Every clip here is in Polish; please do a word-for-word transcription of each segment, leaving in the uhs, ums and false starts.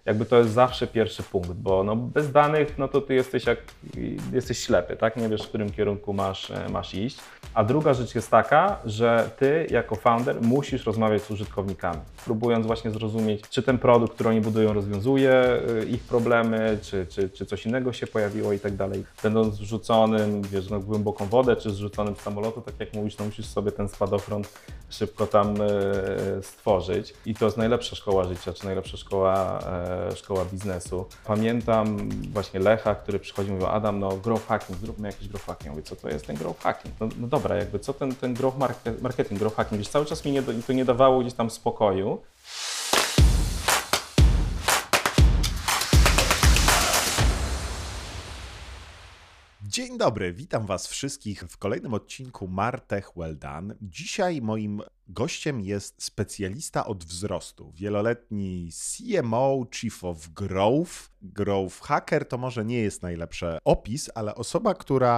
jakby to jest zawsze pierwszy punkt, bo no bez danych, no to ty jesteś jak, jesteś ślepy, tak? Nie wiesz, w którym kierunku masz, masz iść. A druga rzecz jest taka, że ty jako founder musisz rozmawiać z użytkownikami, próbując właśnie zrozumieć, czy ten produkt, który oni budują, rozwiązuje ich problemy, czy, czy, czy coś innego się pojawiło i tak dalej. Będąc wrzuconym, wiesz, no, w głęboką wodę, czy zrzuconym z samolotu, tak jak mówisz, no musisz sobie ten spadochron szybko tam e, stworzyć. I to jest najlepsza szkoła życia, czy najlepsza szkoła, e, szkoła biznesu. Pamiętam właśnie Lecha, który przychodzi i mówił: Adam, no growth hacking, zróbmy jakiś growth hacking. Ja mówię: co to jest ten growth hacking? No, no dobra, jakby co ten, ten growth marketing, growth hacking? Wiesz, cały czas mi nie, to nie dawało gdzieś tam spokoju. Dzień dobry, witam Was wszystkich w kolejnym odcinku Martech Well Done. Dzisiaj moim gościem jest specjalista od wzrostu, wieloletni C M O, Chief of Growth. Growth Hacker to może nie jest najlepszy opis, ale osoba, która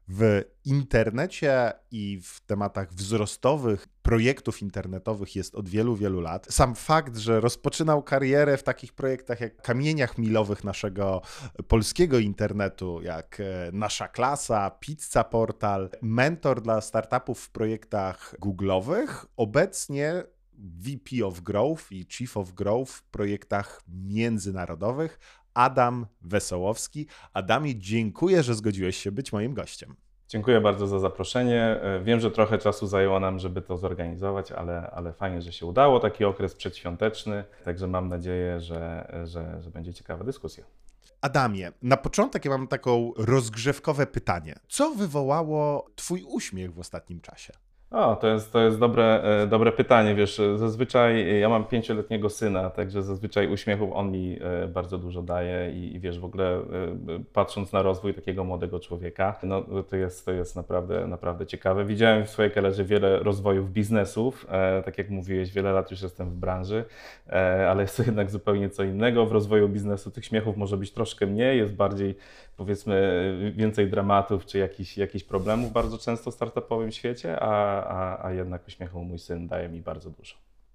w internecie i w tematach wzrostowych, projektów internetowych jest od wielu, wielu lat. Sam fakt, że rozpoczynał karierę w takich projektach jak kamieniach milowych naszego polskiego internetu, jak Nasza Klasa, Pizza Portal, mentor dla startupów w projektach googlowych, obecnie V P of Growth i Chief of Growth w projektach międzynarodowych, Adam Wesołowski. Adamie, dziękuję, że zgodziłeś się być moim gościem. Dziękuję bardzo za zaproszenie. Wiem, że trochę czasu zajęło nam, żeby to zorganizować, ale, ale fajnie, że się udało. Taki okres przedświąteczny, także mam nadzieję, że, że, że będzie ciekawa dyskusja. Adamie, na początek ja mam taką rozgrzewkowe pytanie. Co wywołało Twój uśmiech w ostatnim czasie? O, to jest, to jest dobre, dobre pytanie, wiesz, zazwyczaj ja mam pięcioletniego syna, także zazwyczaj uśmiechu on mi bardzo dużo daje i, i wiesz, w ogóle patrząc na rozwój takiego młodego człowieka, no to jest, to jest naprawdę, naprawdę ciekawe. Widziałem w swojej karierze wiele rozwojów biznesów, tak jak mówiłeś, wiele lat już jestem w branży, ale jest to jednak zupełnie co innego. W rozwoju biznesu tych śmiechów może być troszkę mniej, jest bardziej, powiedzmy, więcej dramatów czy jakichś jakich problemów bardzo często w startupowym świecie, a A, a jednak uśmiechu mój syn daje mi bardzo dużo.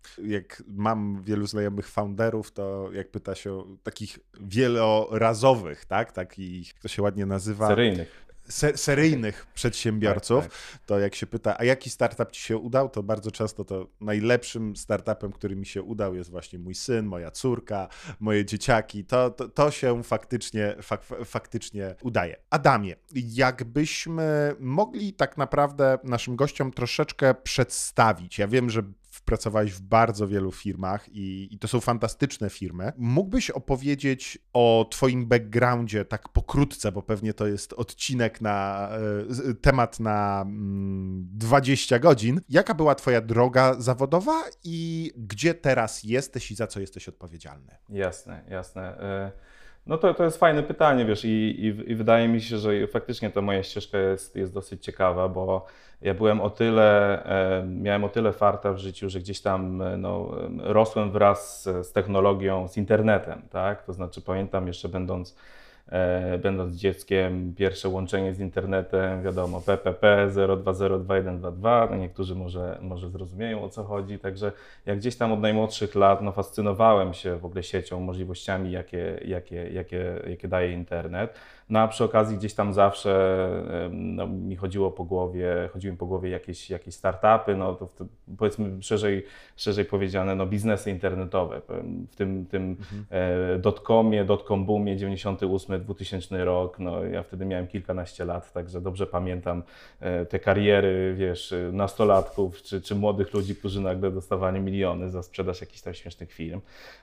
Jak mam wielu znajomych founderów, to jak pyta się o takich wielorazowych, tak, takich, to się ładnie nazywa... Seryjnych. Se- seryjnych przedsiębiorców, tak, tak. To jak się pyta, a jaki startup Ci się udał, to bardzo często to najlepszym startupem, który mi się udał, jest właśnie mój syn, moja córka, moje dzieciaki. To, to, to się faktycznie, fak, faktycznie udaje. Adamie, jakbyśmy mogli tak naprawdę naszym gościom troszeczkę przedstawić. Ja wiem, że pracowałeś w bardzo wielu firmach i, i to są fantastyczne firmy. Mógłbyś opowiedzieć o Twoim backgroundzie tak pokrótce, bo pewnie to jest odcinek na y, temat na y, dwadzieścia godzin. Jaka była Twoja droga zawodowa i gdzie teraz jesteś i za co jesteś odpowiedzialny? Jasne, jasne. No to, to jest fajne pytanie, wiesz, i, i, i wydaje mi się, że faktycznie ta moja ścieżka jest, jest dosyć ciekawa, bo ja byłem o tyle, miałem o tyle farta w życiu, że gdzieś tam no, rosłem wraz z technologią, z internetem, tak? To znaczy pamiętam jeszcze będąc Będąc dzieckiem, pierwsze łączenie z internetem, wiadomo, P P P zero dwa zero dwa jeden dwa dwa, no niektórzy może, może zrozumieją, o co chodzi, także jak gdzieś tam od najmłodszych lat no, fascynowałem się w ogóle siecią, możliwościami, jakie, jakie, jakie, jakie daje internet. No a przy okazji gdzieś tam zawsze no, mi chodziło po głowie, chodziły mi po głowie jakieś, jakieś startupy, no to powiedzmy szerzej, szerzej powiedziane, no biznesy internetowe. W tym, tym mhm. e, dotcomie, dotcom boomie dziewięćdziesiąty ósmy dwutysięczny rok, no ja wtedy miałem kilkanaście lat, także dobrze pamiętam e, te kariery, wiesz, nastolatków czy, czy młodych ludzi, którzy nagle dostawali miliony za sprzedaż jakichś tam śmiesznych firm.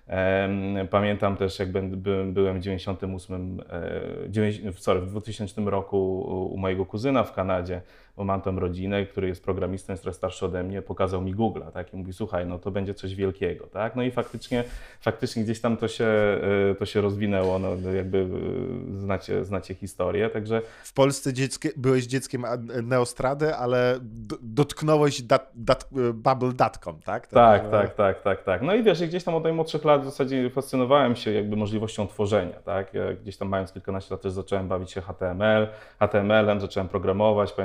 E, pamiętam też, jak byłem, byłem w dziewięćdziesiątym ósmym, e, sorry, w dwutysięcznym roku u mojego kuzyna w Kanadzie, bo mam tam rodzinę, który jest programistą, jest trochę starszy ode mnie, pokazał mi Google'a, tak, i mówi: słuchaj, no to będzie coś wielkiego, tak, no i faktycznie, faktycznie gdzieś tam to się, to się rozwinęło, no jakby znacie, znacie historię, także... W Polsce dzieckie, byłeś dzieckiem Neostrady, ale dotknąłeś dat, dat, bubble kropka com, tak? Tak, tak, tak, tak, tak, tak. No i wiesz, gdzieś tam od najmłodszych lat w zasadzie fascynowałem się jakby możliwością tworzenia, tak, ja gdzieś tam mając kilkanaście lat też zacząłem bawić się H T M L, H T M L-em, zacząłem programować, pamiętam wtedy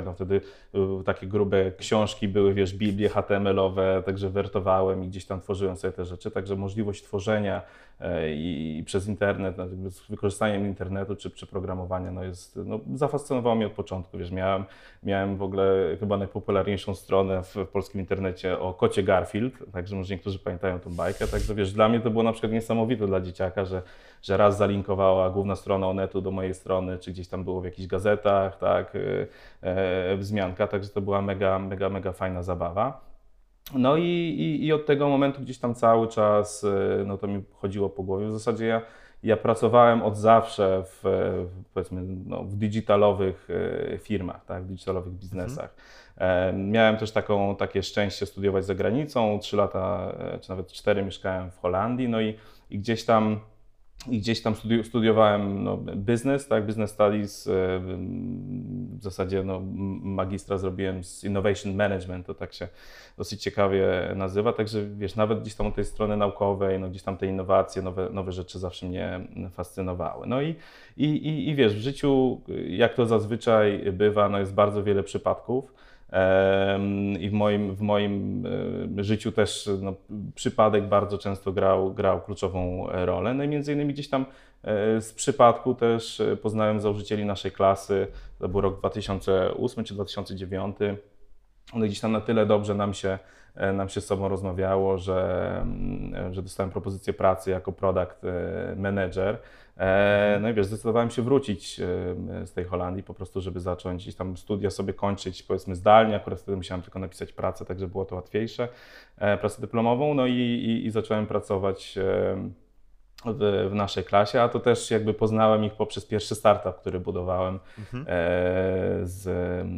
były takie grube książki, były, wiesz, biblie H T M L-owe, także wertowałem i gdzieś tam tworzyłem sobie te rzeczy, także możliwość tworzenia i, i przez internet, no, z wykorzystaniem internetu czy przeprogramowania, no jest, no, zafascynowało mnie od początku, wiesz, miałem, miałem w ogóle chyba najpopularniejszą stronę w, w polskim internecie o kocie Garfield, także może niektórzy pamiętają tą bajkę, także wiesz, dla mnie to było na przykład niesamowite dla dzieciaka, że, że raz zalinkowała główna strona Onetu do mojej strony, czy gdzieś tam było w jakichś gazetach, tak, e, wzmianka, także to była mega, mega, mega fajna zabawa. No i, i, i od tego momentu gdzieś tam cały czas, no to mi chodziło po głowie. W zasadzie ja, ja pracowałem od zawsze w, w powiedzmy, no, w digitalowych firmach, tak, w digitalowych biznesach. Mhm. Miałem też taką, takie szczęście studiować za granicą. Trzy lata, czy nawet cztery mieszkałem w Holandii, no i, i gdzieś tam I gdzieś tam studi studiowałem no, business, tak, business studies, w zasadzie no, magistra zrobiłem z innovation management, to tak się dosyć ciekawie nazywa, także wiesz, nawet gdzieś tam od tej strony naukowej, no, gdzieś tam te innowacje, nowe, nowe rzeczy zawsze mnie fascynowały. No i, i, i, i wiesz, w życiu, jak to zazwyczaj bywa, no, jest bardzo wiele przypadków. I w moim, w moim życiu też no, przypadek bardzo często grał, grał kluczową rolę. No i między innymi gdzieś tam z przypadku też poznałem założycieli naszej klasy, to był rok dwa tysiące ósmy czy dwa tysiące dziewiąty. One gdzieś tam na tyle dobrze nam się, nam się z sobą rozmawiało, że, że dostałem propozycję pracy jako product manager. No i wiesz, zdecydowałem się wrócić z tej Holandii po prostu, żeby zacząć gdzieś tam studia sobie kończyć, powiedzmy zdalnie, akurat wtedy musiałem tylko napisać pracę, także było to łatwiejsze, pracę dyplomową, no i, i, i zacząłem pracować w, w naszej klasie, a to też jakby poznałem ich poprzez pierwszy startup, który budowałem mhm. z,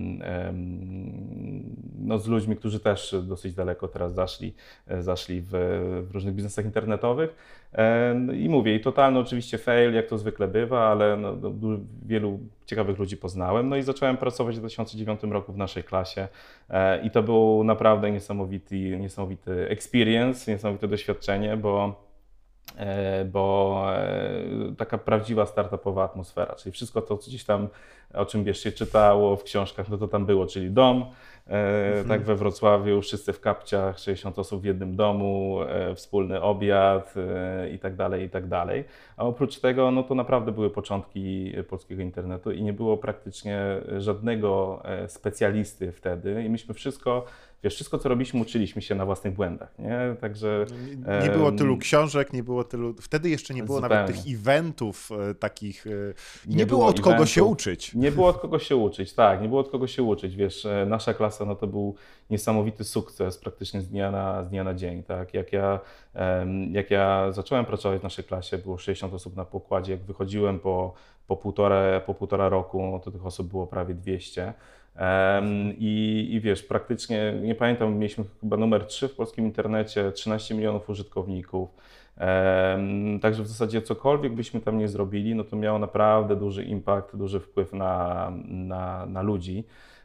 no, z ludźmi, którzy też dosyć daleko teraz zaszli, zaszli w, w różnych biznesach internetowych. I mówię, i totalny oczywiście fail, jak to zwykle bywa, ale no, wielu ciekawych ludzi poznałem. No i zacząłem pracować w dwa tysiące dziewiątym roku w naszej klasie i to był naprawdę niesamowity, niesamowity experience, niesamowite doświadczenie, bo bo taka prawdziwa startupowa atmosfera, czyli wszystko to, co gdzieś tam, o czym wiesz, się czytało w książkach, no to tam było, czyli dom, mhm. tak we Wrocławiu, wszyscy w kapciach, sześćdziesiąt osób w jednym domu, wspólny obiad i tak dalej, i tak dalej. A oprócz tego, no to naprawdę były początki polskiego internetu i nie było praktycznie żadnego specjalisty wtedy i myśmy wszystko, wiesz, wszystko co robiliśmy, uczyliśmy się na własnych błędach, nie? Także... Nie, nie było tylu książek, nie było tylu... Wtedy jeszcze nie było zupełnie. Nawet tych eventów e, takich... E, nie, nie było, było od kogo eventów, się uczyć. Nie było od kogo się uczyć, tak, nie było od kogo się uczyć, wiesz, nasza klasa, no to był niesamowity sukces praktycznie z dnia na, z dnia na dzień, tak? Jak ja, jak ja zacząłem pracować w naszej klasie, było sześćdziesiąt osób na pokładzie, jak wychodziłem po, po, półtora, po półtora roku, to tych osób było prawie dwieście. Um, i, I wiesz, praktycznie, nie pamiętam, mieliśmy chyba numer trzy w polskim internecie, trzynaście milionów użytkowników. Um, także w zasadzie cokolwiek byśmy tam nie zrobili, no to miało naprawdę duży impact, duży wpływ na, na, na ludzi.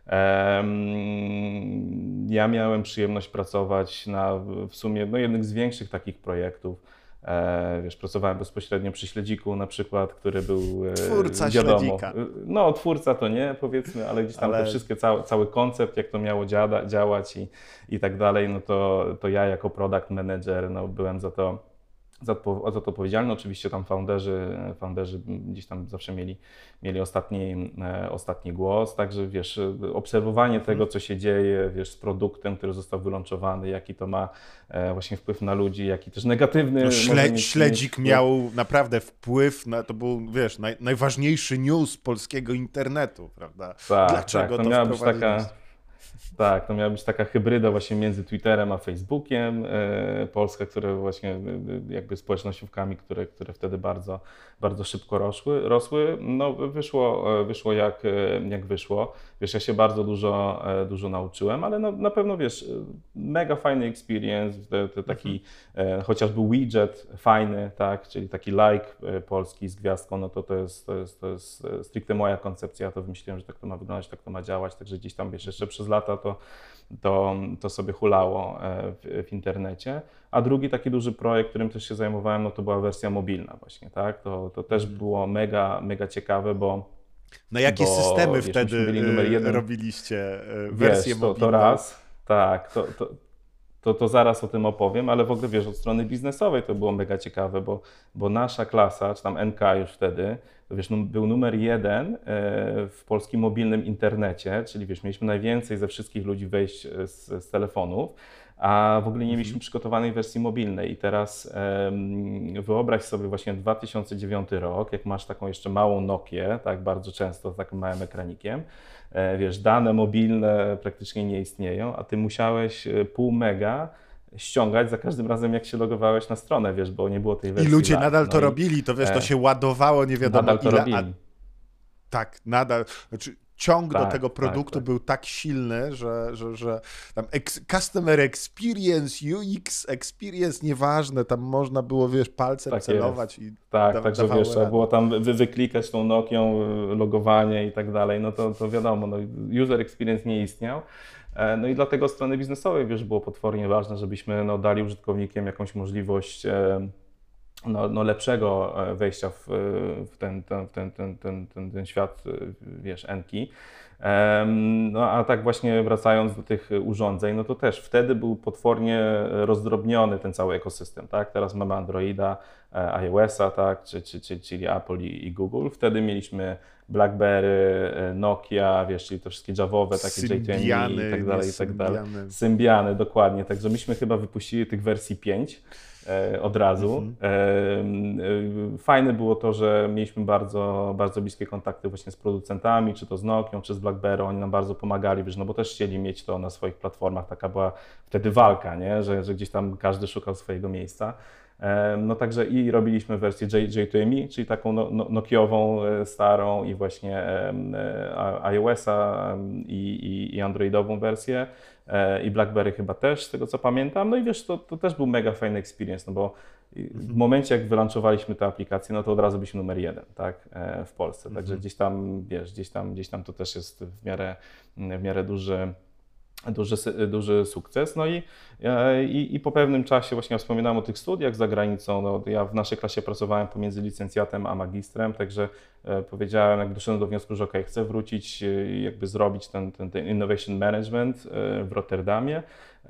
Um, ja miałem przyjemność pracować na w sumie no, jednych z większych takich projektów. E, wiesz, pracowałem bezpośrednio przy Śledziku na przykład, który był twórca wiadomo, Śledzika. No twórca to nie, powiedzmy, ale gdzieś tam ale... te wszystkie, cały, cały koncept, jak to miało dziada, działać i, i tak dalej, no to, to ja jako product manager no, byłem za to Za to, za to odpowiedzialny. Oczywiście tam founderzy, founderzy gdzieś tam zawsze mieli, mieli ostatni, e, ostatni głos, także wiesz, obserwowanie hmm. tego, co się dzieje, wiesz, z produktem, który został wylączowany, jaki to ma e, właśnie wpływ na ludzi, jaki też negatywny. No, śle, mieć, śledzik mieć miał naprawdę wpływ na, to był, wiesz, naj, najważniejszy news polskiego internetu, prawda? Tak, Dlaczego tak, to, to miała być taka Tak, to miała być taka hybryda właśnie między Twitterem a Facebookiem. E, Polska, które właśnie jakby społecznościówkami, które, które wtedy bardzo, bardzo szybko rosły, rosły. No wyszło, wyszło jak, jak wyszło. Wiesz, ja się bardzo dużo, dużo nauczyłem, ale no, na pewno wiesz, mega fajny experience, te, te taki mhm. e, chociażby widget fajny, tak, czyli taki like polski z gwiazdką, no to to jest, to jest, to jest stricte moja koncepcja, ja to wymyśliłem, że tak to ma wyglądać, tak to ma działać, także gdzieś tam wiesz, jeszcze przez lata to, to, to sobie hulało w, w internecie. A drugi taki duży projekt, którym też się zajmowałem, no to była wersja mobilna właśnie, tak? To, to też było mega, mega ciekawe, bo Na jakie bo systemy wiesz, wtedy myśmy byli numer y, jeden. robiliście y, wersję Wiesz, to, to mobilną? raz, tak, to, to, to, to zaraz o tym opowiem, ale w ogóle wiesz, od strony biznesowej to było mega ciekawe, bo, bo nasza klasa, czy tam N K już wtedy, to wiesz, num- był numer jeden e, w polskim mobilnym internecie, czyli wiesz, mieliśmy najwięcej ze wszystkich ludzi wejść e, z, z telefonów, a w ogóle nie mieliśmy Mhm. przygotowanej wersji mobilnej. I teraz em, wyobraź sobie właśnie dwa tysiące dziewiąty rok, jak masz taką jeszcze małą Nokię, tak bardzo często z takim małym ekranikiem, e, wiesz, dane mobilne praktycznie nie istnieją, a ty musiałeś e, pół mega ściągać za każdym razem, jak się logowałeś na stronę, wiesz, bo nie było tej I wersji ludzie live. nadal No to i robili, to wiesz, to e, się ładowało nie wiadomo nadal to ile, a robili. tak, nadal, znaczy ciąg do Tak, tego tak, produktu tak. był tak silny, że, że, że tam ex, customer experience, U X experience, nieważne, tam można było, wiesz, palcem Tak celować jest. i Tak, da, także dawało wiesz, trzeba radę. było tam wy, wyklikać tą Nokią, y, logowanie i tak dalej, no to, to wiadomo, no, user experience nie istniał. E, No i dlatego od strony biznesowej, wiesz, było potwornie ważne, żebyśmy no, dali użytkownikom jakąś możliwość e, no, no lepszego e, wejścia w, w ten, ten, ten, ten, ten, ten, ten świat, e, wiesz, Enki. Em, No a tak właśnie wracając do tych urządzeń, no to też wtedy był potwornie rozdrobniony ten cały ekosystem, tak? Teraz mamy Androida, e, iOS-a, tak? Czy, czy, czy, czyli Apple i, i Google. Wtedy mieliśmy BlackBerry, e, Nokia, wiesz, czyli te wszystkie Javowe, takie J dwa M E i Symbiany, tak nie dalej, i tak dalej. Symbiany. Symbiany, dokładnie. Także myśmy chyba wypuścili tych wersji pięć e, od razu. Mhm. E, e, Fajne było to, że mieliśmy bardzo, bardzo bliskie kontakty właśnie z producentami, czy to z Nokią, czy z BlackBerry. Oni nam bardzo pomagali, wiesz, no bo też chcieli mieć to na swoich platformach. Taka była wtedy walka, nie? Że, że gdzieś tam każdy szukał swojego miejsca. E, No także i robiliśmy wersję J dwa M E, czyli taką no, no, nokiową, e, starą i właśnie em, e, iOS-a em, i, i, i Androidową wersję. E, I BlackBerry chyba też, z tego co pamiętam. No i wiesz, to, to też był mega fajny experience, no bo w Mhm. momencie, jak wylanczowaliśmy tę aplikację, no to od razu byliśmy numer jeden, tak, e, w Polsce. Także Mhm. gdzieś tam, wiesz, gdzieś tam, gdzieś tam to też jest w miarę, w miarę duży, duży, sy- duży sukces. No i, e, i, i po pewnym czasie, właśnie ja wspominałem o tych studiach za granicą, no, ja w naszej klasie pracowałem pomiędzy licencjatem a magistrem, także e, powiedziałem, jak doszedłem do wniosku, że ok, chcę wrócić, e, jakby zrobić ten, ten, ten Innovation Management e, w Rotterdamie.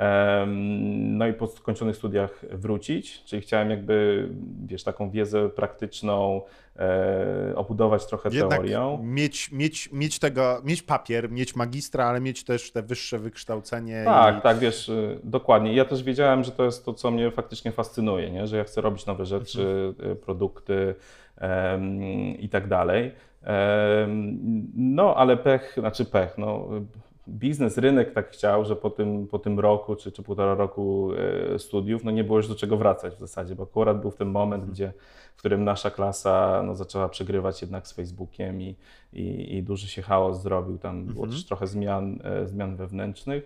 Em, No i po skończonych studiach wrócić, czyli chciałem jakby, wiesz, taką wiedzę praktyczną e, obudować trochę Jednak teorią. mieć, mieć, mieć tego, mieć papier, mieć magistra, ale mieć też te wyższe wykształcenie i Tak, tak, wiesz, y, dokładnie. Ja też wiedziałem, że to jest to, co mnie faktycznie fascynuje, nie? Że ja chcę robić nowe Mhm. rzeczy, y, produkty em, i tak dalej. Em, No, ale pech, znaczy pech, no, biznes, rynek tak chciał, że po tym, po tym roku czy, czy półtora roku e, studiów, no nie było już do czego wracać w zasadzie, bo akurat był w ten moment, Mhm. gdzie, w którym nasza klasa no, zaczęła przegrywać jednak z Facebookiem i, i, i duży się chaos zrobił, tam było Mhm. też trochę zmian, e, zmian wewnętrznych.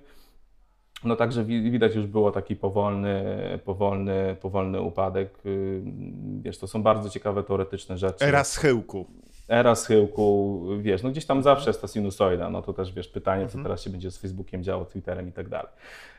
No także wi- widać już było taki powolny, powolny, powolny upadek. Y, Wiesz, to są bardzo ciekawe teoretyczne rzeczy. Era schyłku. Era schyłku, wiesz, no gdzieś tam Mhm. zawsze jest ta sinusoida, no to też wiesz, pytanie, co Mhm. teraz się będzie z Facebookiem działo, Twitterem i tak dalej.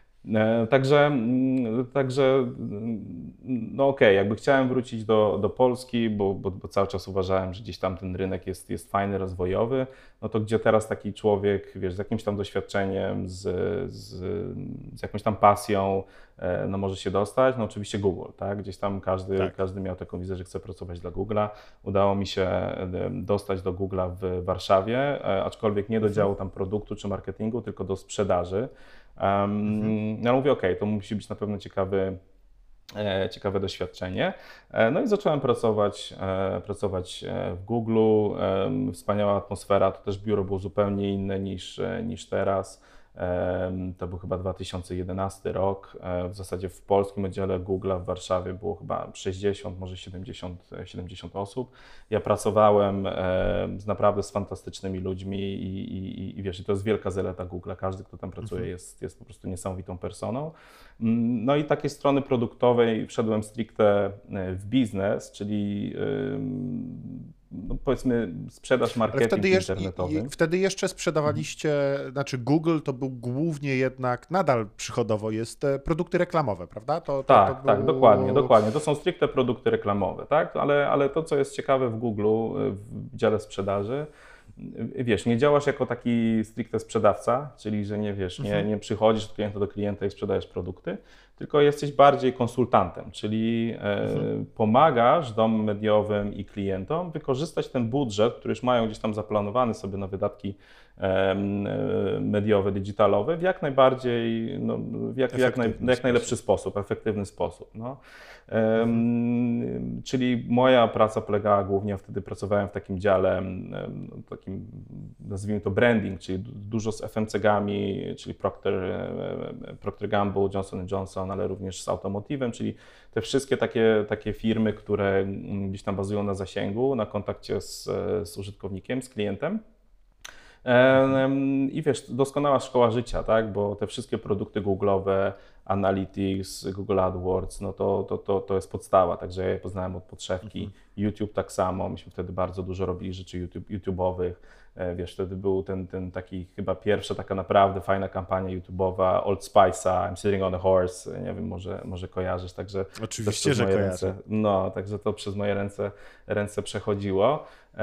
E, Także, mm, także mm, no okej, jakby chciałem wrócić do, do Polski, bo, bo, bo cały czas uważałem, że gdzieś tam ten rynek jest, jest fajny, rozwojowy, no to gdzie teraz taki człowiek, wiesz, z jakimś tam doświadczeniem, z, z, z jakąś tam pasją, e, no może się dostać? No oczywiście Google, tak? Gdzieś tam każdy, Tak. każdy miał taką wizję, że chce pracować dla Google'a. Udało mi się e, dostać do Google'a w Warszawie, e, aczkolwiek nie do Mhm. działu tam produktu czy marketingu, tylko do sprzedaży. Um, Mhm. Ja mówię, ok, to musi być na pewno ciekawy, e, ciekawe doświadczenie. E, No i zacząłem pracować, e, pracować e, w Google. Em, Wspaniała atmosfera, to też biuro było zupełnie inne niż, e, niż teraz. Em, To był chyba dwa tysiące jedenasty rok. E, W zasadzie w polskim oddziale Google'a w Warszawie było chyba sześćdziesiąt, może siedemdziesiąt, siedemdziesiąt osób. Ja pracowałem e, z naprawdę z fantastycznymi ludźmi i, i, i wiesz, i to jest wielka zaleta Google'a. Każdy, kto tam pracuje, Mhm. jest, jest po prostu niesamowitą personą. Mm, No i takiej strony produktowej wszedłem stricte e, w biznes, czyli ym, no powiedzmy sprzedaż, Ale marketing wtedy, jeszcze, i, internetowy. i, wtedy jeszcze sprzedawaliście, znaczy Google to był głównie jednak, nadal przychodowo jest e, produkty reklamowe, prawda? To, to, Tak, to tak, był... dokładnie, dokładnie. To są stricte produkty reklamowe, tak? Ale, ale to, co jest ciekawe w Google, w dziale sprzedaży, wiesz, nie działasz jako taki stricte sprzedawca, czyli że nie wiesz, nie, Mhm. nie przychodzisz od klienta do klienta i sprzedajesz produkty, tylko jesteś bardziej konsultantem, czyli e, Mhm. pomagasz domom mediowym i klientom wykorzystać ten budżet, który już mają gdzieś tam zaplanowany sobie na wydatki e, mediowe, digitalowe w jak najbardziej, no, w jak, w jak, naj, Efektywny jak najlepszy sposób. sposób, efektywny sposób. No. Mhm. Em, czyli moja praca polegała głównie, wtedy pracowałem w takim dziale, em, takim nazwijmy to branding, czyli du- dużo z F M C Gami, czyli Procter, e, Procter Gamble, Johnson and Johnson, ale również z automotivem, czyli te wszystkie takie, takie firmy, które mm, gdzieś tam bazują na zasięgu, na kontakcie z, z użytkownikiem, z klientem. Mhm. Em, I wiesz, doskonała szkoła życia, tak? Bo te wszystkie produkty Google'owe, Analytics, Google AdWords, no to, to, to, to jest podstawa, także ja je poznałem od podszewki. Mhm. YouTube tak samo, myśmy wtedy bardzo dużo robili rzeczy YouTube, YouTube'owych. E, Wiesz, wtedy był ten, ten taki chyba pierwsza taka naprawdę fajna kampania YouTube'owa Old Spice'a, I'm Sitting on a Horse, nie wiem, może, może kojarzysz, także to Oczywiście, przez że moje kojarzę. ręce, no, także to przez moje ręce, ręce przechodziło.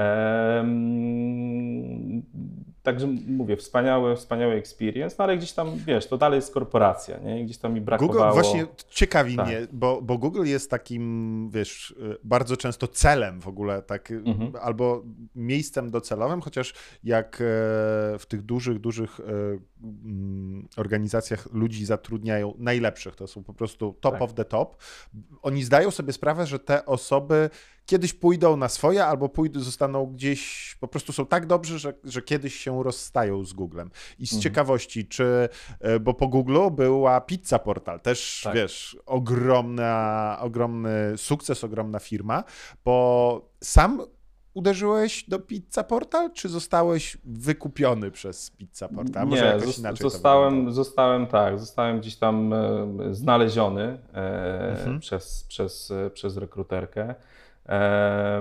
Em, Także mówię, wspaniały, wspaniały experience, no ale gdzieś tam, wiesz, to dalej jest korporacja, nie? I gdzieś tam mi Google właśnie brakowało, ciekawi tak. mnie, bo, bo Google jest takim, wiesz, y, bardzo często celem w ogóle, tak, y, Mhm. albo miejscem docelowym, chociaż jak e, w tych dużych, dużych e, mm, organizacjach ludzi zatrudniają najlepszych, to są po prostu top Tak. of the top, oni zdają sobie sprawę, że te osoby kiedyś pójdą na swoje, albo pójdą, zostaną gdzieś, po prostu są tak dobrzy, że, że kiedyś się rozstają z Googlem. I z Mhm. ciekawości, czy, e, bo po Google'u była Pizza Portal, też, Tak. wiesz, ogromna, ogromny sukces, ogromna firma, bo sam uderzyłeś do Pizza Portal, czy zostałeś wykupiony przez Pizza Portal? A może Nie, jakoś zos- inaczej to zostałem, wyglądało? zostałem tak, zostałem gdzieś tam e, znaleziony e, Mhm. przez, przez, e, przez rekruterkę. E,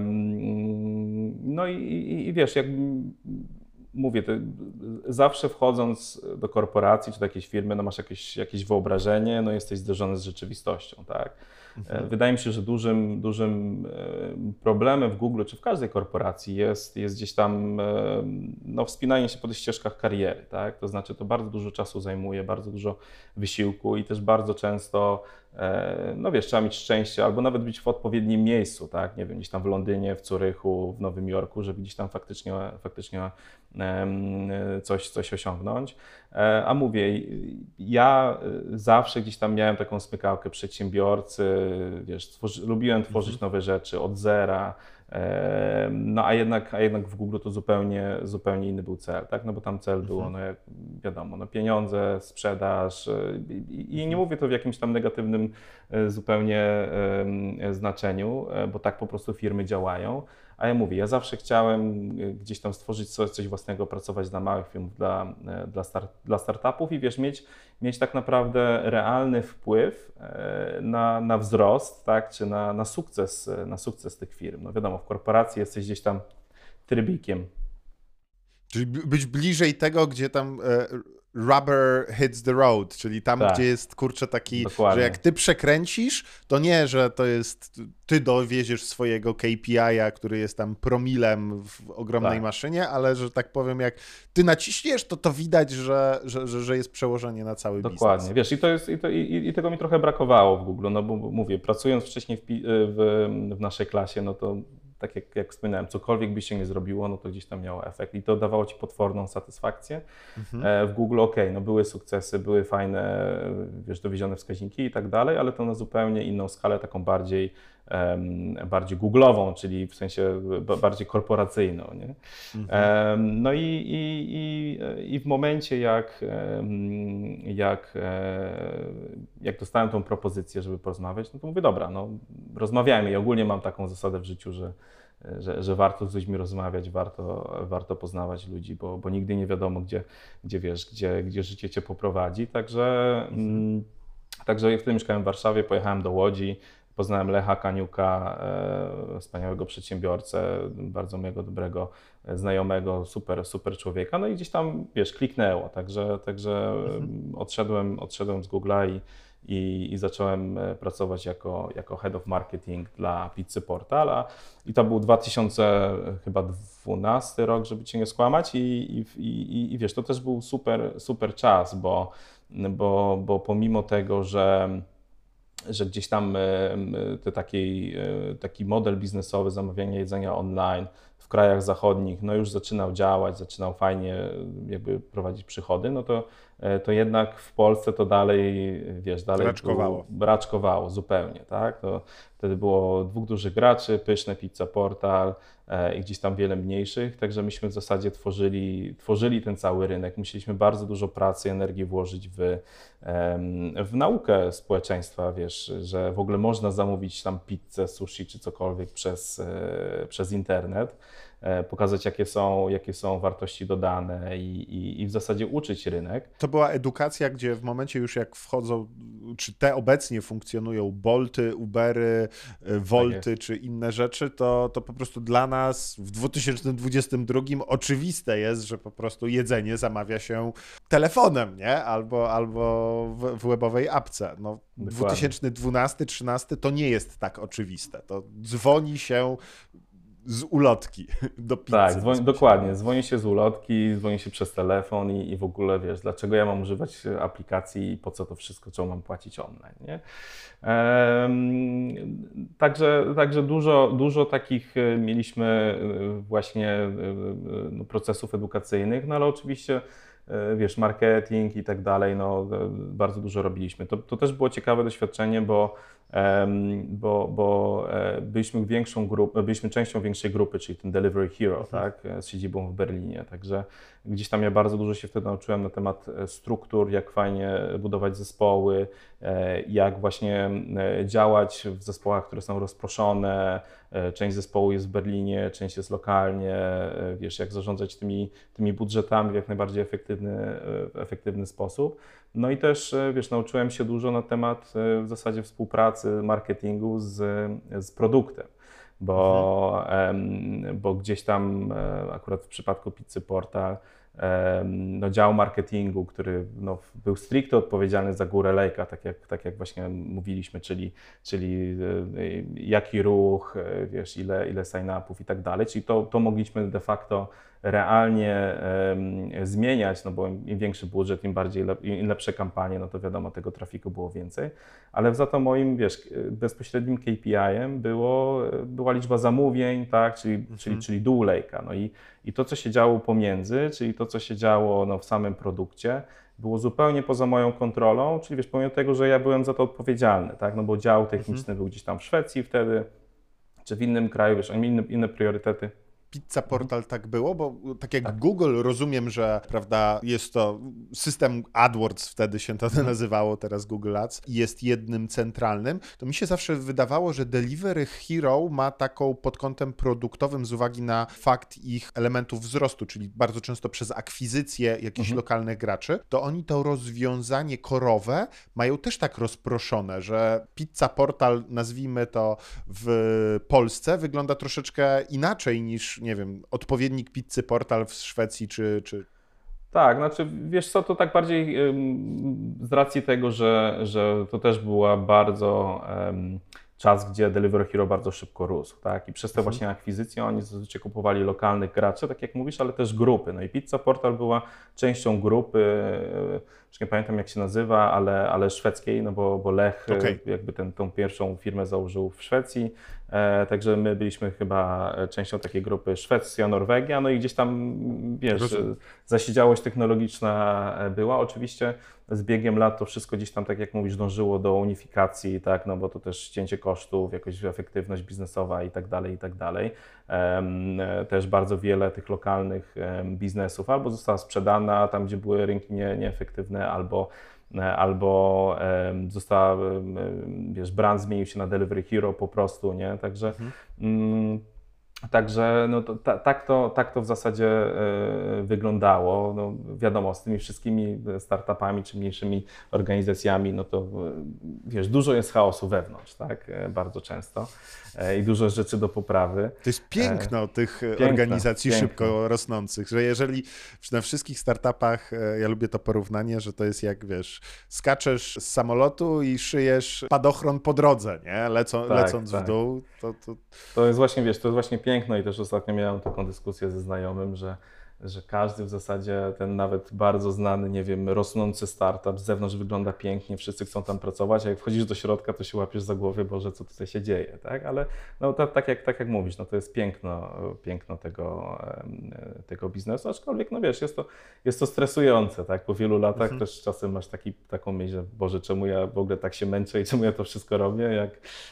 mm, no i, i, i wiesz, jak mówię, to zawsze wchodząc do korporacji czy do jakiejś firmy, no masz jakieś, jakieś wyobrażenie, no jesteś zderzony z rzeczywistością, tak? E, Mhm. Wydaje mi się, że dużym, dużym e, problemem w Google czy w każdej korporacji jest, jest gdzieś tam e, no, wspinanie się po tych ścieżkach kariery, tak? To znaczy to bardzo dużo czasu zajmuje, bardzo dużo wysiłku i też bardzo często e, no wiesz, trzeba mieć szczęście albo nawet być w odpowiednim miejscu, tak? Nie wiem, gdzieś tam w Londynie, w Zurychu, w Nowym Jorku, żeby gdzieś tam faktycznie, faktycznie em, coś, coś osiągnąć. E, A mówię, ja e, zawsze gdzieś tam miałem taką smykałkę przedsiębiorcy, wiesz, tworzy, lubiłem tworzyć Mhm. nowe rzeczy od zera, e, no a jednak, a jednak w Google to zupełnie, zupełnie inny był cel, tak? No bo tam cel było, Mhm. no jak wiadomo, no pieniądze, sprzedaż e, i, i nie Mhm. mówię to w jakimś tam negatywnym e, zupełnie e, znaczeniu, e, bo tak po prostu firmy działają. A ja mówię, ja zawsze chciałem gdzieś tam stworzyć coś, coś własnego, pracować dla małych firm, dla, dla, start, dla startupów i wiesz, mieć, mieć tak naprawdę realny wpływ e, na, na wzrost, tak, czy na, na sukces, na sukces tych firm. No wiadomo, w korporacji jesteś gdzieś tam trybikiem. Czyli b- być bliżej tego, gdzie tam e, rubber hits the road, czyli tam, gdzie Tak, jest, kurczę, taki, że jak dokładnie. ty przekręcisz, to nie, że to jest, ty dowieziesz swojego K P I-a, który jest tam promilem w ogromnej Tak. maszynie, ale że tak powiem, jak ty naciśniesz, to to widać, że, że, że, że jest przełożenie na cały Dokładnie, biznes. wiesz, i, to jest, i, to, i, i tego mi trochę brakowało w Google, no bo bo mówię, pracując wcześniej w, pi- w, w naszej klasie, no to tak jak, jak wspominałem, cokolwiek by się nie zrobiło, no to gdzieś tam miało efekt i to dawało ci potworną satysfakcję. Mhm. E, W Google ok, no były sukcesy, były fajne, wiesz, dowiezione wskaźniki i tak dalej, ale to na zupełnie inną skalę, taką bardziej, em, bardziej Google'ową, czyli w sensie ba- bardziej korporacyjną, nie? Mhm. Em, No i, i, i, i w momencie, jak, em, jak, e, jak dostałem tą propozycję, żeby porozmawiać, no to mówię, dobra, no rozmawiajmy. I ogólnie mam taką zasadę w życiu, że, że, że warto z ludźmi rozmawiać, warto, warto poznawać ludzi, bo, bo nigdy nie wiadomo, gdzie, gdzie wiesz, gdzie, gdzie życie cię poprowadzi. Także, Mhm. mm, także wtedy mieszkałem w Warszawie, pojechałem do Łodzi. Poznałem Lecha Kaniuka, e, wspaniałego przedsiębiorcę, bardzo mojego dobrego e, znajomego, super, super człowieka. No i gdzieś tam, wiesz, kliknęło. Także, także Mhm. mm, odszedłem, odszedłem z Google'a i, i, i zacząłem pracować jako, jako Head of Marketing dla Pizzy Portal. I to był dwa tysiące dwunasty rok, żeby cię nie skłamać i, i, i, i wiesz, to też był super, super czas, bo, bo, bo pomimo tego, że że gdzieś tam te taki, taki model biznesowy zamawiania jedzenia online w krajach zachodnich no już zaczynał działać, zaczynał fajnie jakby prowadzić przychody, no to, to jednak w Polsce to dalej, wiesz, dalej Raczkowało. Było, raczkowało zupełnie, tak? To wtedy było dwóch dużych graczy, Pyszne, Pizza Portal i gdzieś tam wiele mniejszych, także myśmy w zasadzie tworzyli, tworzyli ten cały rynek. Musieliśmy bardzo dużo pracy, energii włożyć w, w naukę społeczeństwa, wiesz, że w ogóle można zamówić tam pizzę, sushi czy cokolwiek przez, przez internet, pokazać jakie są, jakie są wartości dodane i, i, i w zasadzie uczyć rynek. To była edukacja, gdzie w momencie już jak wchodzą, czy te obecnie funkcjonują Bolty, Ubery, Wolty tak czy inne rzeczy, to, to po prostu dla nas w dwa tysiące dwudziestym drugim oczywiste jest, że po prostu jedzenie zamawia się telefonem, nie? Albo, albo w, w webowej apce. No, dwa tysiące dwunasty trzynasty to nie jest tak oczywiste. To dzwoni się z ulotki do pizzy. Tak, dzwoni, dokładnie. Dzwoni się z ulotki, dzwoni się przez telefon i, i w ogóle wiesz, dlaczego ja mam używać aplikacji i po co to wszystko, czemu mam płacić online, nie? Ehm, także także dużo, dużo takich mieliśmy właśnie no, procesów edukacyjnych, no ale oczywiście wiesz, marketing i tak dalej, no bardzo dużo robiliśmy. To, to też było ciekawe doświadczenie, bo Bo, bo byliśmy większą grupą, byliśmy częścią większej grupy, czyli ten Delivery Hero, mhm. tak, z siedzibą w Berlinie. Także gdzieś tam ja bardzo dużo się wtedy nauczyłem na temat struktur, jak fajnie budować zespoły, jak właśnie działać w zespołach, które są rozproszone. Część zespołu jest w Berlinie, część jest lokalnie, wiesz, jak zarządzać tymi, tymi budżetami w jak najbardziej efektywny, efektywny sposób. No i też, wiesz, nauczyłem się dużo na temat w zasadzie współpracy, marketingu z, z produktem, bo, mhm. bo gdzieś tam akurat w przypadku Pizzy Portal no, dział marketingu, który no, był stricte odpowiedzialny za górę lejka, tak jak, tak jak właśnie mówiliśmy, czyli, czyli jaki ruch, wiesz, ile, ile sign-upów i tak dalej, czyli to, to mogliśmy de facto realnie um, zmieniać, no bo im większy budżet, im bardziej lep, im lepsze kampanie, no to wiadomo, tego trafiku było więcej, ale za to moim, wiesz, bezpośrednim K P I-em było, była liczba zamówień, tak, czyli, mhm. czyli, czyli dół lejka, no i, i to, co się działo pomiędzy, czyli to, co się działo no, w samym produkcie, było zupełnie poza moją kontrolą, czyli wiesz, pomimo tego, że ja byłem za to odpowiedzialny, tak, no bo dział techniczny mhm. był gdzieś tam w Szwecji wtedy, czy w innym kraju, wiesz, oni mieli inne, inne priorytety. Pizza Portal tak było, bo tak jak tak. Google, rozumiem, że prawda, jest to system AdWords, wtedy się to mhm. nazywało, teraz Google Ads, i jest jednym centralnym, to mi się zawsze wydawało, że Delivery Hero ma taką pod kątem produktowym z uwagi na fakt ich elementów wzrostu, czyli bardzo często przez akwizycję jakichś mhm. lokalnych graczy, to oni to rozwiązanie korowe mają też tak rozproszone, że Pizza Portal, nazwijmy to w Polsce, wygląda troszeczkę inaczej niż nie wiem, odpowiednik Pizzy Portal w Szwecji czy... czy... Tak, znaczy wiesz co, to tak bardziej ym, z racji tego, że, że to też była bardzo ym, czas, gdzie Delivery Hero bardzo szybko rósł, tak? I przez te mhm. właśnie akwizycje oni zazwyczaj kupowali lokalnych graczy, tak jak mówisz, ale też grupy. No i Pizza Portal była częścią grupy, już nie pamiętam jak się nazywa, ale, ale szwedzkiej, no bo, bo Lech okay. jakby ten, tą pierwszą firmę założył w Szwecji, e, także my byliśmy chyba częścią takiej grupy Szwecja, Norwegia, no i gdzieś tam, wiesz, Rozumiem. zasiedziałość technologiczna była. Oczywiście z biegiem lat to wszystko gdzieś tam, tak jak mówisz, dążyło do unifikacji, tak, no bo to też cięcie kosztów, jakoś efektywność biznesowa i tak dalej, i tak dalej. Um, też bardzo wiele tych lokalnych um, biznesów albo została sprzedana tam, gdzie były rynki nie, nieefektywne, albo, albo um, została, um, wiesz, brand zmienił się na Delivery Hero po prostu, nie, także mhm. um, Także no to, ta, tak, to, tak to w zasadzie e, wyglądało. No, wiadomo, z tymi wszystkimi startupami czy mniejszymi organizacjami, no to e, wiesz, dużo jest chaosu wewnątrz, tak, e, bardzo często e, i dużo rzeczy do poprawy. To jest piękno E, tych piękne, organizacji piękne. szybko rosnącących, że jeżeli na wszystkich startupach, e, ja lubię to porównanie, że to jest jak, wiesz, skaczesz z samolotu i szyjesz spadochron po drodze, nie? Lecą, Tak, lecąc tak. w dół, to, to... To jest właśnie, wiesz, to jest właśnie piękno i też ostatnio miałem taką dyskusję ze znajomym, że, że każdy w zasadzie, ten nawet bardzo znany, nie wiem, rosnący startup z zewnątrz wygląda pięknie, wszyscy chcą tam pracować, a jak wchodzisz do środka, to się łapiesz za głowę, Boże, co tutaj się dzieje, tak? Ale no, to, tak, jak, tak jak mówisz, no, to jest piękno, piękno tego, tego biznesu, aczkolwiek, no wiesz, jest to, jest to stresujące, tak? Po wielu latach Mhm. też czasem masz taki, taką myśl, że Boże, czemu ja w ogóle tak się męczę i czemu ja to wszystko robię, jak,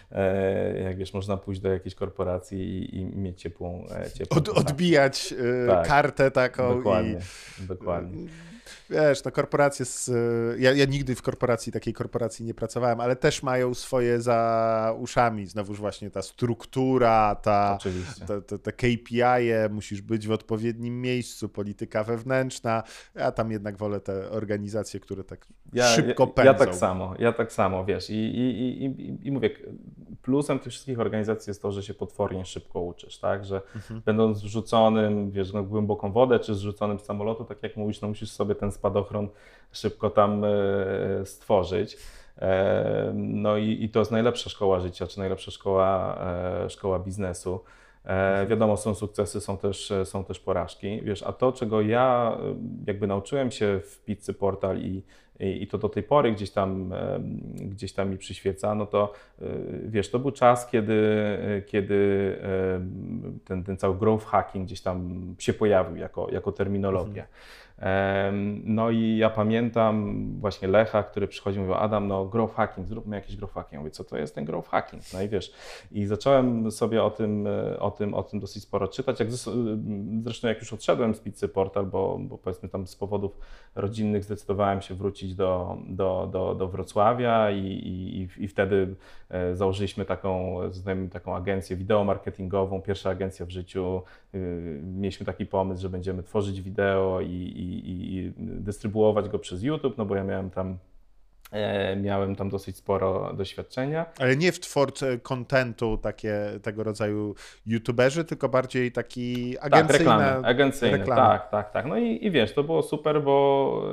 jak wiesz, można pójść do jakiejś korporacji i, i mieć ciepłą, ciepłą Od, odbijać y, tak. kartę taką Dokładnie, i... dokładnie. Wiesz, no korporacje, z, ja, ja nigdy w korporacji, takiej korporacji nie pracowałem, ale też mają swoje za uszami, znowuż właśnie ta struktura, ta, ta, ta, te K P I-e, musisz być w odpowiednim miejscu, polityka wewnętrzna, ja tam jednak wolę te organizacje, które tak ja, szybko ja, pędzą. Ja tak samo, ja tak samo, wiesz, i, i, i, i mówię, plusem tych wszystkich organizacji jest to, że się potwornie szybko uczysz, tak, że mhm. będąc wrzuconym, wiesz, na głęboką wodę, czy zrzuconym z samolotu, tak jak mówisz, no musisz sobie ten spadochron szybko tam e, stworzyć. E, no i, i to jest najlepsza szkoła życia, czy najlepsza szkoła, e, szkoła biznesu. E, wiadomo, są sukcesy, są też, są też porażki, wiesz, a to, czego ja jakby nauczyłem się w Pizzy Portal i, i, i to do tej pory gdzieś tam, e, gdzieś tam mi przyświeca, no to e, wiesz, to był czas, kiedy, kiedy e, ten, ten cały growth hacking gdzieś tam się pojawił jako, jako terminologia. Mhm. No i ja pamiętam właśnie Lecha, który przychodził i mówił: Adam, no growth hacking, zróbmy jakiś growth hacking. Ja mówię, co to jest ten growth hacking? No i wiesz, i zacząłem sobie o tym, o tym, o tym dosyć sporo czytać. Jak zresztą jak już odszedłem z Pizzy Portal, bo, bo powiedzmy tam z powodów rodzinnych zdecydowałem się wrócić do, do, do, do Wrocławia i, i, i wtedy założyliśmy taką, taką agencję wideomarketingową, pierwsza agencja w życiu. Mieliśmy taki pomysł, że będziemy tworzyć wideo i, i, i dystrybuować go przez YouTube, no bo ja miałem tam, e, miałem tam dosyć sporo doświadczenia. Ale nie w twórcy kontentu takie, tego rodzaju youtuberzy, tylko bardziej taki agencyjny. Tak, reklamy, agencyjne, reklamy. tak, tak, tak. No i, i wiesz, to było super, bo,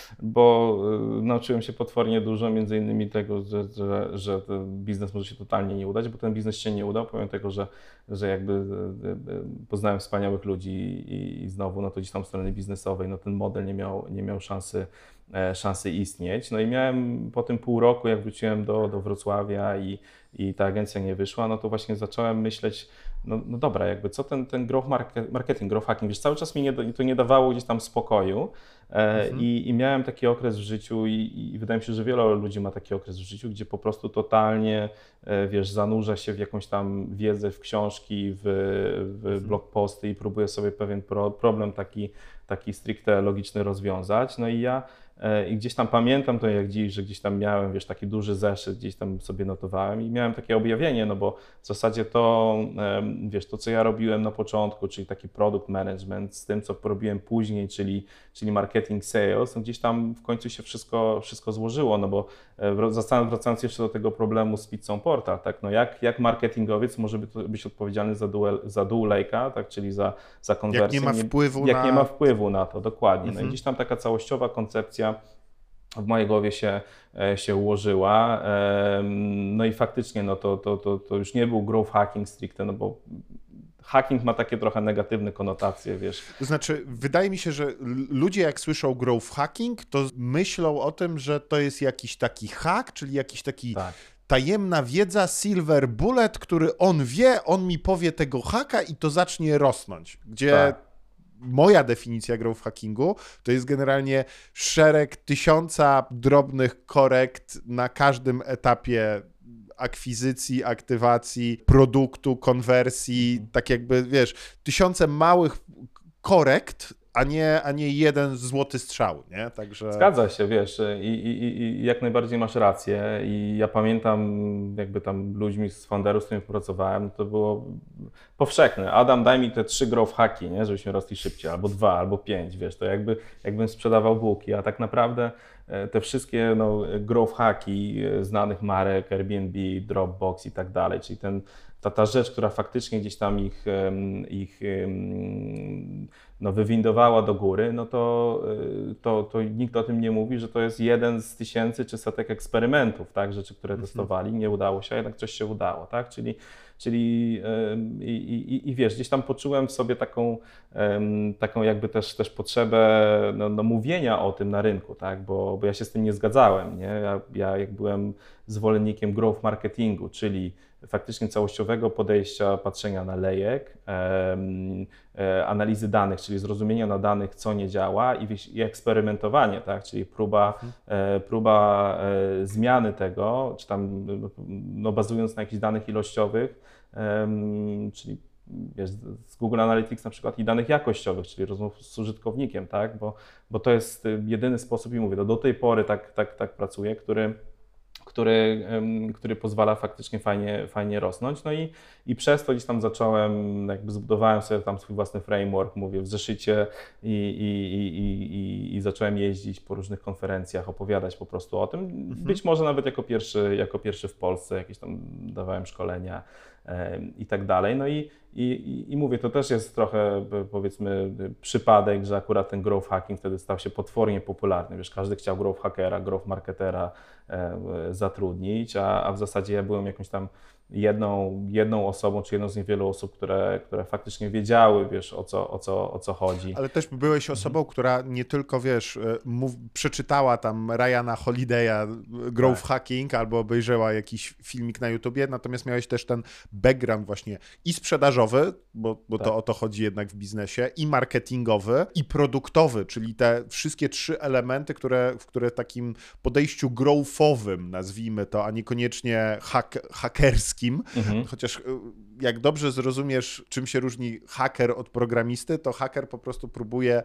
bo nauczyłem się potwornie dużo, między innymi tego, że, że, że ten biznes może się totalnie nie udać, bo ten biznes się nie udał, pomimo tego, że, że jakby poznałem wspaniałych ludzi i, i znowu, no to gdzieś tam strony biznesowej, no ten model nie miał, nie miał szansy, szansy istnieć. No i miałem po tym pół roku, jak wróciłem do, do Wrocławia i, i ta agencja nie wyszła, no to właśnie zacząłem myśleć, no, no dobra, jakby co ten, ten growth marketing, growth hacking, wiesz, cały czas mi nie, to nie dawało gdzieś tam spokoju e, mhm. i, i miałem taki okres w życiu i, i wydaje mi się, że wielu ludzi ma taki okres w życiu, gdzie po prostu totalnie, e, wiesz, zanurza się w jakąś tam wiedzę, w książki, w, w mhm. blog posty i próbuje sobie pewien pro, problem taki, taki stricte logiczny rozwiązać. No i ja I gdzieś tam pamiętam to jak dziś, że gdzieś tam miałem, wiesz, taki duży zeszyt, gdzieś tam sobie notowałem i miałem takie objawienie, no bo w zasadzie to, wiesz, to co ja robiłem na początku, czyli taki product management z tym, co robiłem później, czyli, czyli marketing, sales, no gdzieś tam w końcu się wszystko, wszystko złożyło, no bo wracając jeszcze do tego problemu z Pizzą Portal, tak, no jak, jak marketingowiec może być odpowiedzialny za dół, za dół lejka, tak, czyli za, za konwersję. Jak nie ma wpływu jak na... nie ma wpływu na to, dokładnie. Mhm. No i gdzieś tam taka całościowa koncepcja w mojej głowie się, się ułożyła. No i faktycznie no to, to, to, to już nie był growth hacking stricte, no bo hacking ma takie trochę negatywne konotacje, wiesz. To znaczy, wydaje mi się, że ludzie jak słyszą growth hacking, to myślą o tym, że to jest jakiś taki hack, czyli jakiś taki tak. tajemna wiedza, silver bullet, który on wie, on mi powie tego hacka i to zacznie rosnąć. Gdzie tak. Moja definicja growth hackingu to jest generalnie szereg tysiąca drobnych korekt na każdym etapie akwizycji, aktywacji, produktu, konwersji, tak jakby, wiesz, tysiące małych korekt, a nie, a nie jeden złoty strzał, nie? Także... Zgadza się, wiesz, i, i, i jak najbardziej masz rację i ja pamiętam jakby tam ludźmi z founderów, z którymi pracowałem, to było powszechne. Adam, daj mi te trzy growth hacki, nie, żebyśmy rosli szybciej, albo dwa, albo pięć, wiesz, to jakby jakbym sprzedawał bułki, a tak naprawdę te wszystkie no, growth hacki znanych marek, Airbnb, Dropbox i tak dalej, czyli ten, ta, ta rzecz, która faktycznie gdzieś tam ich, ich no, wywindowała do góry, no to, to, to nikt o tym nie mówi, że to jest jeden z tysięcy czy setek eksperymentów, tak, rzeczy, które testowali, nie udało się, a jednak coś się udało, tak, czyli Czyli i, i, i wiesz, gdzieś tam poczułem w sobie taką, taką jakby też, też potrzebę no, no mówienia o tym na rynku, tak? bo, bo ja się z tym nie zgadzałem. Nie? Ja, ja jak byłem zwolennikiem growth marketingu, czyli faktycznie całościowego podejścia, patrzenia na lejek, em, e, analizy danych, czyli zrozumienia na danych, co nie działa i, i eksperymentowanie, tak? Czyli próba, e, próba e, zmiany tego, czy tam no, bazując na jakichś danych ilościowych, em, czyli wiesz, z Google Analytics na przykład i danych jakościowych, czyli rozmów z użytkownikiem, tak? bo, bo to jest jedyny sposób i mówię, to do tej pory tak, tak, tak pracuję, który Który, który pozwala faktycznie fajnie, fajnie rosnąć. No i, i przez to gdzieś tam zacząłem, jakby zbudowałem sobie tam swój własny framework, mówię w zeszycie i, i, i, i, i zacząłem jeździć po różnych konferencjach, opowiadać po prostu o tym. Mhm. Być może nawet jako pierwszy, jako pierwszy w Polsce, jakieś tam dawałem szkolenia i tak dalej. No i, i, i mówię, to też jest trochę powiedzmy przypadek, że akurat ten growth hacking wtedy stał się potwornie popularny. Wiesz, każdy chciał growth hackera, growth marketera e, zatrudnić, a, a w zasadzie ja byłem jakąś tam jedną, jedną osobą, czy jedną z niewielu osób, które, które faktycznie wiedziały, wiesz, o co, o co, o co chodzi. Ale też byłeś osobą, mhm. która nie tylko, wiesz, mów, przeczytała tam Ryana Holiday'a Growth tak. Hacking albo obejrzała jakiś filmik na YouTubie, natomiast miałeś też ten background właśnie i sprzedażowy, bo, bo tak. to o to chodzi jednak w biznesie, i marketingowy, i produktowy, czyli te wszystkie trzy elementy, które, w które takim podejściu growthowym, nazwijmy to, a niekoniecznie hack, hackerskim, Mhm. chociaż jak dobrze zrozumiesz, czym się różni haker od programisty, to haker po prostu próbuje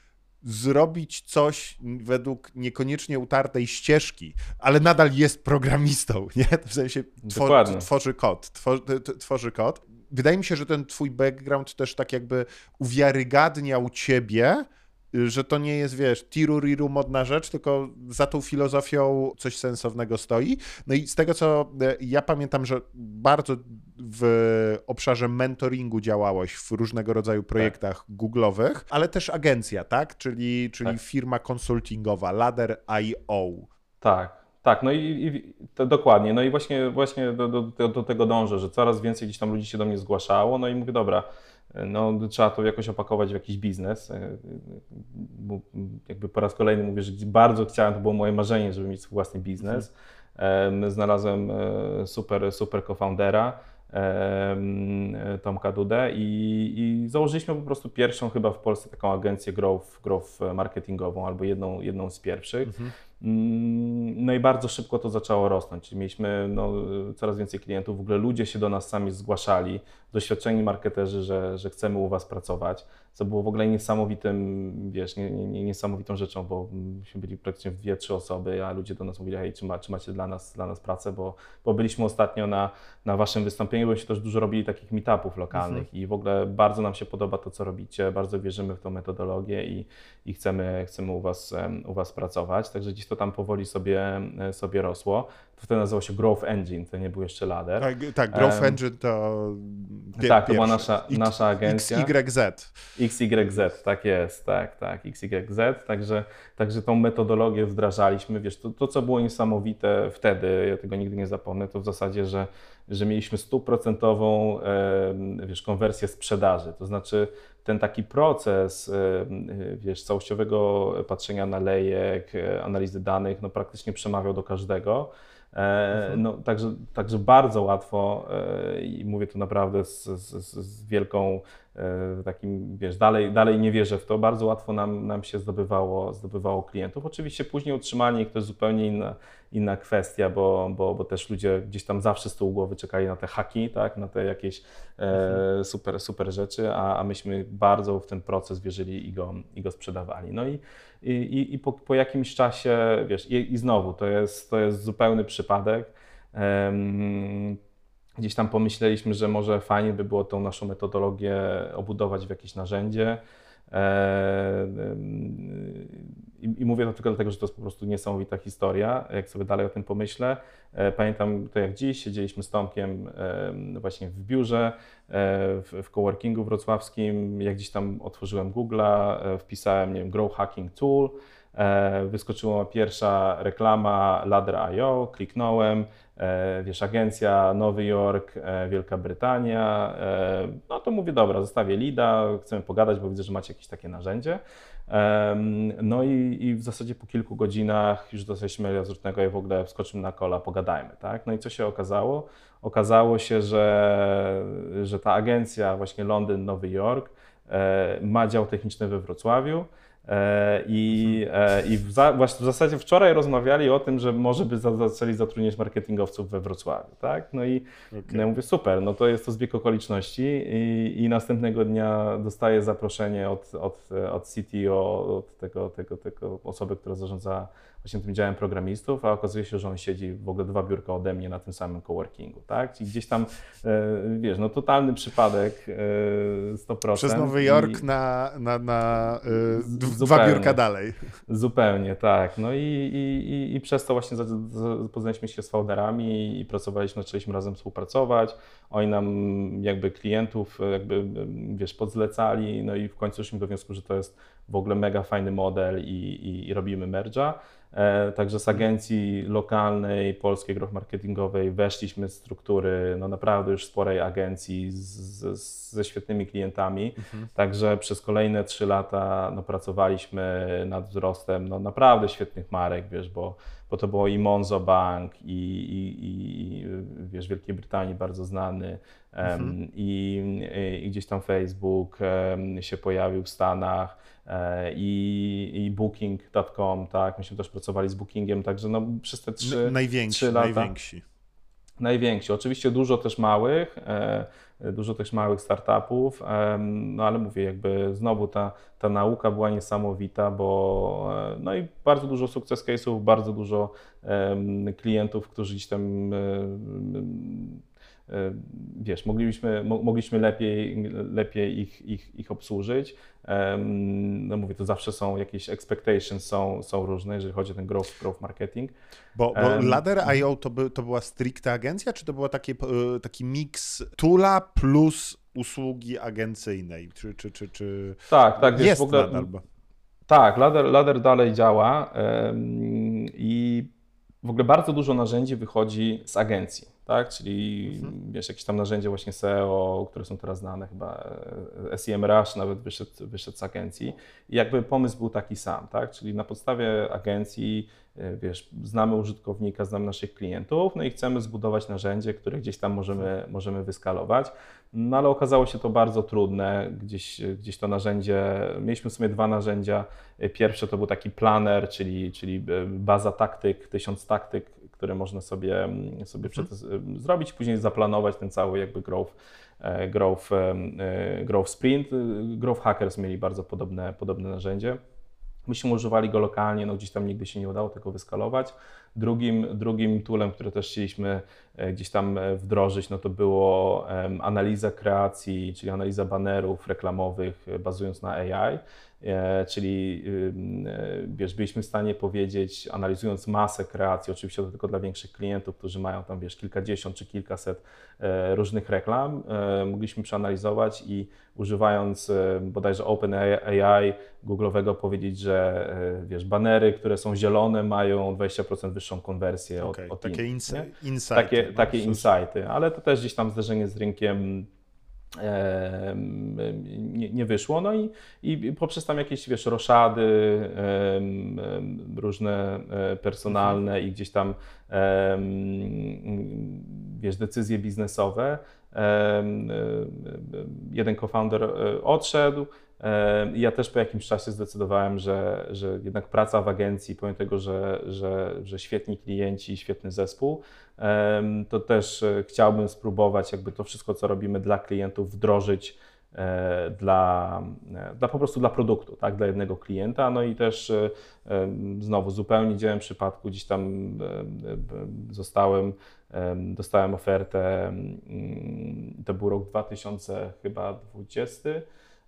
zrobić coś według niekoniecznie utartej ścieżki, ale nadal jest programistą, nie? W sensie twor- tworzy kod, twor- tworzy kod. Wydaje mi się, że ten twój background też tak jakby uwiarygadniał ciebie, że to nie jest, wiesz, tiru-riru modna rzecz, tylko za tą filozofią coś sensownego stoi. No i z tego, co ja pamiętam, że bardzo w obszarze mentoringu działałeś w różnego rodzaju projektach tak. googlowych, ale też agencja, tak? Czyli, czyli tak. firma konsultingowa, Ladder kropka i o. Tak. Tak, no i, i to dokładnie. No i właśnie, właśnie do, do, do tego dążę, że coraz więcej gdzieś tam ludzi się do mnie zgłaszało, no i mówię, dobra, no trzeba to jakoś opakować w jakiś biznes. Bo jakby po raz kolejny mówię, że bardzo chciałem, to było moje marzenie, żeby mieć swój własny biznes. Mhm. Znalazłem super, super co-foundera, Tomka Dudę i, i założyliśmy po prostu pierwszą chyba w Polsce taką agencję growth, growth marketingową, albo jedną, jedną z pierwszych. Mhm. No i bardzo szybko to zaczęło rosnąć. Mieliśmy no, coraz więcej klientów, w ogóle ludzie się do nas sami zgłaszali, doświadczeni marketerzy, że, że chcemy u Was pracować, co było w ogóle niesamowitym, wiesz, nie, nie, niesamowitą rzeczą, bo myśmy byli praktycznie w dwie, trzy osoby, a ludzie do nas mówili, hej, czy, ma, czy macie dla nas, dla nas pracę, bo, bo byliśmy ostatnio na, na Waszym wystąpieniu, bo się też dużo robili takich meetupów lokalnych mhm. i w ogóle bardzo nam się podoba to, co robicie, bardzo wierzymy w tą metodologię i, i chcemy, chcemy u was, u was pracować, także gdzieś to tam powoli sobie, sobie rosło. To wtedy nazywało się Growth Engine, to nie był jeszcze Ladder. Tak, tak Growth um, Engine to pier- Tak, to była nasza, nasza agencja. X Y Z. X Y Z, tak jest, tak, tak, X Y Z, także, także tą metodologię wdrażaliśmy, wiesz, to, to co było niesamowite wtedy, ja tego nigdy nie zapomnę, to w zasadzie, że, że mieliśmy stuprocentową, wiesz, konwersję sprzedaży, to znaczy ten taki proces, wiesz, całościowego patrzenia na lejek, analizy danych, no praktycznie przemawiał do każdego. Mhm. No, także, także bardzo łatwo i mówię to naprawdę z, z, z, wielką, takim, wiesz, dalej, dalej nie wierzę w to, bardzo łatwo nam, nam się zdobywało, zdobywało klientów. Oczywiście później utrzymanie ich to jest zupełnie inna, inna kwestia, bo, bo, bo też ludzie gdzieś tam zawsze z tyłu głowy czekali na te haki, tak, na te jakieś e, super, super rzeczy, a, a myśmy bardzo w ten proces wierzyli i go, i go sprzedawali. No i, i, i po, po jakimś czasie, wiesz, i, i znowu to jest, to jest zupełny przypadek. Um, Gdzieś tam pomyśleliśmy, że może fajnie by było tą naszą metodologię obudować w jakieś narzędzie. I, I mówię to tylko dlatego, że to jest po prostu niesamowita historia, jak sobie dalej o tym pomyślę. Pamiętam to jak dziś, siedzieliśmy z Tomkiem właśnie w biurze, w, w coworkingu wrocławskim, jak gdzieś tam otworzyłem Google'a, wpisałem, nie wiem, Grow Hacking Tool, wyskoczyła pierwsza reklama Ladder kropka i o, kliknąłem, wiesz, agencja Nowy Jork, Wielka Brytania, no to mówię, dobra, zostawię leada, chcemy pogadać, bo widzę, że macie jakieś takie narzędzie. No i, i w zasadzie po kilku godzinach już dostaliśmy maila zwrotnego i w ogóle wskoczymy na kola, pogadajmy, tak? No i co się okazało? Okazało się, że, że ta agencja właśnie Londyn, Nowy Jork ma dział techniczny we Wrocławiu. I, i w, za, właśnie w zasadzie wczoraj rozmawiali o tym, że może by za, zaczęli zatrudniać marketingowców we Wrocławiu, tak? No i okay. No ja mówię, super, no to jest to zbieg okoliczności i, i następnego dnia dostaję zaproszenie od, od, od C T O, od tego, tego, tego osoby, która zarządza właśnie tym działem programistów, a okazuje się, że on siedzi w ogóle dwa biurka ode mnie na tym samym coworkingu, tak? I gdzieś tam, wiesz, no totalny przypadek, sto procent. Przez Nowy Jork i... na, na, na y, dwa biurka dalej. Zupełnie, tak. No i, i, i, i przez to właśnie poznaliśmy się z founderami i pracowaliśmy, zaczęliśmy razem współpracować. Oni nam jakby klientów jakby, wiesz, podzlecali, no i w końcu doszliśmy do wniosku, że to jest w ogóle mega fajny model i, i, i robimy merge'a. E, także z agencji lokalnej, polskiej, growth marketingowej weszliśmy w struktury no naprawdę już sporej agencji z, z, ze świetnymi klientami. Mhm. Także przez kolejne trzy lata no, pracowaliśmy nad wzrostem no, naprawdę świetnych marek, wiesz, bo, bo to było i Monzo Bank, i, i, i wiesz, w Wielkiej Brytanii bardzo znany, mhm. um, i, i gdzieś tam Facebook um, się pojawił w Stanach. I, i booking kropka com, tak, myśmy też pracowali z Bookingiem, także no przez te trzy, najwięksi, trzy lata. Najwięksi. Najwięksi. Oczywiście dużo też małych, e, dużo też małych startupów, e, no ale mówię, jakby znowu ta, ta nauka była niesamowita, bo e, no i bardzo dużo success case'ów, bardzo dużo e, klientów, którzy gdzieś tam e, wiesz, mogliśmy, mogliśmy lepiej, lepiej ich, ich, ich obsłużyć. No mówię, to zawsze są jakieś expectations, są, są różne, jeżeli chodzi o ten growth, growth marketing. Bo, bo um, Ladder kropka i o to, by, to była stricte agencja, czy to był taki, taki miks toola plus usługi agencyjnej? Czy, czy, czy, czy... Tak, tak. Jest w ogóle, nadal. Bo... Tak, Ladder, Ladder dalej działa um, i w ogóle bardzo dużo narzędzi wychodzi z agencji, tak? Czyli mhm. wiesz, jakieś tam narzędzia właśnie S E O, które są teraz znane, chyba SEMrush nawet wyszedł, wyszedł z agencji i jakby pomysł był taki sam, tak? Czyli na podstawie agencji, wiesz, znamy użytkownika, znamy naszych klientów, no i chcemy zbudować narzędzie, które gdzieś tam możemy, możemy wyskalować. No ale okazało się to bardzo trudne, gdzieś, gdzieś to narzędzie, mieliśmy w sumie dwa narzędzia. Pierwsze to był taki planer, czyli, czyli baza taktyk, tysiąc taktyk, które można sobie, sobie mhm. przed, zrobić, później zaplanować ten cały jakby growth, growth, growth sprint. Growth Hackers mieli bardzo podobne, podobne narzędzie. Myśmy używali go lokalnie, no gdzieś tam nigdy się nie udało tego wyskalować. Drugim, drugim toolem, które też chcieliśmy gdzieś tam wdrożyć, no to było um, analiza kreacji, czyli analiza banerów reklamowych bazując na A I. E, czyli e, wiesz, byliśmy w stanie powiedzieć, analizując masę kreacji, oczywiście to tylko dla większych klientów, którzy mają tam wiesz, kilkadziesiąt czy kilkaset e, różnych reklam, e, mogliśmy przeanalizować i używając e, bodajże OpenAI Google'owego powiedzieć, że e, wiesz, banery, które są zielone mają dwadzieścia procent wyższą konwersję okay, od, od takie innych, insi- insighty. Takie, takie insighty, ale to też gdzieś tam zderzenie z rynkiem Nie, nie wyszło, no i, i poprzez tam jakieś, wiesz, roszady różne personalne mhm. i gdzieś tam, wiesz, decyzje biznesowe, jeden co-founder odszedł. I ja też po jakimś czasie zdecydowałem, że, że jednak praca w agencji, pomimo tego, że, że, że świetni klienci, świetny zespół, to też chciałbym spróbować jakby to wszystko, co robimy dla klientów, wdrożyć dla, dla po prostu dla produktu, tak, dla jednego klienta. No i też znowu zupełnie działem przypadku, gdzieś tam zostałem, dostałem ofertę, to był rok dwa tysiące dwudziesty.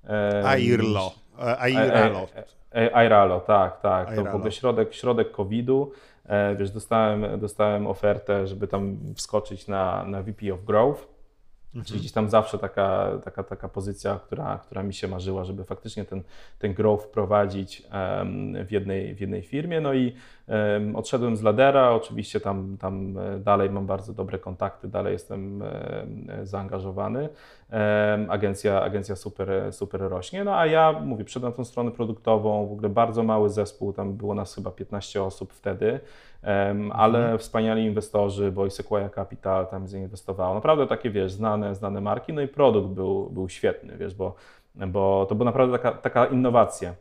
Airlo. Airalo. Airalo, tak, tak. To Airalo. w ogóle środek, środek kowida. Wiesz, dostałem, dostałem ofertę, żeby tam wskoczyć na, na V P of Growth. Mhm. Czyli gdzieś tam zawsze taka, taka, taka pozycja, która, która mi się marzyła, żeby faktycznie ten, ten growth prowadzić um, w, jednej, w jednej firmie. No i um, odszedłem z Ladera, oczywiście tam, tam dalej mam bardzo dobre kontakty, dalej jestem um, zaangażowany. Um, agencja, agencja super, super rośnie, no a ja mówię, przed tą stronę produktową, w ogóle bardzo mały zespół, tam było nas chyba piętnaście osób wtedy. Um, ale mhm. wspaniali inwestorzy, bo i Sequoia Capital tam zainwestowało. Naprawdę takie, wiesz, znane, znane marki, no i produkt był, był świetny, wiesz, bo, bo to była naprawdę taka, taka innowacja.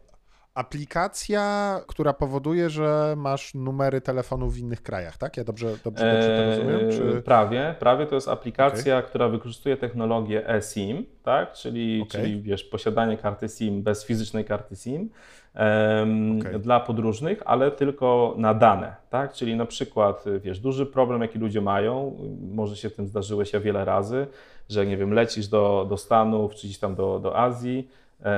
Aplikacja, która powoduje, że masz numery telefonów w innych krajach, tak? Ja dobrze, dobrze, dobrze to rozumiem? Czy... Prawie, prawie to jest aplikacja, okay. która wykorzystuje technologię eSIM, tak? Czyli, okay. czyli wiesz, posiadanie karty SIM bez fizycznej karty SIM um, okay. dla podróżnych, ale tylko na dane, tak? Czyli na przykład, wiesz, duży problem, jaki ludzie mają, może się tym zdarzyło się wiele razy, że nie wiem, lecisz do, do Stanów, czy gdzieś tam do, do Azji,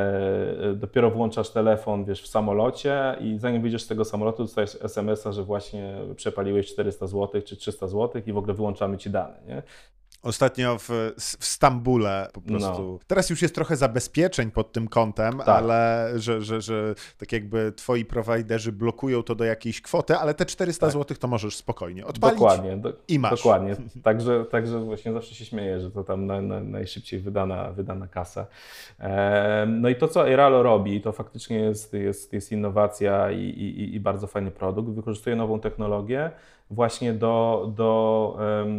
E, dopiero włączasz telefon, wiesz, w samolocie i zanim wyjdziesz z tego samolotu, dostajesz es em es a, że właśnie przepaliłeś czterysta złotych czy trzysta złotych i w ogóle wyłączamy ci dane, nie? Ostatnio w, w Stambule po prostu. No. Teraz już jest trochę zabezpieczeń pod tym kątem, tak. ale że, że, że tak jakby twoi prowajderzy blokują to do jakiejś kwoty, ale te czterysta tak. złotych to możesz spokojnie odpalić dokładnie, do, i masz. Dokładnie. Także, także właśnie zawsze się śmieję, że to tam na, na, najszybciej wydana, wydana kasa. E, no i to, co Airalo robi, to faktycznie jest, jest, jest innowacja i, i, i bardzo fajny produkt. Wykorzystuje nową technologię właśnie do, do,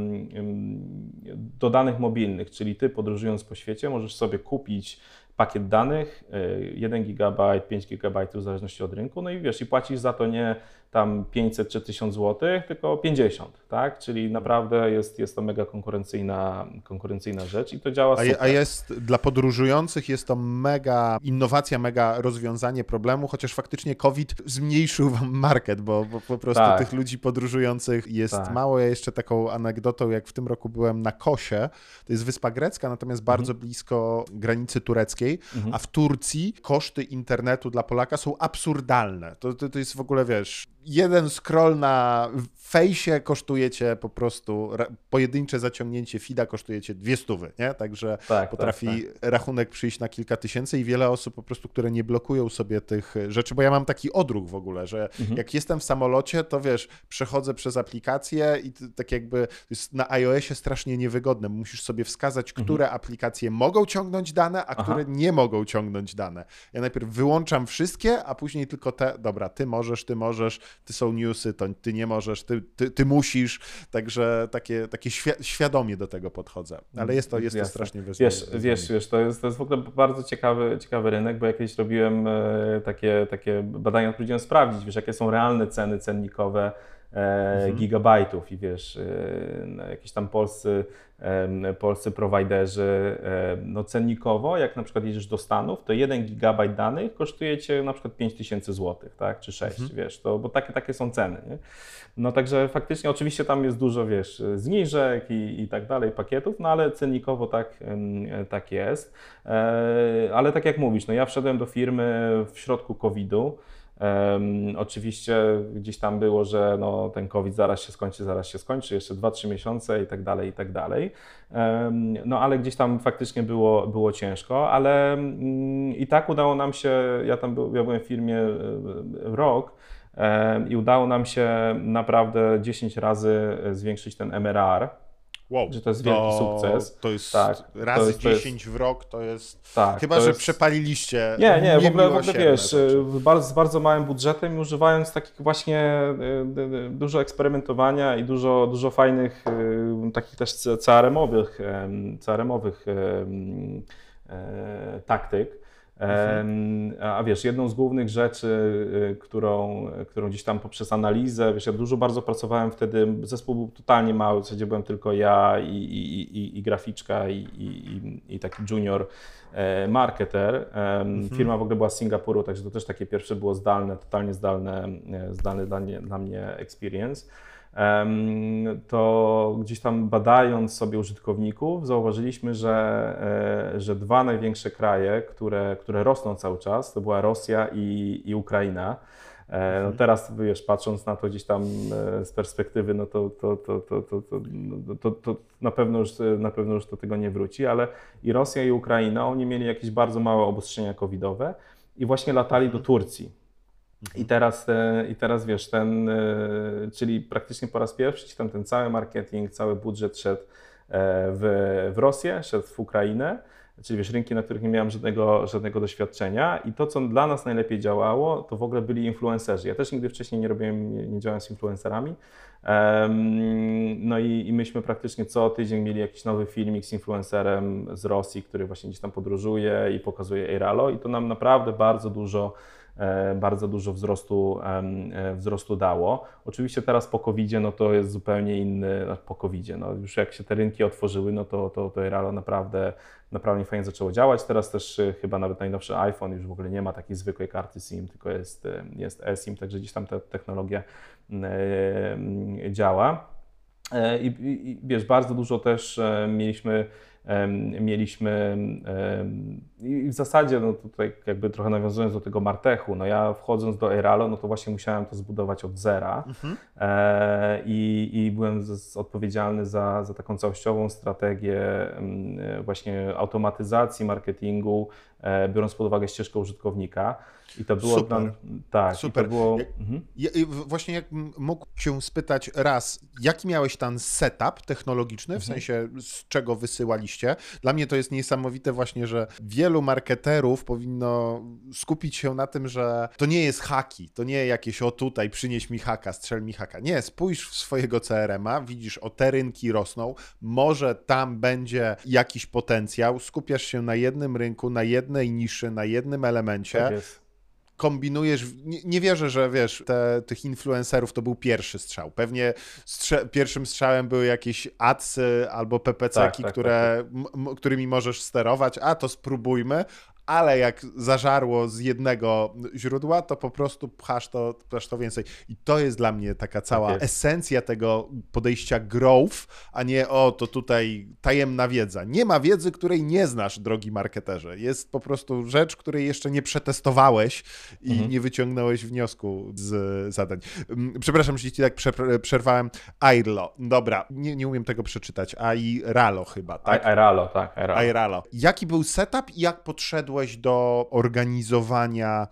do danych mobilnych, czyli ty podróżując po świecie możesz sobie kupić pakiet danych, jeden gigabajt, pięć gigabajtów w zależności od rynku, no i wiesz, i płacisz za to nie tam pięćset czy tysiąc złotych, tylko pięćdziesiąt, tak? Czyli naprawdę jest, jest to mega konkurencyjna, konkurencyjna rzecz i to działa super. A jest dla podróżujących jest to mega innowacja, mega rozwiązanie problemu, chociaż faktycznie COVID zmniejszył wam market, bo, bo po prostu tak. tych ludzi podróżujących jest tak. mało. Ja jeszcze taką anegdotą, jak w tym roku byłem na Kosie, to jest wyspa grecka, natomiast bardzo mhm. blisko granicy tureckiej, mhm. a w Turcji koszty internetu dla Polaka są absurdalne. To, to, to jest w ogóle, wiesz, jeden scroll na fejsie kosztuje cię po prostu, pojedyncze zaciągnięcie feeda kosztuje cię dwie stówy, nie? Także tak, potrafi tak, tak. rachunek przyjść na kilka tysięcy i wiele osób po prostu, które nie blokują sobie tych rzeczy, bo ja mam taki odruch w ogóle, że mhm. jak jestem w samolocie, to wiesz, przechodzę przez aplikację i tak jakby jest na iOSie strasznie niewygodne, musisz sobie wskazać, które mhm. aplikacje mogą ciągnąć dane, a Aha. które nie mogą ciągnąć dane. Ja najpierw wyłączam wszystkie, a później tylko te, dobra, ty możesz, ty możesz, ty są newsy, to ty nie możesz, ty, ty, ty musisz, także takie, takie świ- świadomie do tego podchodzę, ale jest to, jest to strasznie ważne. Wiesz, wiesz, wiesz to, jest, to jest w ogóle bardzo ciekawy, ciekawy rynek, bo ja kiedyś robiłem e, takie, takie badania, które próbowałem sprawdzić, wiesz, jakie są realne ceny cennikowe e, mhm. gigabajtów i wiesz, e, jakieś tam polscy, e, polscy prowajderzy, e, no cennikowo, jak na przykład jedziesz do Stanów, to jeden gigabajt danych kosztuje cię na przykład pięć tysięcy złotych, tak, czy sześć, mhm. wiesz, to, bo takie, takie są ceny, nie? No także faktycznie oczywiście tam jest dużo, wiesz, zniżek i, i tak dalej, pakietów, no ale cennikowo tak, tak jest, e, ale tak jak mówisz, no ja wszedłem do firmy w środku kowida. Um, oczywiście gdzieś tam było, że no, ten COVID zaraz się skończy, zaraz się skończy, jeszcze dwa trzy miesiące i tak dalej, i tak dalej. Um, no ale gdzieś tam faktycznie było, było ciężko, ale um, i tak udało nam się, ja tam był, ja byłem w firmie rok um, i udało nam się naprawdę dziesięć razy zwiększyć ten M R R. Wow, że to jest wielki to, sukces. To jest tak, razy to jest, dziesięć w rok, to jest... tak, Chyba, to że jest... przepaliliście Nie, nie, w ogóle, w ogóle wiesz, rzeczy. bardzo, z bardzo małym budżetem i używając takich właśnie y, y, dużo eksperymentowania i dużo, dużo fajnych y, takich też C R M-owych, C R M-owych y, y, taktyk. Mhm. A wiesz, jedną z głównych rzeczy, którą, którą gdzieś tam poprzez analizę, wiesz, ja dużo bardzo pracowałem wtedy, zespół był totalnie mały, w zasadzie byłem tylko ja i, i, i, i graficzka i, i, i taki junior marketer. Mhm. Firma w ogóle była z Singapuru, także to też takie pierwsze było zdalne, totalnie zdalne, zdalny dla mnie, dla mnie experience. To gdzieś tam badając sobie użytkowników zauważyliśmy, że, że dwa największe kraje, które, które rosną cały czas, to była Rosja i, i Ukraina. No teraz, wiesz, patrząc na to gdzieś tam z perspektywy, no to, to, to, to, to, to, to, to na pewno już, na pewno już do tego nie wróci, ale i Rosja i Ukraina, oni mieli jakieś bardzo małe obostrzenia covidowe i właśnie latali do Turcji. I teraz, I teraz wiesz, ten, czyli praktycznie po raz pierwszy tam ten cały marketing, cały budżet szedł w, w Rosję, szedł w Ukrainę, czyli wiesz, rynki, na których nie miałem żadnego, żadnego doświadczenia i to, co dla nas najlepiej działało, to w ogóle byli influencerzy. Ja też nigdy wcześniej nie robiłem, nie, nie działałem z influencerami. No i, i myśmy praktycznie co tydzień mieli jakiś nowy filmik z influencerem z Rosji, który właśnie gdzieś tam podróżuje i pokazuje Eiralo i to nam naprawdę bardzo dużo bardzo dużo wzrostu, wzrostu dało. Oczywiście teraz po kowidzie, no to jest zupełnie inny, po kowidzie, no już jak się te rynki otworzyły, no to, to, to Eiralo naprawdę, naprawdę fajnie zaczęło działać. Teraz też chyba nawet najnowszy iPhone już w ogóle nie ma takiej zwykłej karty SIM, tylko jest, jest eSIM, także gdzieś tam ta technologia działa. I, i, i wiesz, bardzo dużo też mieliśmy Mieliśmy i w zasadzie, no tutaj jakby trochę nawiązując do tego Martechu, no ja wchodząc do Eiralo, no to właśnie musiałem to zbudować od zera mhm. I, i byłem z, odpowiedzialny za, za taką całościową strategię właśnie automatyzacji marketingu, biorąc pod uwagę ścieżkę użytkownika. I to było Super. Dla, tak, Super. I to było, jak, mhm. ja, właśnie jak mógł się spytać raz, jaki miałeś tam setup technologiczny, w mhm. sensie z czego wysyłaliście? Dla mnie to jest niesamowite właśnie, że wielu marketerów powinno skupić się na tym, że to nie jest haki, to nie jakieś o tutaj przynieś mi haka, strzel mi haka. Nie, spójrz w swojego C R M-a, widzisz o te rynki rosną, może tam będzie jakiś potencjał, skupiasz się na jednym rynku, na jednej niszy, na jednym elemencie. Tak jest. Kombinujesz, nie, nie wierzę, że wiesz, te, tych influencerów to był pierwszy strzał. Pewnie strze- pierwszym strzałem były jakieś adsy albo P P C-ki, tak, tak, które, tak, tak. M- którymi możesz sterować, a to spróbujmy, ale jak zażarło z jednego źródła, to po prostu pchasz to, pchasz to więcej. I to jest dla mnie taka cała tak esencja tego podejścia growth, a nie o, to tutaj tajemna wiedza. Nie ma wiedzy, której nie znasz, drogi marketerze. Jest po prostu rzecz, której jeszcze nie przetestowałeś i mhm. nie wyciągnąłeś wniosku z zadań. Przepraszam, jeśli ci tak przerwałem. Airalo. Dobra, nie, nie umiem tego przeczytać. Airalo chyba, tak? Airalo, tak. Airalo. Airalo. Jaki był setup i jak podszedłeś do organizowania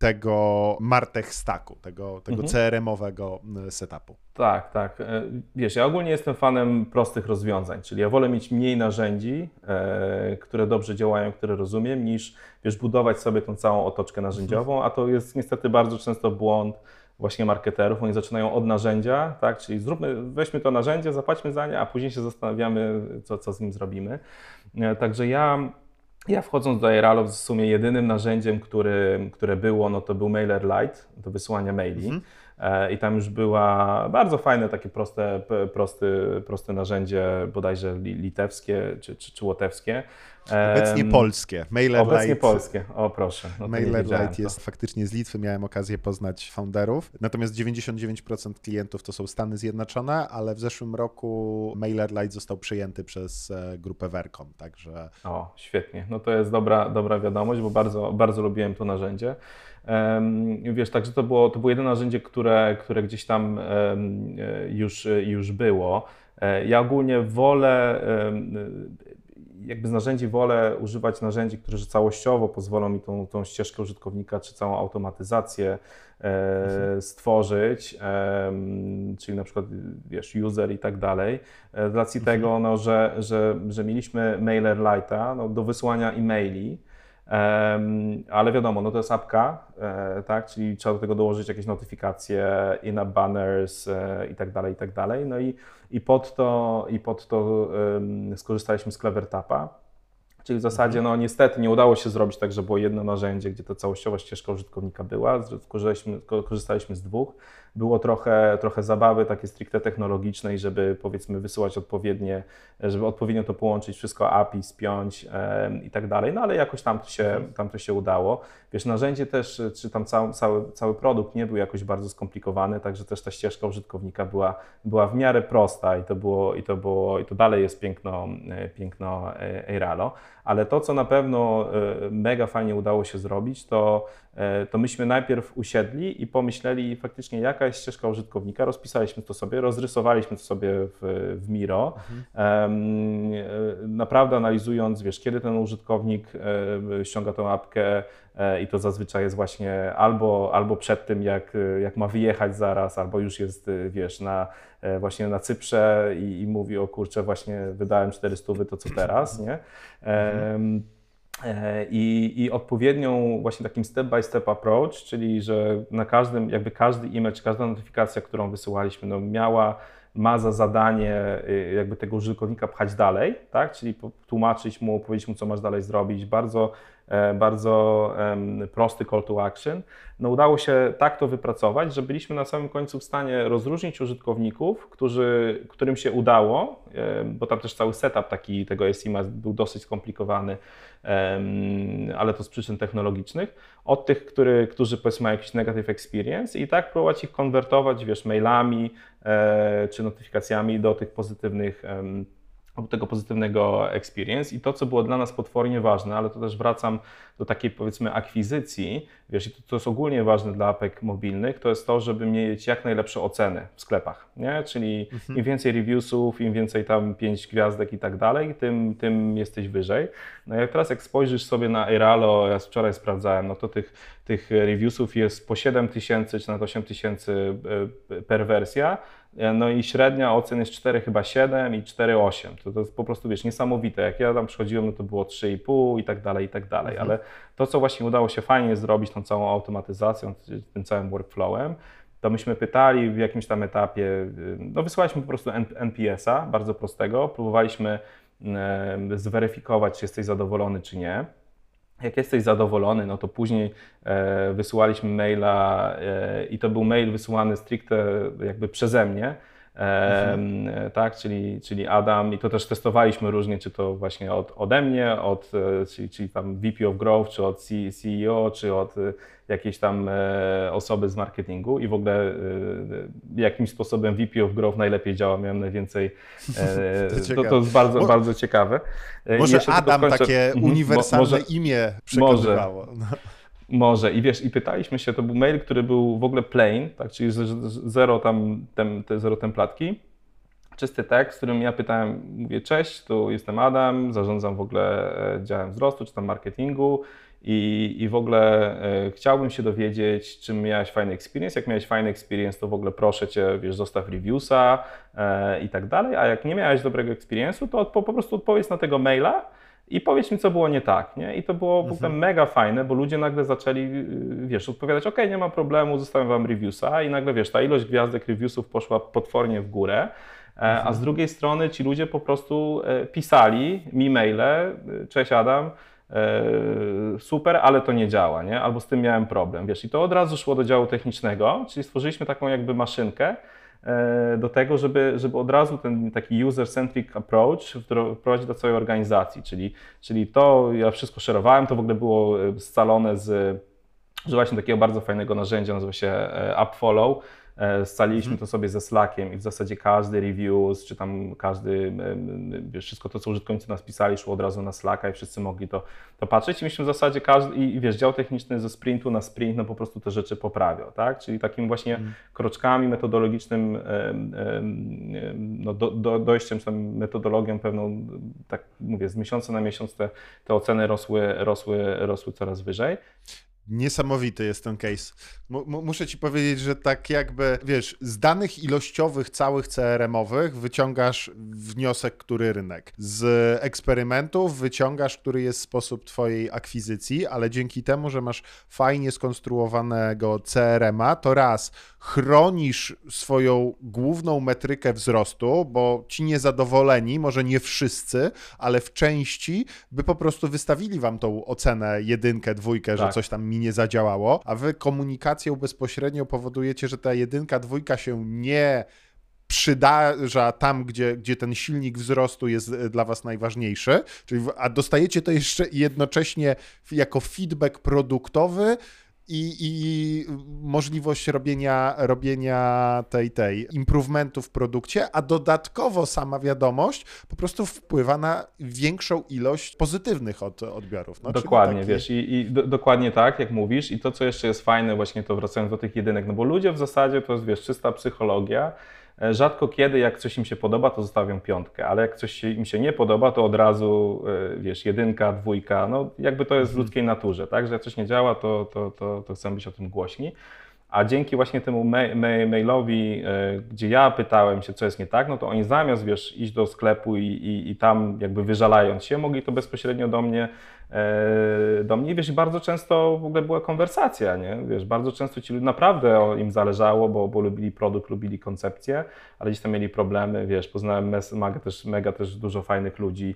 tego Martech stacku, tego, tego mhm. C R M-owego setupu? Tak, tak. Wiesz, ja ogólnie jestem fanem prostych rozwiązań, czyli ja wolę mieć mniej narzędzi, e, które dobrze działają, które rozumiem, niż wiesz, budować sobie tą całą otoczkę narzędziową, mhm. a to jest niestety bardzo często błąd właśnie marketerów. Oni zaczynają od narzędzia, tak, czyli zróbmy, weźmy to narzędzie, zapłaćmy za nie, a później się zastanawiamy, co, co z nim zrobimy. E, także ja Ja wchodząc do Airalo w sumie jedynym narzędziem, który, które było, no to był MailerLite do wysyłania maili. Mhm. I tam już była bardzo fajne, takie proste, prosty, proste narzędzie, bodajże litewskie czy, czy, czy łotewskie. Obecnie um, polskie. MailerLite. Obecnie polskie, o proszę. No MailerLite jest faktycznie z Litwy, miałem okazję poznać founderów. Natomiast dziewięćdziesiąt dziewięć procent klientów to są Stany Zjednoczone, ale w zeszłym roku MailerLite został przejęty przez grupę Vercom, także... O, świetnie. No to jest dobra, dobra wiadomość, bo bardzo, bardzo lubiłem to narzędzie. Um, wiesz, także to było, to było jedyne narzędzie, które, które gdzieś tam um, już, już było. Ja ogólnie wolę, um, jakby z narzędzi wolę używać narzędzi, które całościowo pozwolą mi tą, tą ścieżkę użytkownika czy całą automatyzację e, stworzyć, e, czyli na przykład wiesz, user i tak dalej. Z racji mhm. tego, no, że, że, że mieliśmy MailerLite'a no, do wysłania e-maili, Um, ale wiadomo, no to jest apka, e, tak, czyli trzeba do tego dołożyć jakieś notyfikacje, in-app banners e, i tak dalej, i tak dalej. No i, i pod to, i pod to um, skorzystaliśmy z CleverTapa, czyli w zasadzie, no niestety nie udało się zrobić tak, że było jedno narzędzie, gdzie ta całościowa ścieżka użytkownika była, korzystaliśmy, korzystaliśmy z dwóch. Było trochę, trochę zabawy takie stricte technologicznej, żeby powiedzmy wysyłać odpowiednie, żeby odpowiednio to połączyć, wszystko A P I, spiąć e, i tak dalej, no ale jakoś tam to się, tam to się udało. Wiesz, narzędzie też, czy tam cały, cały, cały produkt nie był jakoś bardzo skomplikowany, także też ta ścieżka użytkownika była, była w miarę prosta i to było, i to było, i to dalej jest piękno, piękno Eiralo. Ale to, co na pewno mega fajnie udało się zrobić, to, to myśmy najpierw usiedli i pomyśleli faktycznie, jaka jest ścieżka użytkownika, rozpisaliśmy to sobie, rozrysowaliśmy to sobie w, w Miro, mhm. naprawdę analizując, wiesz, kiedy ten użytkownik ściąga tą apkę i to zazwyczaj jest właśnie albo, albo przed tym, jak, jak ma wyjechać zaraz, albo już jest, wiesz, na, właśnie na Cyprze i, i mówi, o kurczę, właśnie wydałem czterysta, to co teraz, nie? Mhm. I, I odpowiednią właśnie takim step by step approach, czyli że na każdym, jakby każdy e-mail czy każda notyfikacja, którą wysyłaliśmy, no miała, ma za zadanie jakby tego użytkownika pchać dalej, tak? Czyli tłumaczyć mu, powiedzieć mu, co masz dalej zrobić, bardzo, bardzo prosty call to action. No udało się tak to wypracować, że byliśmy na samym końcu w stanie rozróżnić użytkowników, którzy, którym się udało, bo tam też cały setup taki tego S I M a był dosyć skomplikowany, ale to z przyczyn technologicznych, od tych, który, którzy powiedzmy mają jakiś negative experience i tak próbować ich konwertować, wiesz, mailami czy notyfikacjami do tych pozytywnych, do tego pozytywnego experience. I to, co było dla nas potwornie ważne, ale to też wracam do takiej powiedzmy akwizycji, wiesz, i to, co jest ogólnie ważne dla apek mobilnych, to jest to, żeby mieć jak najlepsze oceny w sklepach, nie? Czyli mhm. im więcej reviewsów, im więcej tam pięć gwiazdek i tak dalej, tym, tym jesteś wyżej. No jak teraz jak spojrzysz sobie na Eiralo, ja wczoraj sprawdzałem, no to tych, tych reviewsów jest po siedem tysięcy czy nawet osiem tysięcy per wersja, no i średnia ocen jest cztery chyba siedem i cztery osiem. To, to jest po prostu, wiesz, niesamowite. Jak ja tam przychodziłem, no to było trzy i pół i tak dalej, i tak dalej. Mhm. Ale to, co właśnie udało się fajnie zrobić tą całą automatyzacją, tym całym workflowem, to myśmy pytali w jakimś tam etapie, no wysłaliśmy po prostu N P S a, bardzo prostego, próbowaliśmy zweryfikować, czy jesteś zadowolony, czy nie. Jak jesteś zadowolony, no to później e, wysyłaliśmy maila e, i to był mail wysyłany stricte jakby przeze mnie, e, mhm. tak, czyli, czyli Adam, i to też testowaliśmy różnie, czy to właśnie od, ode mnie, od, czyli, czyli tam V P of Growth, czy od C E O, czy od jakiejś tam e, osoby z marketingu i w ogóle e, jakimś sposobem V P of Growth najlepiej działa, miałem najwięcej, e, to, to, to jest bardzo, Mo bardzo ciekawe. Może Adam kończę, takie uniwersalne może, imię przekonywało. Może, może i wiesz, i pytaliśmy się, to był mail, który był w ogóle plain, tak, czyli zero tam, tem, te zero templatki, czysty tekst, w którym ja pytałem, mówię, cześć, tu jestem Adam, zarządzam w ogóle działem wzrostu czy tam marketingu, I, i w ogóle e, chciałbym się dowiedzieć, czy miałeś fajny experience. Jak miałeś fajny experience, to w ogóle proszę Cię, wiesz, zostaw reviewsa e, i tak dalej, a jak nie miałeś dobrego experience'u, to po, po prostu odpowiedz na tego maila i powiedz mi, co było nie tak, nie? I to było mhm. w ogóle mega fajne, bo ludzie nagle zaczęli, wiesz, odpowiadać, ok, nie ma problemu, zostawiam Wam reviewsa i nagle, wiesz, ta ilość gwiazdek reviewsów poszła potwornie w górę. A z drugiej strony ci ludzie po prostu pisali mi maile, cześć Adam, super, ale to nie działa, nie? Albo z tym miałem problem, wiesz, i to od razu szło do działu technicznego, czyli stworzyliśmy taką jakby maszynkę do tego, żeby, żeby od razu ten taki user-centric approach wprowadzić do całej organizacji, czyli, czyli to, ja wszystko szerowałem, to w ogóle było scalone z, że właśnie takiego bardzo fajnego narzędzia, nazywa się AppFollow, Scaliliśmy Mhm. to sobie ze Slackiem i w zasadzie każdy reviews, czy tam każdy, wiesz, wszystko to, co użytkownicy nas pisali, szło od razu na Slacka i wszyscy mogli to, to patrzeć i myśmy w zasadzie każdy, i wiesz, dział techniczny ze sprintu na sprint, no po prostu te rzeczy poprawiał, tak? Czyli takim właśnie Mhm. kroczkami metodologicznym, no do, do, dojściem, czy tam metodologią pewną, tak mówię, z miesiąca na miesiąc te, te oceny rosły, rosły, rosły coraz wyżej. Niesamowity jest ten case. M- muszę ci powiedzieć, że tak jakby, wiesz, z danych ilościowych całych C R M-owych wyciągasz wniosek, który rynek. Z eksperymentów wyciągasz, który jest sposób twojej akwizycji, ale dzięki temu, że masz fajnie skonstruowanego C R M-a, to raz chronisz swoją główną metrykę wzrostu, bo ci niezadowoleni, może nie wszyscy, ale w części by po prostu wystawili wam tą ocenę jedynkę, dwójkę, tak, że coś tam mi nie zadziałało, a wy komunikacją bezpośrednio powodujecie, że ta jedynka, dwójka się nie przydarza tam, gdzie, gdzie ten silnik wzrostu jest dla was najważniejszy, czyli, a dostajecie to jeszcze jednocześnie jako feedback produktowy, I, i możliwość robienia, robienia tej, tej improvementu w produkcie, a dodatkowo sama wiadomość po prostu wpływa na większą ilość pozytywnych od, odbiorów. No, dokładnie, taki... wiesz, i, i do, dokładnie tak, jak mówisz, i to, co jeszcze jest fajne, właśnie to wracając do tych jedynek, no bo ludzie w zasadzie to jest, wiesz, czysta psychologia. Rzadko kiedy, jak coś im się podoba, to zostawią piątkę, ale jak coś im się nie podoba, to od razu, wiesz, jedynka, dwójka, no jakby to jest w ludzkiej naturze, tak, że jak coś nie działa, to, to, to, to chcemy być o tym głośni. A dzięki właśnie temu mail, mail, mailowi, gdzie ja pytałem się, co jest nie tak, no to oni zamiast, wiesz, iść do sklepu i, i, i tam jakby wyżalając się, mogli to bezpośrednio do mnie, do mnie. I wiesz, bardzo często w ogóle była konwersacja, nie? Wiesz, bardzo często ci ludzie naprawdę im zależało, bo, bo lubili produkt, lubili koncepcję, ale gdzieś tam mieli problemy, wiesz, poznałem mega też, mega też dużo fajnych ludzi,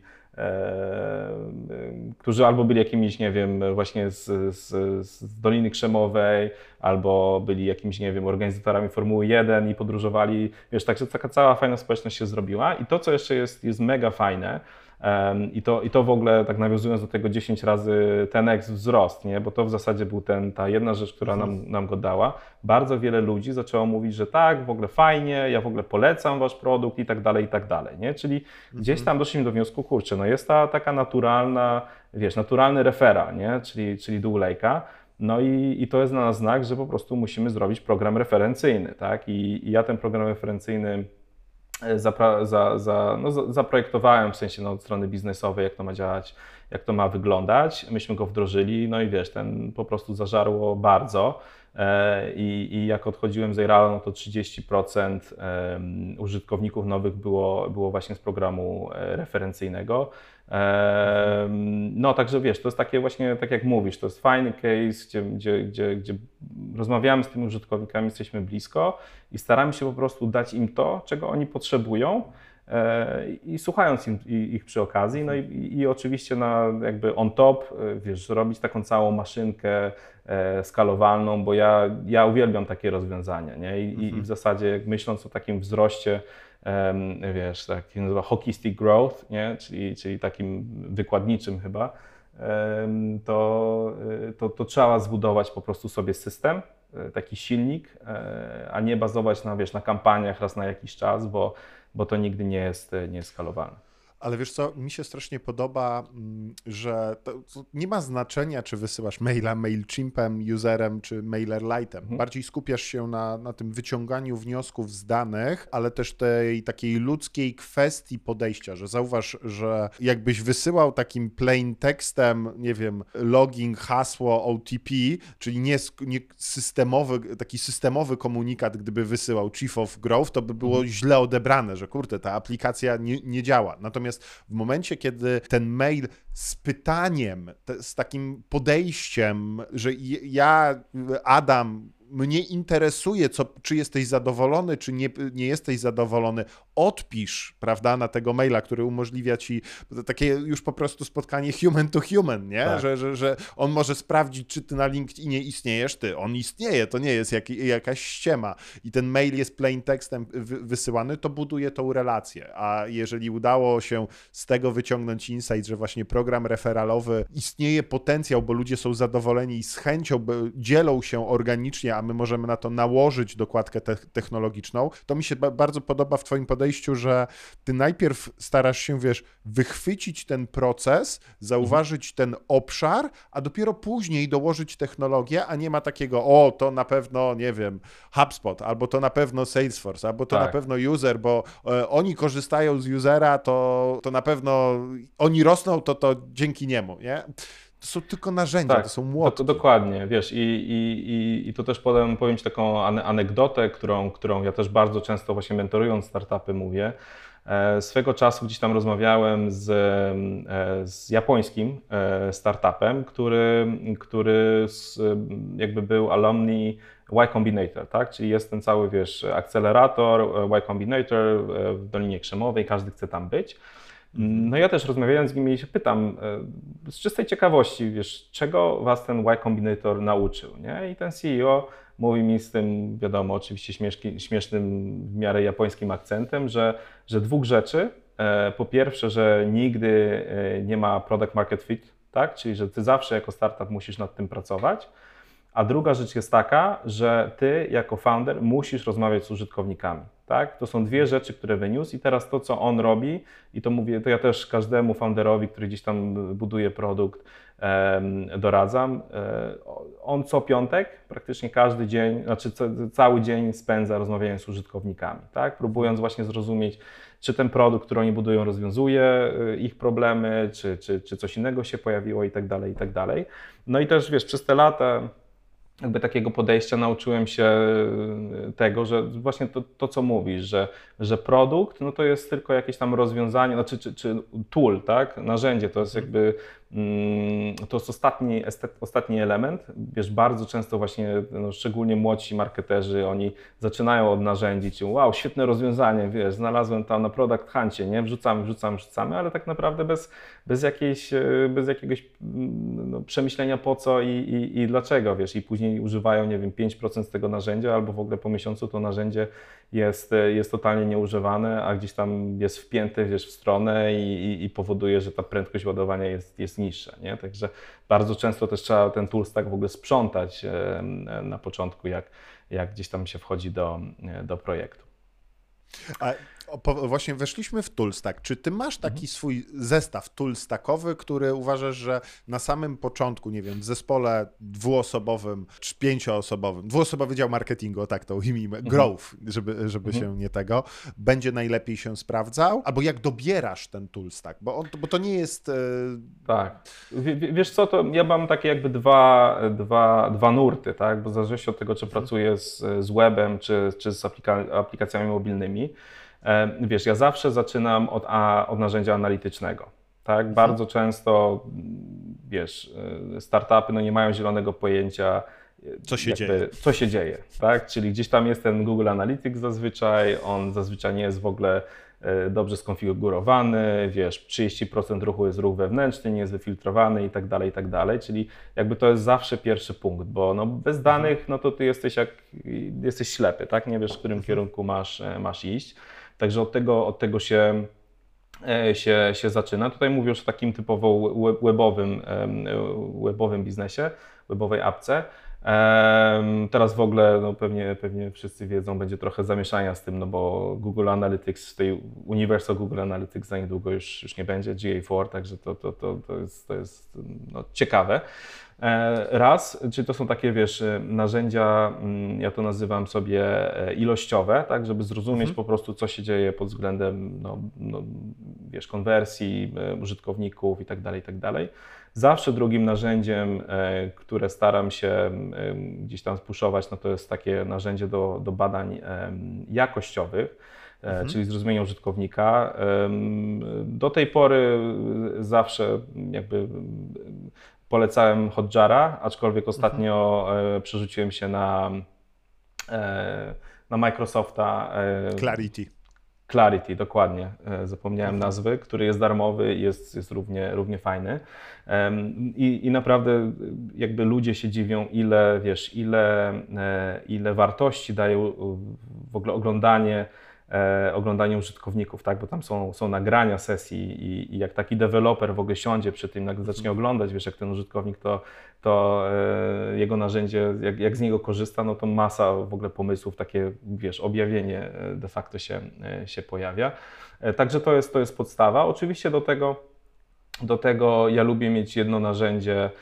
e, którzy albo byli jakimiś, nie wiem, właśnie z, z, z Doliny Krzemowej, albo byli jakimiś, nie wiem, organizatorami Formuły jeden i podróżowali, wiesz, także taka cała fajna społeczność się zrobiła. I to, co jeszcze jest, jest mega fajne, Um, I to, I to w ogóle, tak nawiązując do tego dziesięć razy ten X wzrost, nie? Bo to w zasadzie był ten, ta jedna rzecz, która nam, nam go dała. Bardzo wiele ludzi zaczęło mówić, że tak, w ogóle fajnie, ja w ogóle polecam wasz produkt i tak dalej, i tak dalej, nie? Czyli mhm. gdzieś tam doszliśmy do wniosku, kurczę, no jest ta taka naturalna, wiesz, naturalny referral, nie? Czyli, czyli Duo Lake'a. No i, i to jest dla nas znak, że po prostu musimy zrobić program referencyjny, tak? I, i ja ten program referencyjny Zapra, za, za, no, zaprojektowałem, w sensie no, od strony biznesowej, jak to ma działać, jak to ma wyglądać. Myśmy go wdrożyli, no i wiesz, ten po prostu zażarło bardzo. E, i, I jak odchodziłem z Eirala, no to trzydzieści procent e, użytkowników nowych było, było właśnie z programu referencyjnego. E, no także wiesz, to jest takie właśnie, tak jak mówisz, to jest fajny case, gdzie, gdzie, gdzie, gdzie rozmawiamy z tymi użytkownikami, jesteśmy blisko i staramy się po prostu dać im to, czego oni potrzebują e, i słuchając im, ich przy okazji, no i, i, i oczywiście na jakby on top, wiesz, robić taką całą maszynkę e, skalowalną, bo ja, ja uwielbiam takie rozwiązania, nie? I, mhm. i w zasadzie myśląc o takim wzroście, Um, wiesz, tak się nazywa hockey stick growth, nie? Czyli, czyli takim wykładniczym chyba, um, to, to, to trzeba zbudować po prostu sobie system, taki silnik, a nie bazować na, wiesz, na kampaniach raz na jakiś czas, bo, bo to nigdy nie jest, nie jest skalowalne. Ale wiesz co, mi się strasznie podoba, że to, to nie ma znaczenia, czy wysyłasz maila MailChimpem, userem, czy MailerLite'em. Mhm. Bardziej skupiasz się na, na tym wyciąganiu wniosków z danych, ale też tej takiej ludzkiej kwestii podejścia, że zauważ, że jakbyś wysyłał takim plain tekstem, nie wiem, login, hasło, O T P, czyli nie, nie systemowy, taki systemowy komunikat, gdyby wysyłał Chief of Growth, to by było mhm. źle odebrane, że kurde, ta aplikacja nie, nie działa. Natomiast w momencie, kiedy ten mail z pytaniem, te, z takim podejściem, że ja, Adam, mnie interesuje, co, czy jesteś zadowolony, czy nie, nie jesteś zadowolony, odpisz, prawda, na tego maila, który umożliwia ci takie już po prostu spotkanie human to human, nie? Tak. Że, że, że on może sprawdzić, czy ty na LinkedInie istniejesz, ty, on istnieje, to nie jest jak, jakaś ściema i ten mail jest plain tekstem wysyłany, to buduje tą relację, a jeżeli udało się z tego wyciągnąć insight, że właśnie program referalowy istnieje potencjał, bo ludzie są zadowoleni i z chęcią dzielą się organicznie a my możemy na to nałożyć dokładkę te technologiczną. To mi się ba bardzo podoba w twoim podejściu, że ty najpierw starasz się, wiesz, wychwycić ten proces, zauważyć ten obszar, a dopiero później dołożyć technologię, a nie ma takiego, o, to na pewno, nie wiem, HubSpot, albo to na pewno Salesforce, albo to tak. na pewno user, bo e, oni korzystają z usera, to, to na pewno oni rosną, to to dzięki niemu, nie? To są tylko narzędzia, tak, to są młotki. Do, dokładnie, wiesz, i, i, i, i tu też powiem, powiem Ci taką anegdotę, którą, którą ja też bardzo często właśnie mentorując startupy mówię. E, swego czasu gdzieś tam rozmawiałem z, e, z japońskim e, startupem, który, który z, jakby był alumni Y Combinator, tak? Czyli jest ten cały, wiesz, akcelerator Y Combinator w Dolinie Krzemowej, każdy chce tam być. No ja też rozmawiając z nimi się pytam z czystej ciekawości, wiesz, czego was ten Y Combinator nauczył, nie? I ten C E O mówi mi z tym, wiadomo, oczywiście śmieszki, śmiesznym w miarę japońskim akcentem, że, że dwóch rzeczy. Po pierwsze, że nigdy nie ma product market fit, tak? Czyli że ty zawsze jako startup musisz nad tym pracować. A druga rzecz jest taka, że ty jako founder musisz rozmawiać z użytkownikami. Tak? To są dwie rzeczy, które wyniósł i teraz to, co on robi, i to mówię, to ja też każdemu founderowi, który gdzieś tam buduje produkt, em, doradzam. E, on co piątek, praktycznie każdy dzień, znaczy ca, cały dzień spędza rozmawiając z użytkownikami, tak? Próbując właśnie zrozumieć, czy ten produkt, który oni budują, rozwiązuje ich problemy, czy, czy, czy coś innego się pojawiło i tak dalej, i tak dalej. No i też, wiesz, przez te lata jakby takiego podejścia nauczyłem się tego, że właśnie to, to co mówisz, że, że produkt no to jest tylko jakieś tam rozwiązanie, znaczy, czy, czy tool, tak? Narzędzie, to jest jakby mm, to jest ostatni, ostatni element. Wiesz, bardzo często właśnie, no, szczególnie młodsi marketerzy, oni zaczynają od narzędzi, czyli wow, świetne rozwiązanie, wiesz, znalazłem tam na Product Huncie, nie? Wrzucamy, wrzucamy, wrzucamy, ale tak naprawdę bez, bez, jakiejś, bez jakiegoś no, przemyślenia po co i, i, i dlaczego, wiesz, i później używają, nie wiem, pięć procent z tego narzędzia, albo w ogóle po miesiącu to narzędzie jest, jest totalnie nieużywane, a gdzieś tam jest wpięte, wiesz, w stronę i, i, i powoduje, że ta prędkość ładowania jest, jest niższa, nie? Także bardzo często też trzeba ten tool stack w ogóle sprzątać na początku, jak, jak gdzieś tam się wchodzi do, do projektu. A właśnie weszliśmy w toolstack. Czy ty masz taki mhm. swój zestaw toolstackowy, który uważasz, że na samym początku, nie wiem, w zespole dwuosobowym czy pięcioosobowym, dwuosobowy dział marketingu, tak to ujmijmy, mhm. growth, żeby, żeby mhm. się nie tego, będzie najlepiej się sprawdzał? Albo jak dobierasz ten toolstack? Bo, on, bo to nie jest... Yy... Tak. W, wiesz co, to ja mam takie jakby dwa, dwa, dwa nurty, tak? Bo w zależności od tego, czy mhm. pracuję z, z webem, czy, czy z aplika- aplikacjami mobilnymi, wiesz, ja zawsze zaczynam od, a, od narzędzia analitycznego, tak? Mhm. Bardzo często, wiesz, startupy no nie mają zielonego pojęcia, co się jakby, dzieje, co się dzieje, tak? Czyli gdzieś tam jest ten Google Analytics zazwyczaj, on zazwyczaj nie jest w ogóle dobrze skonfigurowany, wiesz, trzydzieści procent ruchu jest ruch wewnętrzny, nie jest wyfiltrowany i tak dalej, i tak dalej, czyli jakby to jest zawsze pierwszy punkt, bo no bez danych, no to ty jesteś jak, jesteś ślepy, tak? Nie wiesz, w którym kierunku masz, masz iść. Także od tego, od tego się, się, się zaczyna. Tutaj mówię już o takim typowo webowym, webowym biznesie, webowej apce. Teraz w ogóle, no pewnie, pewnie wszyscy wiedzą, będzie trochę zamieszania z tym, no bo Google Analytics, tej Universal Google Analytics za niedługo już, już nie będzie, G A cztery, także to, to, to, to jest, to jest no, ciekawe. Raz, czy to są takie, wiesz, narzędzia, ja to nazywam sobie ilościowe, tak, żeby zrozumieć mhm. po prostu, co się dzieje pod względem, no, no, wiesz, konwersji użytkowników i tak dalej, i tak dalej. Zawsze drugim narzędziem, które staram się gdzieś tam spuszować, no to jest takie narzędzie do, do badań jakościowych, mhm. czyli zrozumienia użytkownika. Do tej pory zawsze jakby polecałem Hotjara, aczkolwiek ostatnio mhm. przerzuciłem się na, na Microsofta. Clarity. Clarity, dokładnie. Zapomniałem mhm. nazwy, który jest darmowy i jest, jest równie, równie fajny. I, I naprawdę jakby ludzie się dziwią, ile, wiesz, ile, ile wartości daje w ogóle oglądanie e, oglądanie użytkowników, tak? Bo tam są, są nagrania sesji i, i jak taki deweloper w ogóle siądzie przy tym, jak zacznie oglądać, wiesz, jak ten użytkownik to, to e, jego narzędzie, jak, jak z niego korzysta, no to masa w ogóle pomysłów, takie, wiesz, objawienie de facto się, się pojawia. E, także to jest, to jest podstawa. Oczywiście do tego, do tego ja lubię mieć jedno narzędzie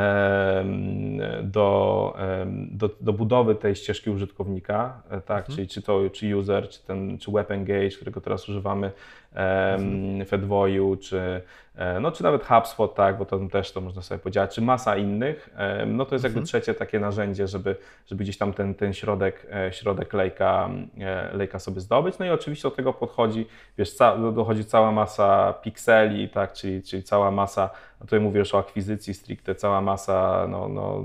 do, do, do budowy tej ścieżki użytkownika, tak, Mhm. czyli czy to czy user, czy, ten, czy Web Engage, którego teraz używamy mhm. w Advoyu, czy, no, czy nawet HubSpot, tak, bo to też to można sobie podziałać, czy masa innych, no to jest jakby mhm. trzecie takie narzędzie, żeby, żeby gdzieś tam ten, ten środek, środek lejka, lejka sobie zdobyć. No i oczywiście do tego podchodzi, wiesz, ca, dochodzi cała masa pikseli, tak, czyli, czyli cała masa, no tutaj mówię już o akwizycji stricte, cała masa no, no,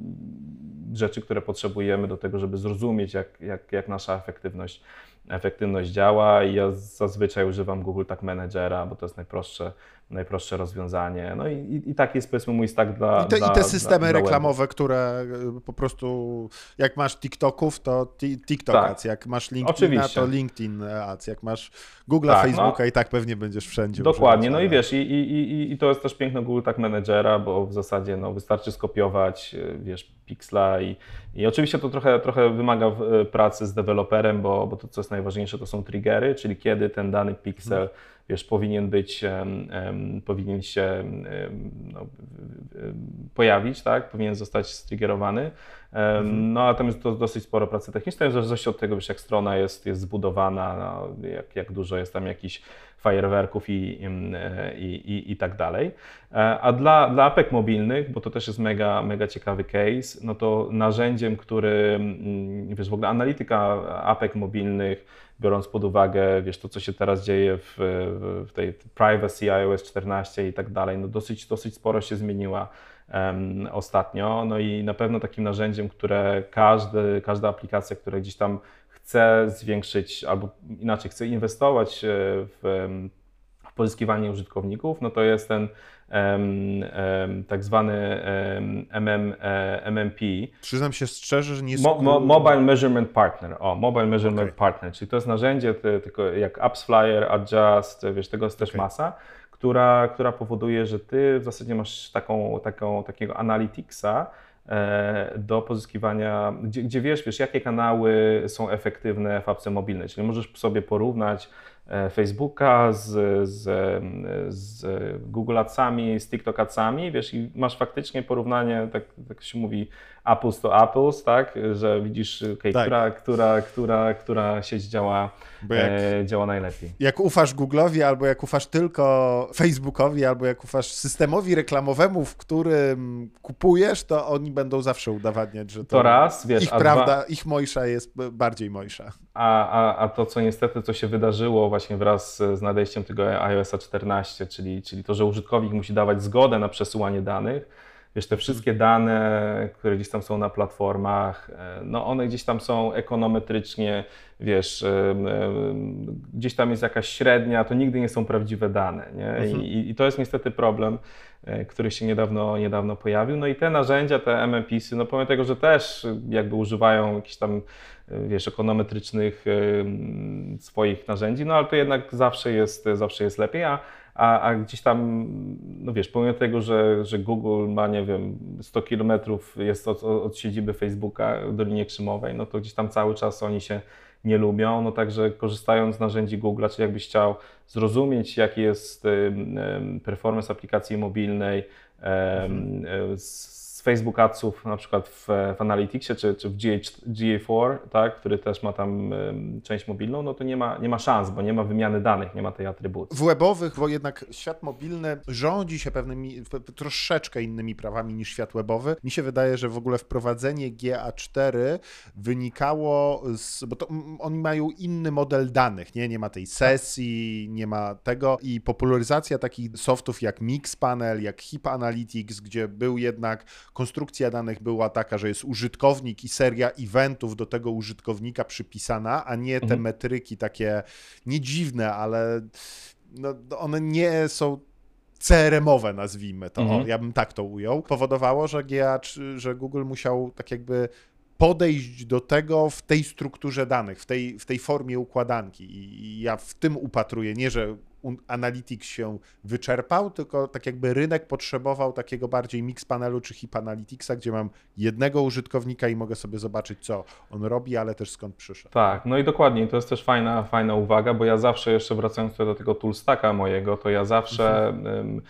rzeczy, które potrzebujemy do tego, żeby zrozumieć, jak, jak, jak nasza efektywność, efektywność działa i ja zazwyczaj używam Google Tag Managera, bo to jest najprostsze, najprostsze rozwiązanie. No i, i, i taki jest, powiedzmy, mój stack dla I te, dla, i te systemy dla, dla reklamowe, webu. które po prostu, jak masz TikToków, to TikTok tak. Ads, jak masz LinkedIna, Oczywiście. to LinkedIn Ads, jak masz Google'a, tak, Facebooka no, i tak pewnie będziesz wszędzie Dokładnie, używać, no i wiesz, i, i, i, i to jest też piękne Google Tag Managera, bo w zasadzie no, wystarczy skopiować, wiesz, piksla i, i oczywiście to trochę, trochę wymaga pracy z deweloperem, bo, bo to, co jest najważniejsze, to są triggery, czyli kiedy ten dany piksel hmm. wiesz, powinien być, um, um, powinien się um, no, pojawić, tak, powinien zostać striggerowany. Um, mhm. No a tam jest to dosyć sporo pracy technicznej, w zależności od tego, wiesz, jak strona jest, jest zbudowana, no, jak, jak dużo jest tam jakichś fajerwerków i, i, i, i tak dalej. A dla, dla apek mobilnych, bo to też jest mega, mega ciekawy case, no to narzędziem, który, wiesz, w ogóle analityka apek mobilnych, biorąc pod uwagę, wiesz, to, co się teraz dzieje w, w tej privacy, iOS czternaście i tak dalej, no dosyć, dosyć sporo się zmieniła um, ostatnio, no i na pewno takim narzędziem, które każdy, każda aplikacja, która gdzieś tam chce zwiększyć, albo inaczej chce inwestować w, w pozyskiwanie użytkowników, no to jest ten um, um, tak zwany um, M M, M M P. Przyznam się szczerze, że nie... Mo, mo, Mobile Measurement Partner, o, Mobile Measurement okay. Partner, czyli to jest narzędzie ty, tylko jak AppsFlyer, Adjust, wiesz, tego jest też okay. masa, która, która powoduje, że ty w zasadzie masz taką, taką, takiego analyticsa do pozyskiwania, gdzie, gdzie wiesz, wiesz, jakie kanały są efektywne w apce mobilnej, czyli możesz sobie porównać Facebooka z, z, z Google Adsami, z TikTok Adsami, wiesz, i masz faktycznie porównanie, tak, tak się mówi, apples to apples, tak, że widzisz, okay, tak. która, która, która, która sieć działa, jak, e, działa najlepiej. Jak ufasz Google'owi, albo jak ufasz tylko Facebookowi, albo jak ufasz systemowi reklamowemu, w którym kupujesz, to oni będą zawsze udowadniać, że to, to raz, wiesz, ich a prawda, dwa... ich mojsza jest bardziej mojsza. A, a, a to, co niestety, co się wydarzyło właśnie wraz z nadejściem tego iOS czternaście, czyli, czyli to, że użytkownik musi dawać zgodę na przesyłanie danych, wiesz, te wszystkie dane, które gdzieś tam są na platformach, no one gdzieś tam są ekonometrycznie, wiesz, gdzieś tam jest jakaś średnia, to nigdy nie są prawdziwe dane, nie? Mhm. I, I to jest niestety problem, który się niedawno, niedawno pojawił. No i te narzędzia, te M M P sy, no pomimo tego, że też jakby używają jakichś tam, wiesz, ekonometrycznych swoich narzędzi, no ale to jednak zawsze jest, zawsze jest lepiej, a A, a gdzieś tam, no wiesz, pomimo tego, że, że Google ma, nie wiem, sto kilometrów jest od, od siedziby Facebooka w Dolinie Krzemowej, no to gdzieś tam cały czas oni się nie lubią, no także korzystając z narzędzi Google'a, czy jakbyś chciał zrozumieć, jaki jest um, performance aplikacji mobilnej, um, mhm. z, z Facebook Adsów, na przykład w, w Analyticsie, czy, czy w G A cztery, tak, który też ma tam um, część mobilną, no to nie ma, nie ma szans, bo nie ma wymiany danych, nie ma tej atrybucji. W webowych, bo jednak świat mobilny rządzi się pewnymi, troszeczkę innymi prawami niż świat webowy. Mi się wydaje, że w ogóle wprowadzenie G A cztery wynikało z, bo to, oni mają inny model danych, nie? Nie ma tej sesji, nie ma tego i popularyzacja takich softów jak Mixpanel, jak Hip Analytics, gdzie był jednak konstrukcja danych była taka, że jest użytkownik i seria eventów do tego użytkownika przypisana, a nie te mhm. metryki takie nie dziwne, ale no, one nie są C R M-owe, nazwijmy to. Mhm. O, ja bym tak to ujął. Powodowało, że G A, że Google musiał tak jakby podejść do tego w tej strukturze danych, w tej, w tej formie układanki. I ja w tym upatruję, nie że Analytics się wyczerpał, tylko tak jakby rynek potrzebował takiego bardziej mix panelu czy Heap Analyticsa, gdzie mam jednego użytkownika i mogę sobie zobaczyć, co on robi, ale też skąd przyszedł. Tak, no i dokładnie, to jest też fajna, fajna uwaga, bo ja zawsze, jeszcze wracając tutaj do tego toolstacka mojego, to ja zawsze, mhm. um,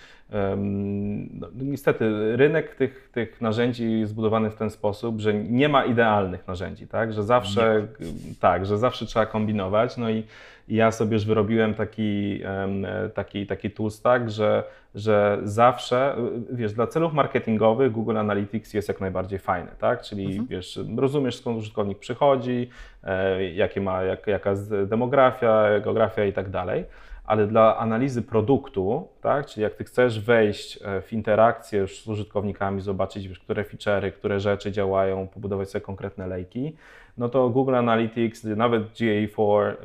um, no, niestety rynek tych, tych narzędzi jest zbudowany w ten sposób, że nie ma idealnych narzędzi, tak, że zawsze, tak, że zawsze trzeba kombinować, no i I ja sobie już wyrobiłem taki, taki, taki toolstack, że, że zawsze, wiesz, dla celów marketingowych Google Analytics jest jak najbardziej fajny, tak? Czyli mhm. wiesz, rozumiesz, skąd użytkownik przychodzi, jakie ma, jak, jaka jest demografia, geografia i tak dalej, ale dla analizy produktu, tak? Czyli jak ty chcesz wejść w interakcję już z użytkownikami, zobaczyć, wiesz, które feature'y, które rzeczy działają, pobudować sobie konkretne lejki, no to Google Analytics, nawet G A cztery,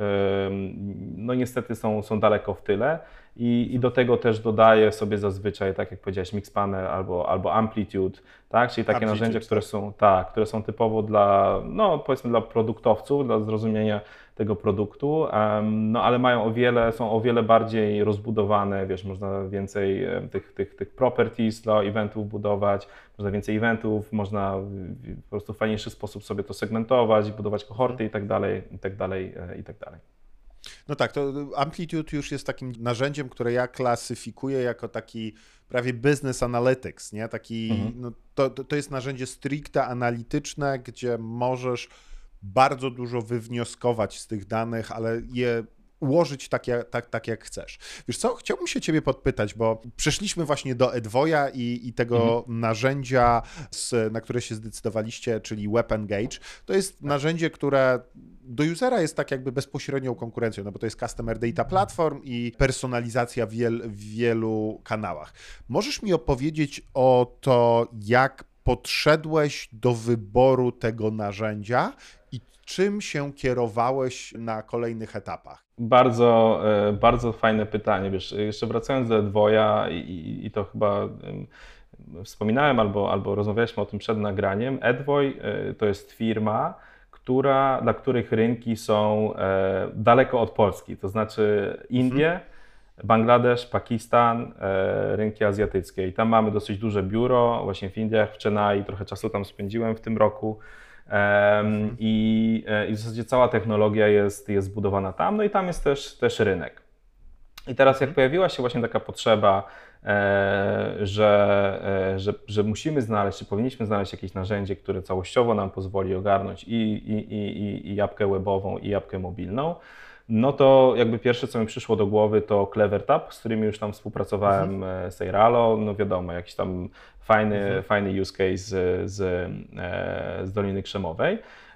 no niestety są, są daleko w tyle i, i do tego też dodaję sobie zazwyczaj, tak jak powiedziałeś, Mixpanel albo, albo Amplitude, tak? Czyli takie Amplitude, narzędzia, które są, tak, które są typowo dla, no powiedzmy dla produktowców, dla zrozumienia tego produktu, no ale mają o wiele, są o wiele bardziej rozbudowane, wiesz, można więcej tych, tych, tych properties dla eventów budować, można więcej eventów, można w po prostu w fajniejszy sposób sobie to segmentować, budować kohorty i tak dalej, i tak dalej, i tak dalej. No tak, to Amplitude już jest takim narzędziem, które ja klasyfikuję jako taki prawie business analytics, nie? Taki, mhm. no to, to jest narzędzie stricte analityczne, gdzie możesz bardzo dużo wywnioskować z tych danych, ale je ułożyć tak jak, tak, tak jak chcesz. Wiesz co, chciałbym się ciebie podpytać, bo przeszliśmy właśnie do Edwoja i, i tego mhm. narzędzia, z, na które się zdecydowaliście, czyli Web Engage. To jest tak. narzędzie, które do usera jest tak jakby bezpośrednią konkurencją, no bo to jest Customer Data Platform i personalizacja w, wiel, w wielu kanałach. Możesz mi opowiedzieć o to, jak podszedłeś do wyboru tego narzędzia i czym się kierowałeś na kolejnych etapach? Bardzo, bardzo fajne pytanie. Wiesz, jeszcze wracając do Edwoja i, i to chyba wspominałem albo, albo rozmawialiśmy o tym przed nagraniem. Edwoj to jest firma, która, dla których rynki są daleko od Polski, to znaczy Indie, mhm. Bangladesz, Pakistan, rynki azjatyckie. I tam mamy dosyć duże biuro, właśnie w Indiach, w Chennai, trochę czasu tam spędziłem w tym roku. Um, i, I w zasadzie cała technologia jest, jest zbudowana tam, no i tam jest też, też rynek. I teraz jak pojawiła się właśnie taka potrzeba, e, że, e, że, że musimy znaleźć, czy powinniśmy znaleźć jakieś narzędzie, które całościowo nam pozwoli ogarnąć i, i, i, i apkę webową, i apkę mobilną, no to jakby pierwsze, co mi przyszło do głowy, to CleverTap, z którymi już tam współpracowałem, mhm. Seiralo, no wiadomo, jakiś tam fajny, mhm. fajny use case z, z, z Doliny Krzemowej.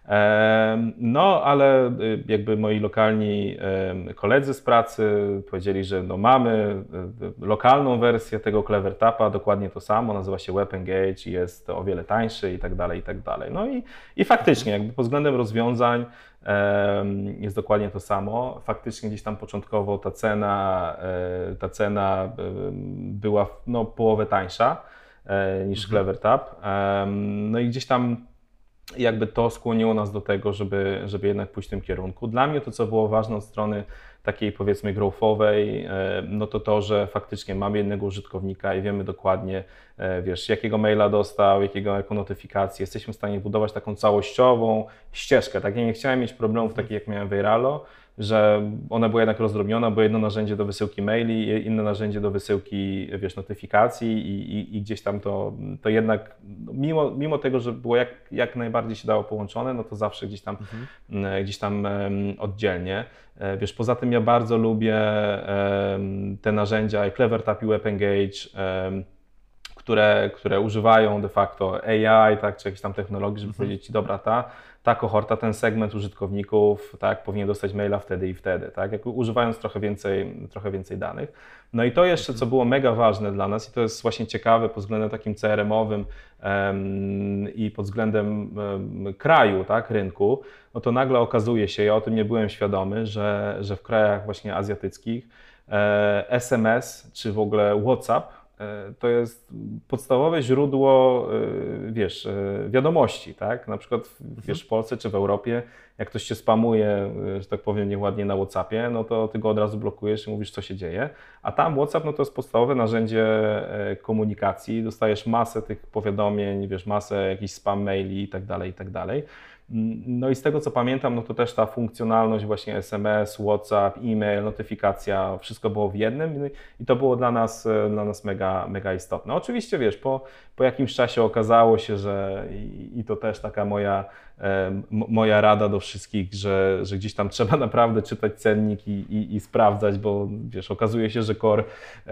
No, ale jakby moi lokalni koledzy z pracy powiedzieli, że no mamy lokalną wersję tego CleverTapa, dokładnie to samo, nazywa się Web Engage i jest o wiele tańszy i tak dalej, i tak dalej. No i, i faktycznie jakby pod względem rozwiązań jest dokładnie to samo. Faktycznie gdzieś tam początkowo ta cena, ta cena była no, połowę tańsza niż CleverTap. No i gdzieś tam jakby to skłoniło nas do tego, żeby, żeby jednak pójść w tym kierunku. Dla mnie to, co było ważne od strony takiej powiedzmy growthowej, no to to, że faktycznie mamy jednego użytkownika i wiemy dokładnie, wiesz, jakiego maila dostał, jakiego, jaką notyfikację. Jesteśmy w stanie budować taką całościową ścieżkę. Tak, ja nie chciałem mieć problemów takich, jak miałem w Eiralo, że ona była jednak rozdrobniona, było jedno narzędzie do wysyłki maili, inne narzędzie do wysyłki, wiesz, notyfikacji i, i, i gdzieś tam to, to jednak, mimo, mimo tego, że było jak, jak najbardziej się dało połączone, no to zawsze gdzieś tam, mhm. gdzieś tam um, oddzielnie. Wiesz, poza tym ja bardzo lubię um, te narzędzia CleverTap i Web Engage, um, które, które używają de facto A I, tak, czy jakiejś tam technologii, żeby mhm. powiedzieć Ci, dobra, ta, ta kohorta, ten segment użytkowników, tak, powinien dostać maila wtedy i wtedy, tak, jak używając trochę więcej, trochę więcej danych. No i to jeszcze, mhm. co było mega ważne dla nas i to jest właśnie ciekawe pod względem takim C R M-owym um, i pod względem um, kraju, tak, rynku, no to nagle okazuje się, ja o tym nie byłem świadomy, że, że w krajach właśnie azjatyckich e, S M S czy w ogóle WhatsApp to jest podstawowe źródło, wiesz, wiadomości, tak? Na przykład wiesz, w Polsce czy w Europie, jak ktoś cię spamuje, że tak powiem nieładnie na WhatsAppie, no to ty go od razu blokujesz i mówisz, co się dzieje. A tam WhatsApp, no to jest podstawowe narzędzie komunikacji, dostajesz masę tych powiadomień, wiesz, masę jakichś spam maili i tak dalej, i tak dalej. No i z tego co pamiętam, no to też ta funkcjonalność właśnie S M S, WhatsApp, e-mail, notyfikacja, wszystko było w jednym i to było dla nas, dla nas mega, mega istotne. Oczywiście wiesz, po, po jakimś czasie okazało się, że i, i to też taka moja, e, moja rada do wszystkich, że, że gdzieś tam trzeba naprawdę czytać cennik i, i, i sprawdzać, bo wiesz, okazuje się, że Core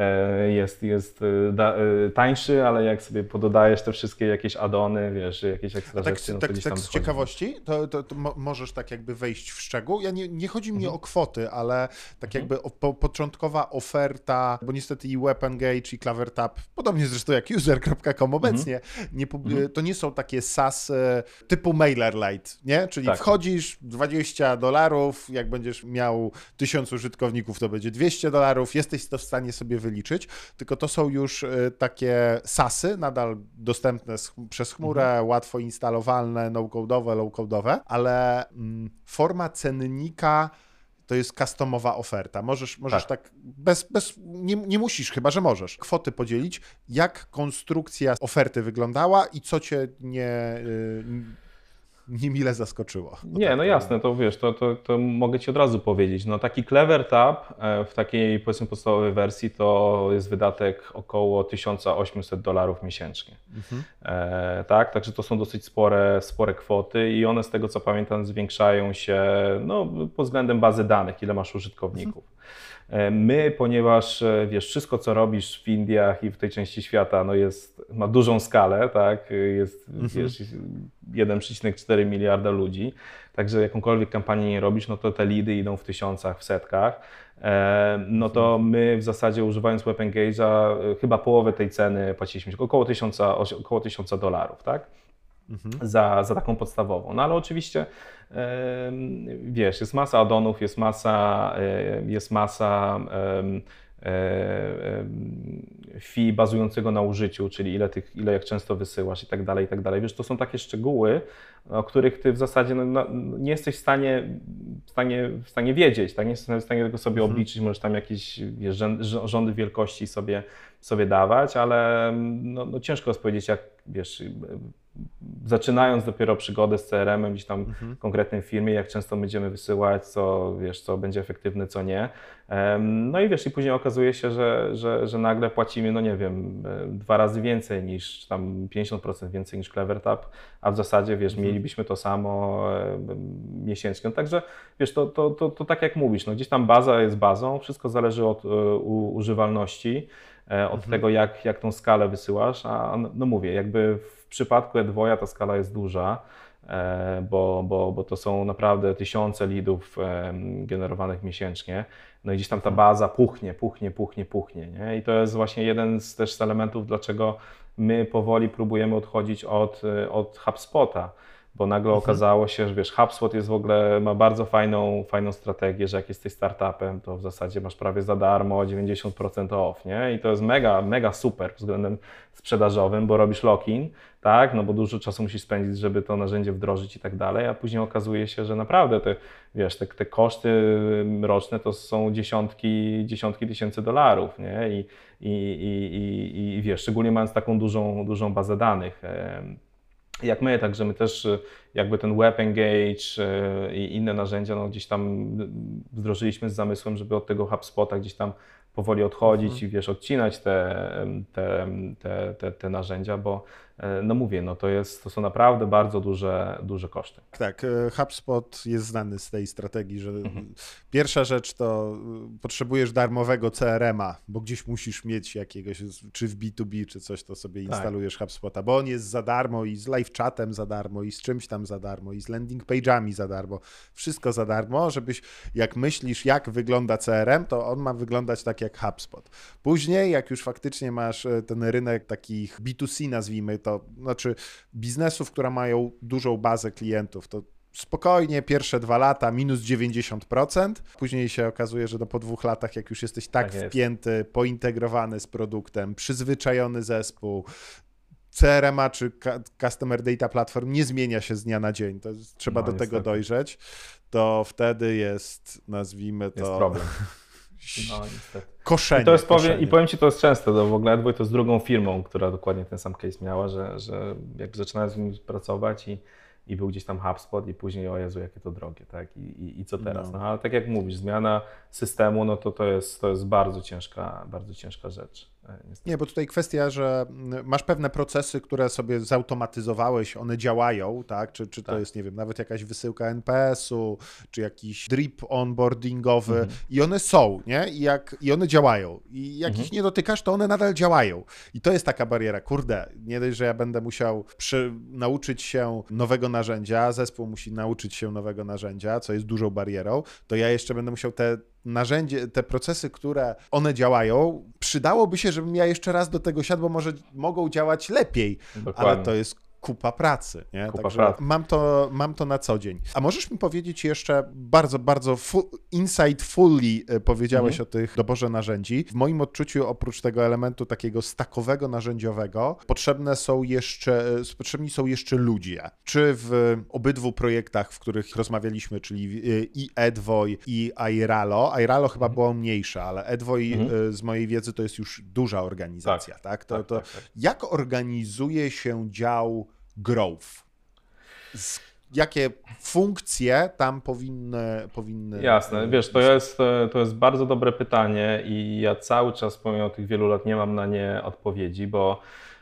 e, jest, jest da, e, tańszy, ale jak sobie pododajesz te wszystkie jakieś add-ony, wiesz, jakieś ekstra tak, rzeczy, no tak, to gdzieś tak tam z wychodzi. ciekawości, to, to, to mo- możesz tak jakby wejść w szczegół. Ja nie, nie chodzi mi Mhm. o kwoty, ale tak Mhm. jakby o, po, początkowa oferta, bo niestety i WebEngage i CleverTap, podobnie zresztą jak user kropka com obecnie, nie, pub- Mhm. to nie są takie SaaS y, typu MailerLite, nie? Czyli Tak. wchodzisz, dwadzieścia dolarów, jak będziesz miał tysiąc użytkowników, to będzie dwieście dolarów, jesteś to w stanie sobie wyliczyć, tylko to są już y, takie SaaSy, nadal dostępne z, przez chmurę, Mhm. łatwo instalowalne, no-codowe, low-codowe, ale mm, forma cennika to jest customowa oferta. Możesz, możesz tak, tak bez, bez nie, nie musisz, chyba że możesz, kwoty podzielić, jak konstrukcja oferty wyglądała i co cię nie, y, niemile zaskoczyło. Nie, tak no jasne, to wiesz, to, to, to mogę Ci od razu powiedzieć. No taki CleverTap w takiej powiedzmy podstawowej wersji to jest wydatek około tysiąc osiemset dolarów miesięcznie. Mhm. E, tak, także to są dosyć spore, spore kwoty i one z tego co pamiętam zwiększają się no, pod względem bazy danych, ile masz użytkowników. Mhm. My, ponieważ wiesz, wszystko co robisz w Indiach i w tej części świata no jest, ma dużą skalę, tak, jest mhm. wiesz, jeden przecinek cztery miliarda ludzi, także jakąkolwiek kampanię nie robisz, no to te lidy idą w tysiącach, w setkach, no to my w zasadzie używając WebEngage'a chyba połowę tej ceny płaciliśmy, około tysiąca, około tysiąca dolarów, tak? Mhm. Za, za taką podstawową. No ale oczywiście wiesz, jest masa addonów, jest masa, jest masa fee bazującego na użyciu, czyli ile, tych, ile jak często wysyłasz i tak dalej, i tak dalej. Wiesz, to są takie szczegóły, o których ty w zasadzie no, no, nie jesteś w stanie, w stanie, w stanie wiedzieć, tak? Nie jesteś w stanie tego sobie mhm. obliczyć, możesz tam jakieś wiesz, rządy wielkości sobie, sobie dawać, ale no, no ciężko jest powiedzieć, jak wiesz, zaczynając dopiero przygodę z C R M-em gdzieś tam mhm. w konkretnej firmie, jak często będziemy wysyłać, co, wiesz, co będzie efektywne, co nie. No i wiesz, i później okazuje się, że, że, że nagle płacimy, no nie wiem, dwa razy więcej niż tam pięćdziesiąt procent więcej niż CleverTap, a w zasadzie, wiesz, mhm. mielibyśmy to samo miesięcznie. No, także, wiesz, to, to, to, to tak jak mówisz, no gdzieś tam baza jest bazą, wszystko zależy od u, używalności, od mhm. tego, jak, jak tą skalę wysyłasz, a no mówię, jakby w przypadku Edwoja ta skala jest duża, bo, bo, bo to są naprawdę tysiące leadów generowanych miesięcznie, no i gdzieś tam ta baza puchnie, puchnie, puchnie, puchnie, nie? I to jest właśnie jeden z też z elementów, dlaczego my powoli próbujemy odchodzić od, od HubSpota, bo nagle mhm. okazało się, że wiesz, HubSpot jest w ogóle, ma bardzo fajną, fajną strategię, że jak jesteś startupem, to w zasadzie masz prawie za darmo dziewięćdziesiąt procent off, nie? I to jest mega, mega super pod względem sprzedażowym, bo robisz lock-in, tak? No bo dużo czasu musisz spędzić, żeby to narzędzie wdrożyć i tak dalej, a później okazuje się, że naprawdę te, wiesz, te, te koszty roczne to są dziesiątki, dziesiątki tysięcy dolarów, nie? I, i, i, i, i wiesz, szczególnie mając taką dużą, dużą bazę danych. Jak my, także my też jakby ten WebEngage i inne narzędzia no gdzieś tam wdrożyliśmy z zamysłem, żeby od tego HubSpota gdzieś tam powoli odchodzić mhm. i wiesz, odcinać te, te, te, te, te narzędzia, bo no mówię, no to, jest, to są naprawdę bardzo duże, duże koszty. Tak, HubSpot jest znany z tej strategii, że mhm. pierwsza rzecz to potrzebujesz darmowego C R M-a, bo gdzieś musisz mieć jakiegoś, czy w B dwa B, czy coś, to sobie instalujesz tak. HubSpota, bo on jest za darmo i z live chatem za darmo, i z czymś tam za darmo, i z landing page'ami za darmo. Wszystko za darmo, żebyś, jak myślisz, jak wygląda C R M, to on ma wyglądać tak jak HubSpot. Później, jak już faktycznie masz ten rynek takich B dwa C, nazwijmy to, znaczy biznesów, które mają dużą bazę klientów, to spokojnie, pierwsze dwa lata minus dziewięćdziesiąt procent, później się okazuje, że no po dwóch latach, jak już jesteś tak, tak wpięty, pointegrowany z produktem, przyzwyczajony zespół, C R M a czy Customer Data Platform nie zmienia się z dnia na dzień, to jest, trzeba no, do niestety. tego dojrzeć, to wtedy jest, nazwijmy to... Jest problem. No, niestety. Koszenie. I, to jest, koszenie. powiem, I powiem Ci, to jest częste, to w ogóle AdVoy to jest drugą firmą, która dokładnie ten sam case miała, że, że jak zaczynałem z nim pracować i, i był gdzieś tam HubSpot i później o Jezu, jakie to drogie, tak? I, i, i co teraz? No. no ale tak jak mówisz, zmiana systemu, no to to jest, to jest bardzo ciężka, bardzo ciężka rzecz. Niestety. Nie, bo tutaj kwestia, że masz pewne procesy, które sobie zautomatyzowałeś, one działają, tak? Czy, czy to tak. jest, nie wiem, nawet jakaś wysyłka N P S u, czy jakiś drip onboardingowy mhm. i one są, nie? I, jak, i one działają. I jak mhm. ich nie dotykasz, to one nadal działają. I to jest taka bariera. Kurde, nie dość, że ja będę musiał przy, nauczyć się nowego narzędzia, zespół musi nauczyć się nowego narzędzia, co jest dużą barierą, to ja jeszcze będę musiał te narzędzie, te procesy, które one działają, przydałoby się, żebym ja jeszcze raz do tego siadł, bo może mogą działać lepiej, Dokładnie. ale to jest kupa pracy, nie? Kupa Także pracy. Mam, to, mam to na co dzień. A możesz mi powiedzieć jeszcze bardzo, bardzo full, insightfully powiedziałeś mhm. o tych doborze narzędzi. W moim odczuciu oprócz tego elementu takiego stackowego, narzędziowego potrzebne są jeszcze, potrzebni są jeszcze ludzie. Czy w obydwu projektach, w których rozmawialiśmy, czyli i AdVoy i Airalo. Airalo chyba mhm. było mniejsze, ale AdVoy mhm. z mojej wiedzy to jest już duża organizacja. Tak, tak? To, tak, to, tak, tak. Jak organizuje się dział growth? Z, jakie funkcje tam powinny... powinny Jasne, wiesz, to jest, to jest bardzo dobre pytanie i ja cały czas pomimo tych wielu lat nie mam na nie odpowiedzi, bo,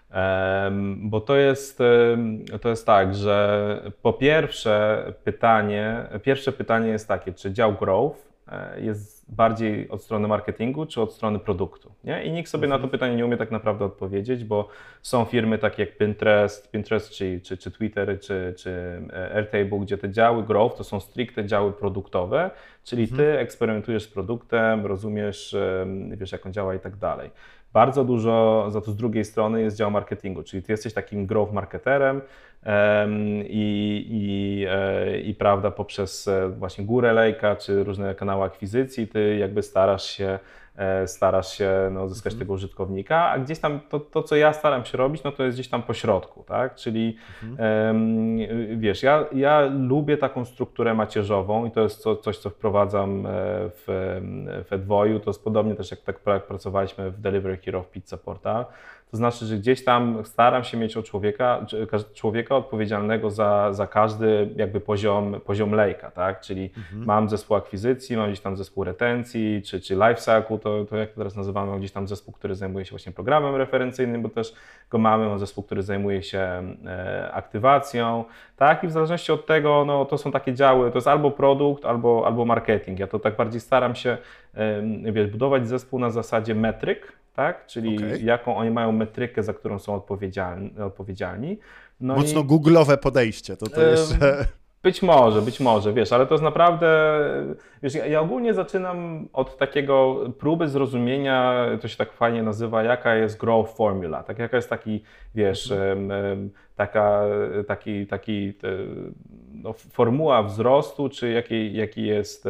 um, bo to, jest, to jest tak, że po pierwsze pytanie, pierwsze pytanie jest takie, czy dział growth jest bardziej od strony marketingu, czy od strony produktu, nie? I nikt sobie mhm. na to pytanie nie umie tak naprawdę odpowiedzieć, bo są firmy takie jak Pinterest, Pinterest czy, czy, czy Twitter, czy, czy Airtable, gdzie te działy growth to są stricte działy produktowe, czyli mhm. ty eksperymentujesz z produktem, rozumiesz, wiesz jak on działa i tak dalej. Bardzo dużo za to z drugiej strony jest dział marketingu, czyli ty jesteś takim growth marketerem um, i, i, e, i prawda, poprzez właśnie górę lejka czy różne kanały akwizycji, ty jakby starasz się starasz się no, zyskać mhm. tego użytkownika, a gdzieś tam to, to, co ja staram się robić, no to jest gdzieś tam po środku, tak? Czyli mhm. um, wiesz, ja, ja lubię taką strukturę macierzową i to jest co, coś, co wprowadzam w, w AdVoyu, to jest podobnie też jak tak jak pracowaliśmy w Delivery Hero w Pizza Portal. To znaczy, że gdzieś tam staram się mieć od człowieka, człowieka odpowiedzialnego za, za każdy jakby poziom, poziom lejka, tak? Czyli mhm. mam zespół akwizycji, mam gdzieś tam zespół retencji, czy, czy lifecycle, to, to jak to teraz nazywamy, mam gdzieś tam zespół, który zajmuje się właśnie programem referencyjnym, bo też go mamy, mam zespół, który zajmuje się e, aktywacją, tak? I w zależności od tego, no to są takie działy, to jest albo produkt, albo, albo marketing. Ja to tak bardziej staram się e, wiesz, budować zespół na zasadzie metryk, tak? Czyli okay. jaką oni mają metrykę, za którą są odpowiedzialni. odpowiedzialni. No Mocno i... googlowe podejście, to to jeszcze... Być może, być może, wiesz, ale to jest naprawdę, wiesz, ja, ja ogólnie zaczynam od takiego próby zrozumienia, to się tak fajnie nazywa, jaka jest growth formula, tak, jaka jest taki, wiesz, mhm. taka, taki, taki no, formuła wzrostu, czy jaki, jaki jest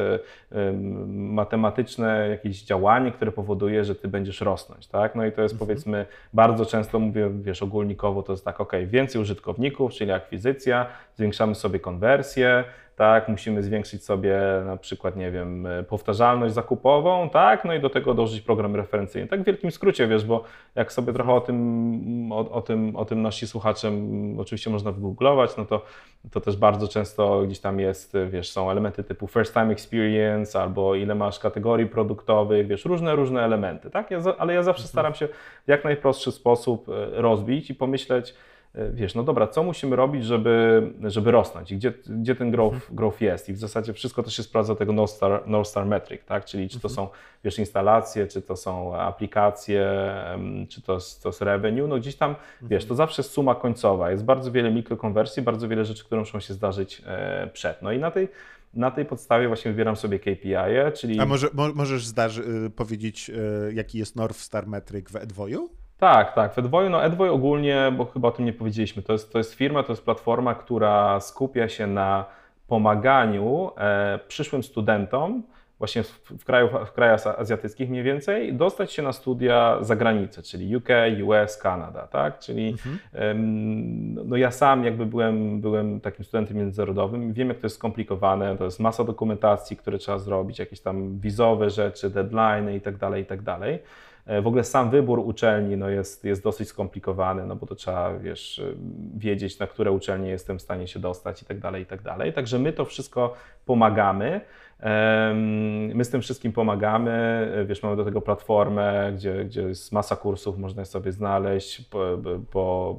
um, matematyczne jakieś działanie, które powoduje, że ty będziesz rosnąć, tak, no i to jest mhm. powiedzmy, bardzo często mówię, wiesz, ogólnikowo to jest tak, ok, więcej użytkowników, czyli akwizycja, zwiększamy sobie konwersję, tak, musimy zwiększyć sobie na przykład, nie wiem, powtarzalność zakupową, tak, no i do tego dołożyć program referencyjny. Tak w wielkim skrócie, wiesz, bo jak sobie trochę o tym, o, o tym, o tym nasi słuchacze oczywiście można wygooglować, no to, to też bardzo często gdzieś tam jest, wiesz, są elementy typu first time experience albo ile masz kategorii produktowych, wiesz, różne, różne elementy, tak, ja za, ale ja zawsze staram się w jak najprostszy sposób rozbić i pomyśleć, wiesz, no dobra, co musimy robić, żeby, żeby rosnąć i gdzie, gdzie ten growth, mhm. growth jest i w zasadzie wszystko to się sprawdza tego North Star, North Star Metric, tak, czyli czy to mhm. są, wiesz, instalacje, czy to są aplikacje, czy to jest, to jest revenue, no gdzieś tam, mhm. wiesz, to zawsze jest suma końcowa, jest bardzo wiele mikrokonwersji, bardzo wiele rzeczy, które muszą się zdarzyć e, przed, no i na tej Na tej podstawie właśnie wybieram sobie K P I, czyli... A może, mo, możesz zdarzy, powiedzieć, jaki jest North Star Metric w AdVoyu? Tak, tak. W AdVoyu, no AdVoy ogólnie, bo chyba o tym nie powiedzieliśmy, to jest, to jest firma, to jest platforma, która skupia się na pomaganiu e, przyszłym studentom właśnie w, w, kraju, w krajach azjatyckich mniej więcej, dostać się na studia za granicę, czyli U K, U S, Kanada, tak? Czyli Mhm. em, no ja sam jakby byłem, byłem takim studentem międzynarodowym i wiem, jak to jest skomplikowane, to jest masa dokumentacji, które trzeba zrobić, jakieś tam wizowe rzeczy, deadline'y i tak dalej, i tak dalej. W ogóle sam wybór uczelni no jest, jest dosyć skomplikowany, no bo to trzeba, wiesz, wiedzieć, na które uczelnie jestem w stanie się dostać i tak dalej, i tak dalej. Także my to wszystko pomagamy. My z tym wszystkim pomagamy, wiesz, mamy do tego platformę, gdzie, gdzie jest masa kursów, można je sobie znaleźć, po, po,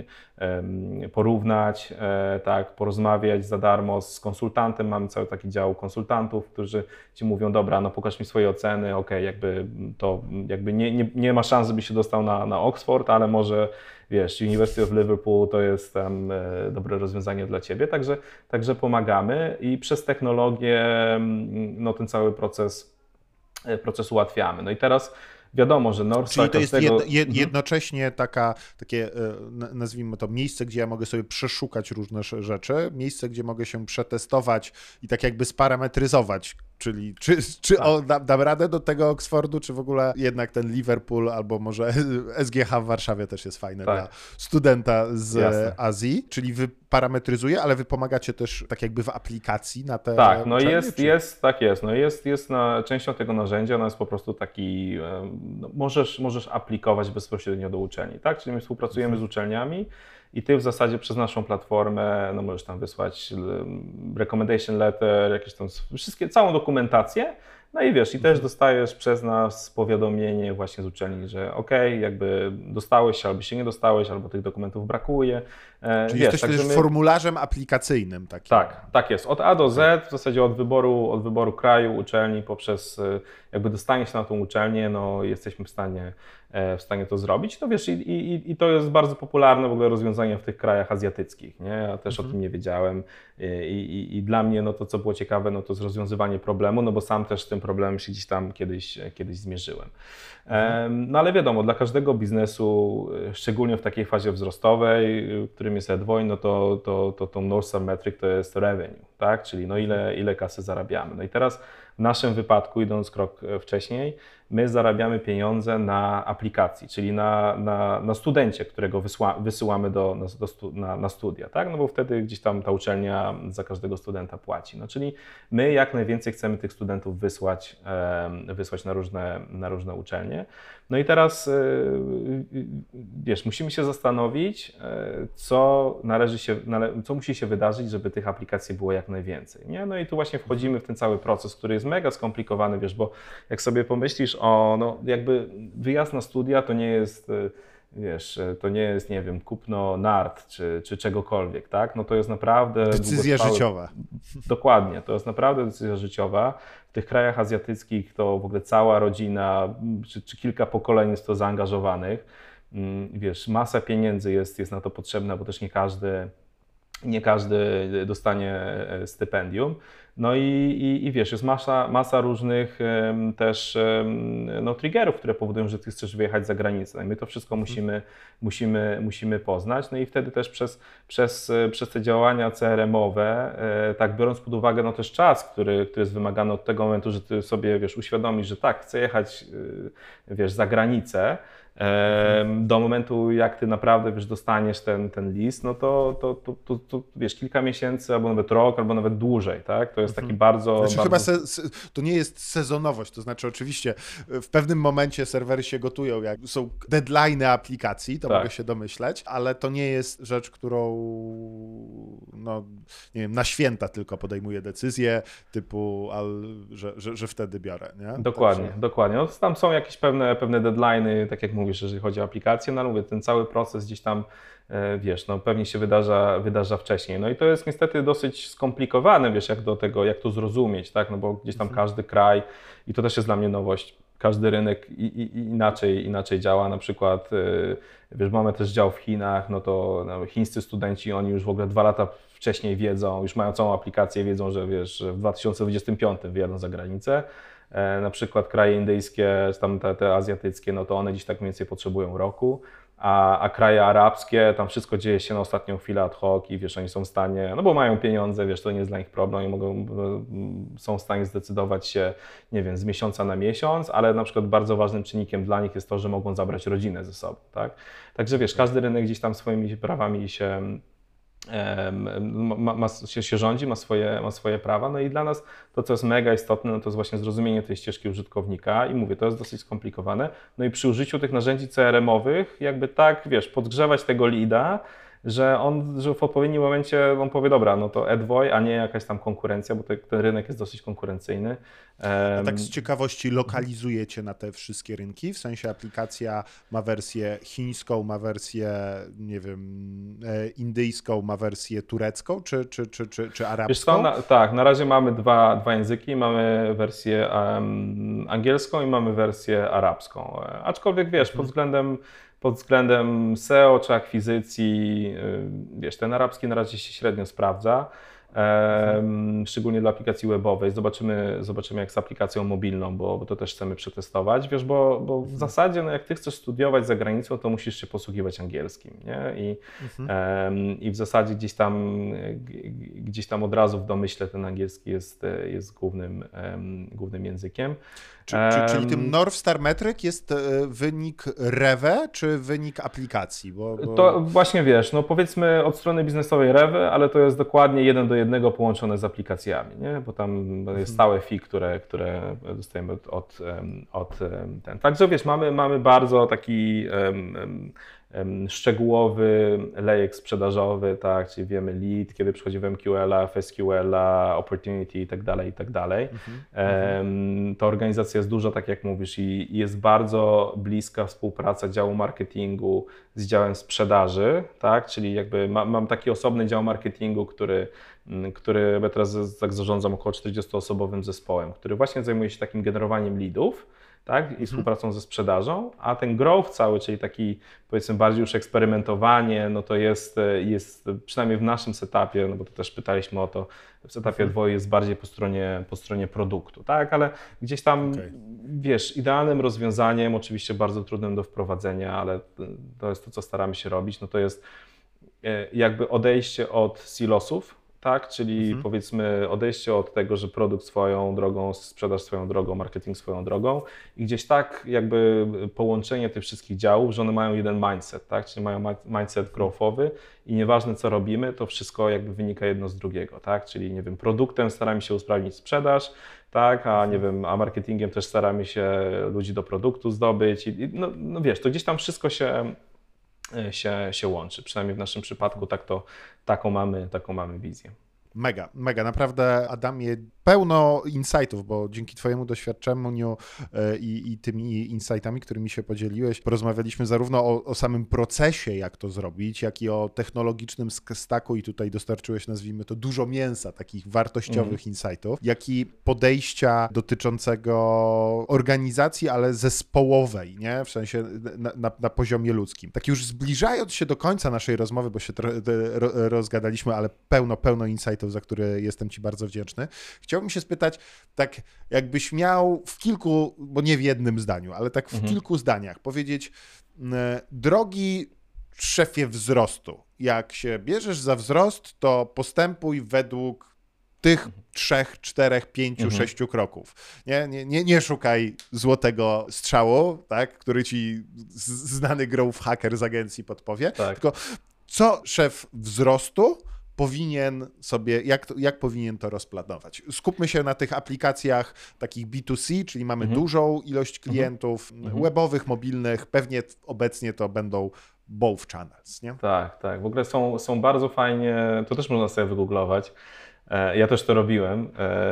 porównać, tak, porozmawiać za darmo z konsultantem, mamy cały taki dział konsultantów, którzy ci mówią, dobra, no pokaż mi swoje oceny, okej, jakby to jakby nie, nie, nie ma szans, żeby się dostał na, na Oxford, ale może wiesz, University of Liverpool to jest tam e, dobre rozwiązanie dla ciebie, także, także pomagamy i przez technologię no, ten cały proces, proces ułatwiamy. No i teraz wiadomo, że Northstar Czyli to jest każdego... jed, jed, jednocześnie taka, takie, nazwijmy to, miejsce, gdzie ja mogę sobie przeszukać różne rzeczy, miejsce, gdzie mogę się przetestować i tak jakby sparametryzować, czyli czy, czy Tak. o, da, dam radę do tego Oxfordu, czy w ogóle jednak ten Liverpool albo może S G H w Warszawie też jest fajne Tak. dla studenta z Jasne. Azji, czyli wy parametryzuje, ale wy pomagacie też tak jakby w aplikacji na te Tak, no uczelnie, jest, czy? jest, tak jest, no jest, jest na, częścią tego narzędzia, no jest po prostu taki, no możesz, możesz aplikować bezpośrednio do uczelni, tak, czyli my współpracujemy Mhm. z uczelniami i ty w zasadzie przez naszą platformę, no możesz tam wysłać recommendation letter, jakieś tam, wszystkie, całą dokumentację, no i wiesz, i też dostajesz przez nas powiadomienie właśnie z uczelni, że okej, okay, jakby dostałeś się, albo się nie dostałeś, albo tych dokumentów brakuje. Czyli wiesz, jesteś też my... formularzem aplikacyjnym takim. Tak, tak jest. Od A do Z, w zasadzie od wyboru, od wyboru kraju, uczelni, poprzez jakby dostanie się na tą uczelnię, no jesteśmy w stanie, w stanie to zrobić. No wiesz, i, i, i to jest bardzo popularne w ogóle rozwiązanie w tych krajach azjatyckich, nie? Ja też mhm. o tym nie wiedziałem I, i, i dla mnie no to, co było ciekawe, no to jest rozwiązywanie problemu, no bo sam też z tym problemem się gdzieś tam kiedyś, kiedyś zmierzyłem. Mhm. No ale wiadomo, dla każdego biznesu, szczególnie w takiej fazie wzrostowej, którym jest Edwoin, no to, to, to, to Northstar Metric to jest revenue, tak? Czyli no ile, ile kasy zarabiamy. No i teraz w naszym wypadku, idąc krok wcześniej, my zarabiamy pieniądze na aplikacji, czyli na, na, na studencie, którego wysła, wysyłamy do, do stu, na, na studia, tak? No bo wtedy gdzieś tam ta uczelnia za każdego studenta płaci. No czyli my jak najwięcej chcemy tych studentów wysłać, e, wysłać na różne, na różne uczelnie. No i teraz, e, wiesz, musimy się zastanowić, e, co należy się, nale, co musi się wydarzyć, żeby tych aplikacji było jak najwięcej, nie? No i tu właśnie wchodzimy w ten cały proces, który jest mega skomplikowany, wiesz, bo jak sobie pomyślisz o, no jakby wyjazd na studia to nie jest, wiesz, to nie jest, nie wiem, kupno nart czy, czy czegokolwiek, tak? No to jest naprawdę decyzja długotrwałe... życiowa. Dokładnie, to jest naprawdę decyzja życiowa. W tych krajach azjatyckich to w ogóle cała rodzina, czy, czy kilka pokoleń jest to zaangażowanych. Wiesz, masa pieniędzy jest, jest na to potrzebna, bo też nie każdy, nie każdy dostanie stypendium. No i, i, i wiesz, jest masa, masa różnych um, też um, no, triggerów, które powodują, że ty chcesz wyjechać za granicę. No i my to wszystko musimy, musimy, musimy poznać. No i wtedy też przez, przez, przez te działania C R M-owe, e, tak biorąc pod uwagę no, też czas, który, który jest wymagany od tego momentu, że ty sobie wiesz, uświadomisz, że tak, chcę jechać e, wiesz, za granicę, do momentu, jak ty naprawdę wiesz, dostaniesz ten, ten list, no to, to, to, to, to wiesz, kilka miesięcy, albo nawet rok, albo nawet dłużej, tak? To jest taki mhm. bardzo... Znaczy bardzo... chyba se, se, to nie jest sezonowość, to znaczy oczywiście w pewnym momencie serwery się gotują, jak są deadline'y aplikacji, to tak. mogę się domyśleć, ale to nie jest rzecz, którą no, nie wiem, na święta tylko podejmuję decyzję typu, al, że, że, że wtedy biorę, nie? Dokładnie, Także... dokładnie. No, tam są jakieś pewne, pewne deadline'y, tak jak mówisz, jeżeli chodzi o aplikację, no ale mówię, ten cały proces gdzieś tam, wiesz, no pewnie się wydarza, wydarza wcześniej. No i to jest niestety dosyć skomplikowane, wiesz, jak do tego, jak to zrozumieć, tak, no bo gdzieś tam każdy kraj, i to też jest dla mnie nowość, każdy rynek i, i, inaczej, inaczej działa, na przykład, wiesz, mamy też dział w Chinach, no to no, chińscy studenci, oni już w ogóle dwa lata wcześniej wiedzą, już mają całą aplikację, wiedzą, że wiesz, że w dwa tysiące dwudziestym piątym wyjadą za granicę. Na przykład kraje indyjskie, czy tam te, te azjatyckie, no to one gdzieś tak mniej więcej potrzebują roku. A, a kraje arabskie, tam wszystko dzieje się na ostatnią chwilę ad hoc i wiesz, oni są w stanie, no bo mają pieniądze, wiesz, to nie jest dla nich problem, oni mogą, są w stanie zdecydować się, nie wiem, z miesiąca na miesiąc, ale na przykład bardzo ważnym czynnikiem dla nich jest to, że mogą zabrać rodzinę ze sobą, tak? Także wiesz, każdy rynek gdzieś tam swoimi prawami się Ma, ma, się, się rządzi, ma swoje, ma swoje prawa, no i dla nas to, co jest mega istotne, no to jest właśnie zrozumienie tej ścieżki użytkownika i mówię, to jest dosyć skomplikowane, no i przy użyciu tych narzędzi C R M-owych jakby tak, wiesz, podgrzewać tego leada, że on, że w odpowiednim momencie on powie, dobra, no to AdVoy, a nie jakaś tam konkurencja, bo te, ten rynek jest dosyć konkurencyjny. A tak z ciekawości lokalizujecie na te wszystkie rynki? W sensie aplikacja ma wersję chińską, ma wersję, nie wiem, indyjską, ma wersję turecką, czy, czy, czy, czy, czy arabską? Wiesz co, na, tak, na razie mamy dwa, dwa języki, mamy wersję um, angielską i mamy wersję arabską. Aczkolwiek wiesz, mhm. pod względem pod względem S E O czy akwizycji, wiesz, ten arabski na razie się średnio sprawdza. Mhm. Szczególnie dla aplikacji webowej. Zobaczymy, zobaczymy jak z aplikacją mobilną, bo, bo to też chcemy przetestować. Wiesz, bo, bo w zasadzie no jak ty chcesz studiować za granicą, to musisz się posługiwać angielskim, nie? I, mhm. um, i w zasadzie gdzieś tam, gdzieś tam od razu w domyśle ten angielski jest, jest głównym, um, głównym językiem. Czy, czy, czyli tym North Star Metric jest wynik Rewe, czy wynik aplikacji? Bo, bo... To właśnie wiesz, no powiedzmy od strony biznesowej Rewe, ale to jest dokładnie jeden do jednego połączone z aplikacjami, nie? Bo tam jest mhm. stałe fee, które, które dostajemy od, od, od ten. Także wiesz, mamy, mamy bardzo taki um, um, szczegółowy lejek sprzedażowy, tak, czyli wiemy lead, kiedy przychodzi w M Q L a, F S Q L a, opportunity i tak dalej, i tak dalej. Mm-hmm. Ta organizacja jest duża, tak jak mówisz, i jest bardzo bliska współpraca działu marketingu z działem sprzedaży, tak, czyli jakby ma, mam taki osobny dział marketingu, który który ja teraz tak zarządzam około czterdziestoosobowym zespołem, który właśnie zajmuje się takim generowaniem leadów, tak, i mhm. współpracą ze sprzedażą, a ten growth cały, czyli taki powiedzmy bardziej już eksperymentowanie, no to jest, jest przynajmniej w naszym setupie, no bo to też pytaliśmy o to, w setupie mhm. AdVoy jest bardziej po stronie, po stronie produktu, tak, ale gdzieś tam, okay. wiesz, idealnym rozwiązaniem, oczywiście bardzo trudnym do wprowadzenia, ale to jest to, co staramy się robić, no to jest jakby odejście od silosów, tak, czyli mhm. powiedzmy odejście od tego, że produkt swoją drogą, sprzedaż swoją drogą, marketing swoją drogą i gdzieś tak jakby połączenie tych wszystkich działów, że one mają jeden mindset, tak, czyli mają mindset growthowy i nieważne co robimy, to wszystko jakby wynika jedno z drugiego, tak, czyli nie wiem, produktem staramy się usprawnić sprzedaż, tak, a nie wiem, a marketingiem też staramy się ludzi do produktu zdobyć i no, no wiesz, to gdzieś tam wszystko się Się, się łączy. Przynajmniej w naszym przypadku tak to, taką, mamy, taką mamy wizję. Mega, mega. Naprawdę, Adamie, pełno insightów, bo dzięki Twojemu doświadczeniu i, i tymi insightami, którymi się podzieliłeś, porozmawialiśmy zarówno o, o samym procesie, jak to zrobić, jak i o technologicznym stacku i tutaj dostarczyłeś, nazwijmy to, dużo mięsa, takich wartościowych mm. insightów, jak i podejścia dotyczącego organizacji, ale zespołowej, nie? W sensie na, na, na poziomie ludzkim. Tak już zbliżając się do końca naszej rozmowy, bo się tro, ro, rozgadaliśmy, ale pełno, pełno insightów, za które jestem Ci bardzo wdzięczny. Chciałbym się spytać, tak jakbyś miał w kilku, bo nie w jednym zdaniu, ale tak w mhm. kilku zdaniach powiedzieć, drogi szefie wzrostu, jak się bierzesz za wzrost, to postępuj według tych trzech, czterech, pięciu, mhm. sześciu kroków. Nie, nie, nie, nie szukaj złotego strzału, tak, który Ci znany growth hacker z agencji podpowie, tak. tylko co szef wzrostu powinien sobie, jak, jak powinien to rozplanować? Skupmy się na tych aplikacjach takich B dwa C, czyli mamy mhm. dużą ilość klientów mhm. webowych, mobilnych, pewnie obecnie to będą both channels, nie? Tak, tak. W ogóle są, są bardzo fajnie, to też można sobie wygooglować. Ja też to robiłem.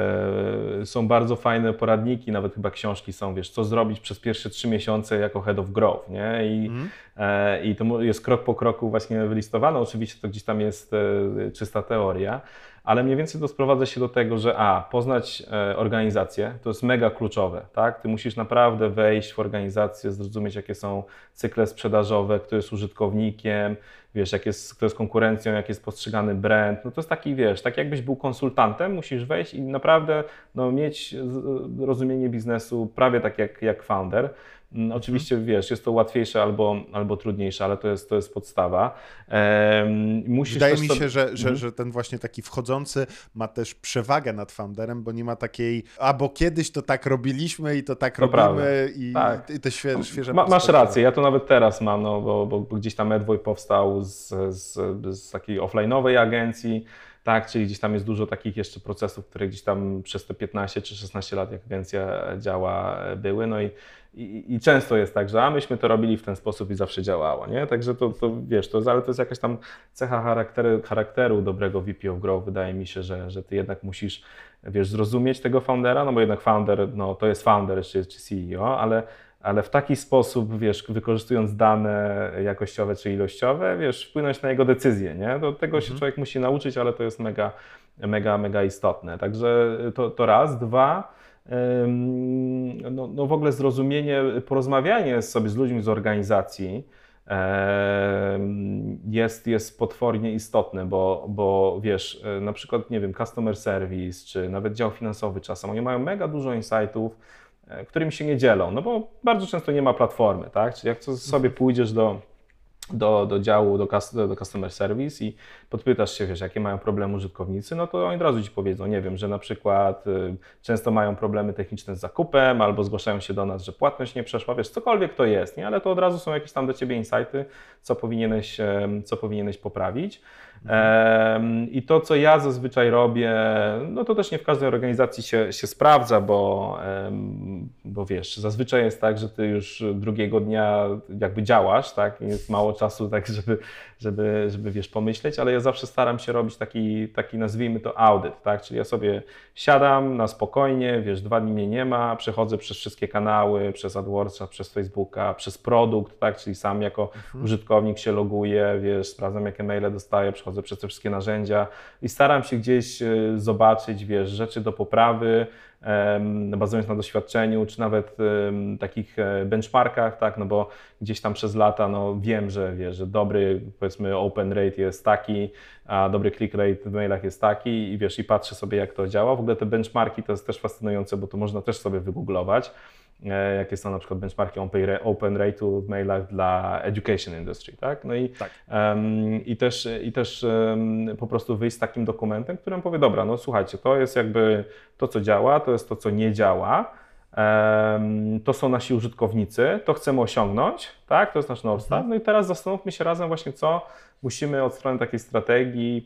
Są bardzo fajne poradniki, nawet chyba książki są, wiesz, co zrobić przez pierwsze trzy miesiące jako head of growth, nie? I, mm. i to jest krok po kroku właśnie wylistowane. Oczywiście to gdzieś tam jest czysta teoria, ale mniej więcej to sprowadza się do tego, że a, poznać organizację, to jest mega kluczowe, tak? Ty musisz naprawdę wejść w organizację, zrozumieć, jakie są cykle sprzedażowe, kto jest użytkownikiem, wiesz, jak jest, kto jest konkurencją, jak jest postrzegany brand, no to jest taki, wiesz, tak jakbyś był konsultantem, musisz wejść i naprawdę no, mieć rozumienie biznesu prawie tak jak, jak founder. Mm, Oczywiście, wiesz, jest to łatwiejsze albo, albo trudniejsze, ale to jest, to jest podstawa. Em, musisz Wydaje też mi sobie... się, że, że, Mhm. że ten właśnie taki wchodzący ma też przewagę nad founderem, bo nie ma takiej, a bo kiedyś to tak robiliśmy i to tak To prawda. robimy i, Tak. i te świeże, świeże Ma, masz perspektywy. rację, ja to nawet teraz mam, no, bo, bo, bo gdzieś tam Edwoj powstał z, z, z takiej offline'owej agencji, tak, czyli gdzieś tam jest dużo takich jeszcze procesów, które gdzieś tam przez te piętnaście czy szesnaście lat, jak agencja działa, były, no i, i, i często jest tak, że a myśmy to robili w ten sposób i zawsze działało, nie? Także to, to wiesz, to, ale to jest jakaś tam cecha charakteru, charakteru dobrego V P of Growth, wydaje mi się, że, że ty jednak musisz, wiesz, zrozumieć tego foundera, no bo jednak founder, no to jest founder czy, czy C E O, ale ale w taki sposób, wiesz, wykorzystując dane jakościowe czy ilościowe, wiesz, wpłynąć na jego decyzję, nie? Do tego się Mhm. człowiek musi nauczyć, ale to jest mega, mega, mega istotne. Także to, to raz. Dwa, ym, no, no w ogóle zrozumienie, porozmawianie sobie z ludźmi z organizacji ym, jest, jest potwornie istotne, bo, bo wiesz, na przykład, nie wiem, customer service, czy nawet dział finansowy czasem, oni mają mega dużo insightów, którymi się nie dzielą, no bo bardzo często nie ma platformy, tak? Czyli jak sobie pójdziesz do, do, do działu, do, do customer service i podpytasz się, wiesz, jakie mają problemy użytkownicy, no to oni od razu ci powiedzą, nie wiem, że na przykład y, często mają problemy techniczne z zakupem albo zgłaszają się do nas, że płatność nie przeszła, wiesz, cokolwiek to jest, nie? Ale to od razu są jakieś tam do ciebie insighty, co powinieneś, co powinieneś poprawić. Mhm. I to, co ja zazwyczaj robię, no to też nie w każdej organizacji się, się sprawdza, bo, bo wiesz, zazwyczaj jest tak, że ty już drugiego dnia jakby działasz, tak? I jest mało czasu, tak, żeby, żeby, żeby wiesz, pomyśleć, ale ja zawsze staram się robić taki, taki nazwijmy to audyt, tak? Czyli ja sobie siadam na spokojnie, wiesz, dwa dni mnie nie ma, przechodzę przez wszystkie kanały, przez AdWordsa, przez Facebooka, przez produkt, tak? Czyli sam jako mhm. użytkownik się loguję, wiesz, sprawdzam, jakie maile dostaję, przechodzę przez te wszystkie narzędzia i staram się gdzieś zobaczyć, wiesz, rzeczy do poprawy, bazując na doświadczeniu, czy nawet um, takich benchmarkach, tak, no bo gdzieś tam przez lata, no wiem, że wiesz, że dobry, powiedzmy, open rate jest taki, a dobry click rate w mailach jest taki i wiesz, i patrzę sobie, jak to działa. W ogóle te benchmarki to jest też fascynujące, bo to można też sobie wygooglować, jakie są na przykład benchmarki open rate'u w mailach dla education industry, tak? No i, tak. um, i też, i też um, po prostu wyjść z takim dokumentem, którym powie, dobra, no słuchajcie, to jest jakby to, co działa, to jest to, co nie działa, um, to są nasi użytkownicy, to chcemy osiągnąć, tak? To jest nasz North Star. Mhm. No i teraz zastanówmy się razem właśnie, co musimy od strony takiej strategii,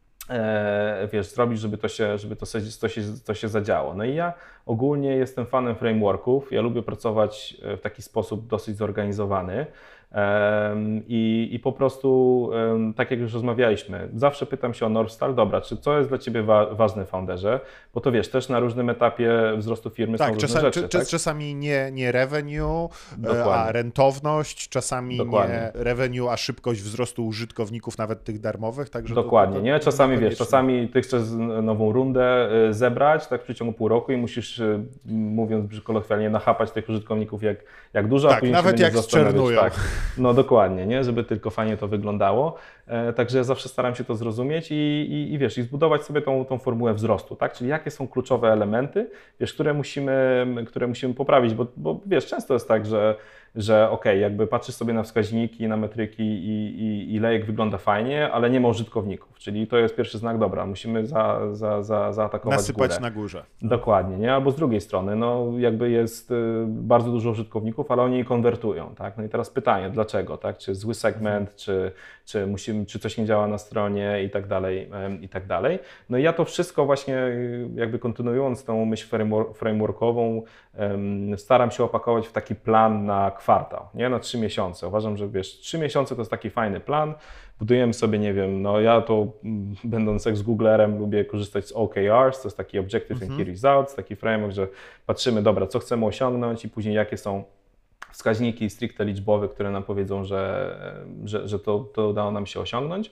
E, wiesz, zrobić, żeby to się, żeby to, to, się, to się zadziało. No i ja ogólnie jestem fanem frameworków, ja lubię pracować w taki sposób dosyć zorganizowany e, i, i po prostu, e, tak jak już rozmawialiśmy, zawsze pytam się o North Star, dobra, czy co jest dla Ciebie wa ważne w founderze, bo to wiesz, też na różnym etapie wzrostu firmy tak, są różne czasami, rzeczy. Czy, tak? Czasami nie, nie revenue, Dokładnie. a rentowność, czasami Dokładnie. nie revenue, a szybkość wzrostu użytkowników, nawet tych darmowych. Także Dokładnie, to, to, to nie? Czasami niekoniecznie. wiesz, czasami ty chcesz nową rundę zebrać tak w przeciągu pół roku i musisz, mówiąc kolokwialnie, nachapać tych użytkowników jak, jak dużo, tak, a później nawet się jak nie zczernują. Tak. No dokładnie, nie? Żeby tylko fajnie to wyglądało. E, także ja zawsze staram się to zrozumieć i, i, i wiesz, i zbudować sobie tą, tą formułę wzrostu, tak? Czyli jakie są kluczowe elementy, wiesz, które musimy, które musimy poprawić, bo, bo wiesz, często jest tak, że że ok, jakby patrzysz sobie na wskaźniki, na metryki i, i, i lejek wygląda fajnie, ale nie ma użytkowników, czyli to jest pierwszy znak, dobra, musimy za, za, za, zaatakować nasypać górę. na górze. Dokładnie, nie? Albo z drugiej strony, no jakby jest y, bardzo dużo użytkowników, ale oni je konwertują, tak? No i teraz pytanie, dlaczego, tak? Czy zły segment, mhm. czy, czy, musimy, czy coś nie działa na stronie i tak dalej, i tak dalej. No i ja to wszystko właśnie jakby kontynuując tą myśl frameworkową, um, staram się opakować w taki plan na kwartał, nie? Na trzy miesiące. Uważam, że wiesz, trzy miesiące to jest taki fajny plan. Budujemy sobie, nie wiem, no ja to będąc ex-googlerem lubię korzystać z O K Rs, to jest taki Objective mm-hmm. and Key Results, taki framework, że patrzymy, dobra, co chcemy osiągnąć i później jakie są wskaźniki stricte liczbowe, które nam powiedzą, że, że, że to, to udało nam się osiągnąć.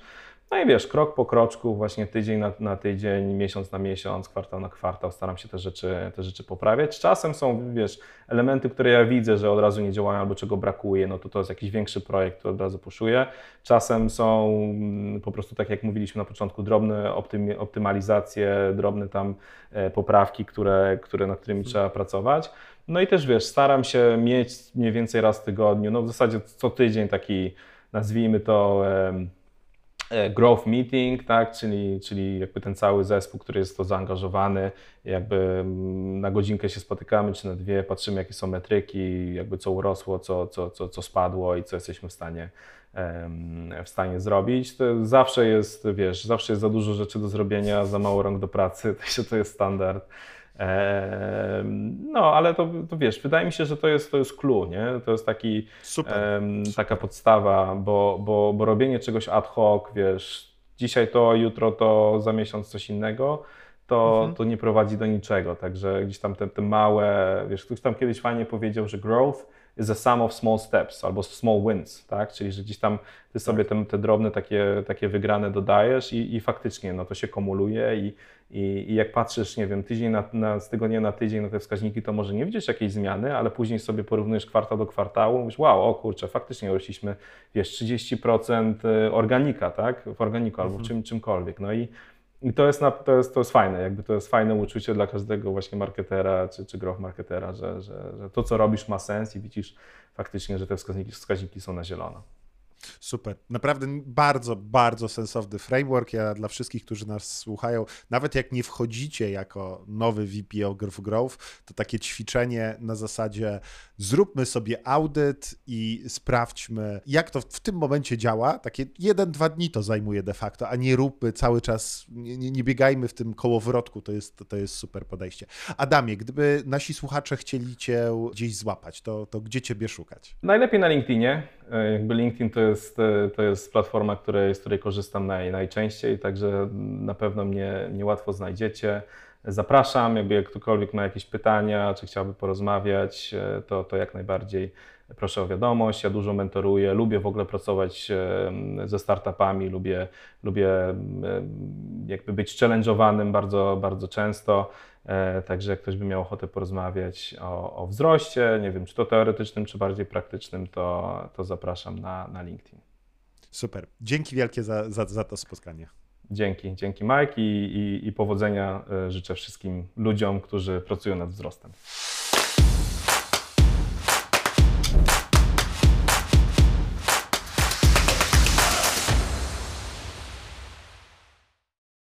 No i wiesz, krok po kroczku, właśnie tydzień na, na tydzień, miesiąc na miesiąc, kwartał na kwartał staram się te rzeczy, te rzeczy poprawiać. Czasem są, wiesz, elementy, które ja widzę, że od razu nie działają albo czego brakuje, no to to jest jakiś większy projekt, który od razu puszuję. Czasem są mm, po prostu, tak jak mówiliśmy na początku, drobne optymi- optymalizacje, drobne tam e, poprawki, które, które, nad którymi trzeba pracować. No i też wiesz, staram się mieć mniej więcej raz w tygodniu, no w zasadzie co tydzień taki, nazwijmy to em, e, growth meeting, tak, czyli, czyli jakby ten cały zespół, który jest w to zaangażowany, jakby mm, na godzinkę się spotykamy, czy na dwie, patrzymy jakie są metryki, jakby co urosło, co, co, co, co spadło i co jesteśmy w stanie, em, w stanie zrobić. To zawsze jest, wiesz, zawsze jest za dużo rzeczy do zrobienia, za mało rąk do pracy, także to jest standard. Em, No, ale to, to wiesz, wydaje mi się, że to jest, to jest clue, nie? To jest taki, Super. em, Super. taka podstawa, bo, bo, bo robienie czegoś ad hoc, wiesz, dzisiaj to, jutro to, za miesiąc coś innego, to, Mhm. to nie prowadzi do niczego. Także gdzieś tam te, te małe, wiesz, ktoś tam kiedyś fajnie powiedział, że growth is a sum of small steps albo small wins, tak? Czyli że gdzieś tam ty sobie te, te drobne takie, takie wygrane dodajesz i, i faktycznie no, to się kumuluje i, i, i jak patrzysz, nie wiem, tydzień na, na, z tygodnia na tydzień na te wskaźniki, to może nie widzisz jakiejś zmiany, ale później sobie porównujesz kwartał do kwartału, mówisz, wow, o kurczę, faktycznie rośliśmy, wiesz, trzydzieści procent organika, tak? W organiku albo w czym, czymkolwiek. No i i to jest, na, to, jest, to jest fajne, jakby to jest fajne uczucie dla każdego właśnie marketera czy, czy growth marketera, że, że, że to, co robisz, ma sens i widzisz faktycznie, że te wskaźniki, wskaźniki są na zielono. Super. Naprawdę bardzo, bardzo sensowny framework. Ja dla wszystkich, którzy nas słuchają, nawet jak nie wchodzicie jako nowy V P of Growth, to takie ćwiczenie na zasadzie zróbmy sobie audyt i sprawdźmy, jak to w tym momencie działa. Takie jeden, dwa dni to zajmuje de facto, a nie róbmy cały czas, nie, nie, nie biegajmy w tym kołowrotku. To jest, to jest super podejście. Adamie, gdyby nasi słuchacze chcieli cię gdzieś złapać, to, to gdzie ciebie szukać? Najlepiej na LinkedInie. Jakby LinkedIn to jest, to jest platforma, której, z której korzystam naj, najczęściej, także na pewno mnie, mnie łatwo znajdziecie. Zapraszam, jakby jak ktokolwiek ma jakieś pytania, czy chciałby porozmawiać, to, to jak najbardziej proszę o wiadomość. Ja dużo mentoruję, lubię w ogóle pracować ze startupami, lubię, lubię jakby być challenge'owanym bardzo, bardzo często. Także jak ktoś by miał ochotę porozmawiać o, o wzroście, nie wiem, czy to teoretycznym, czy bardziej praktycznym, to, to zapraszam na, na LinkedIn. Super. Dzięki wielkie za, za, za to spotkanie. Dzięki, dzięki Mike i, i, i powodzenia życzę wszystkim ludziom, którzy pracują nad wzrostem.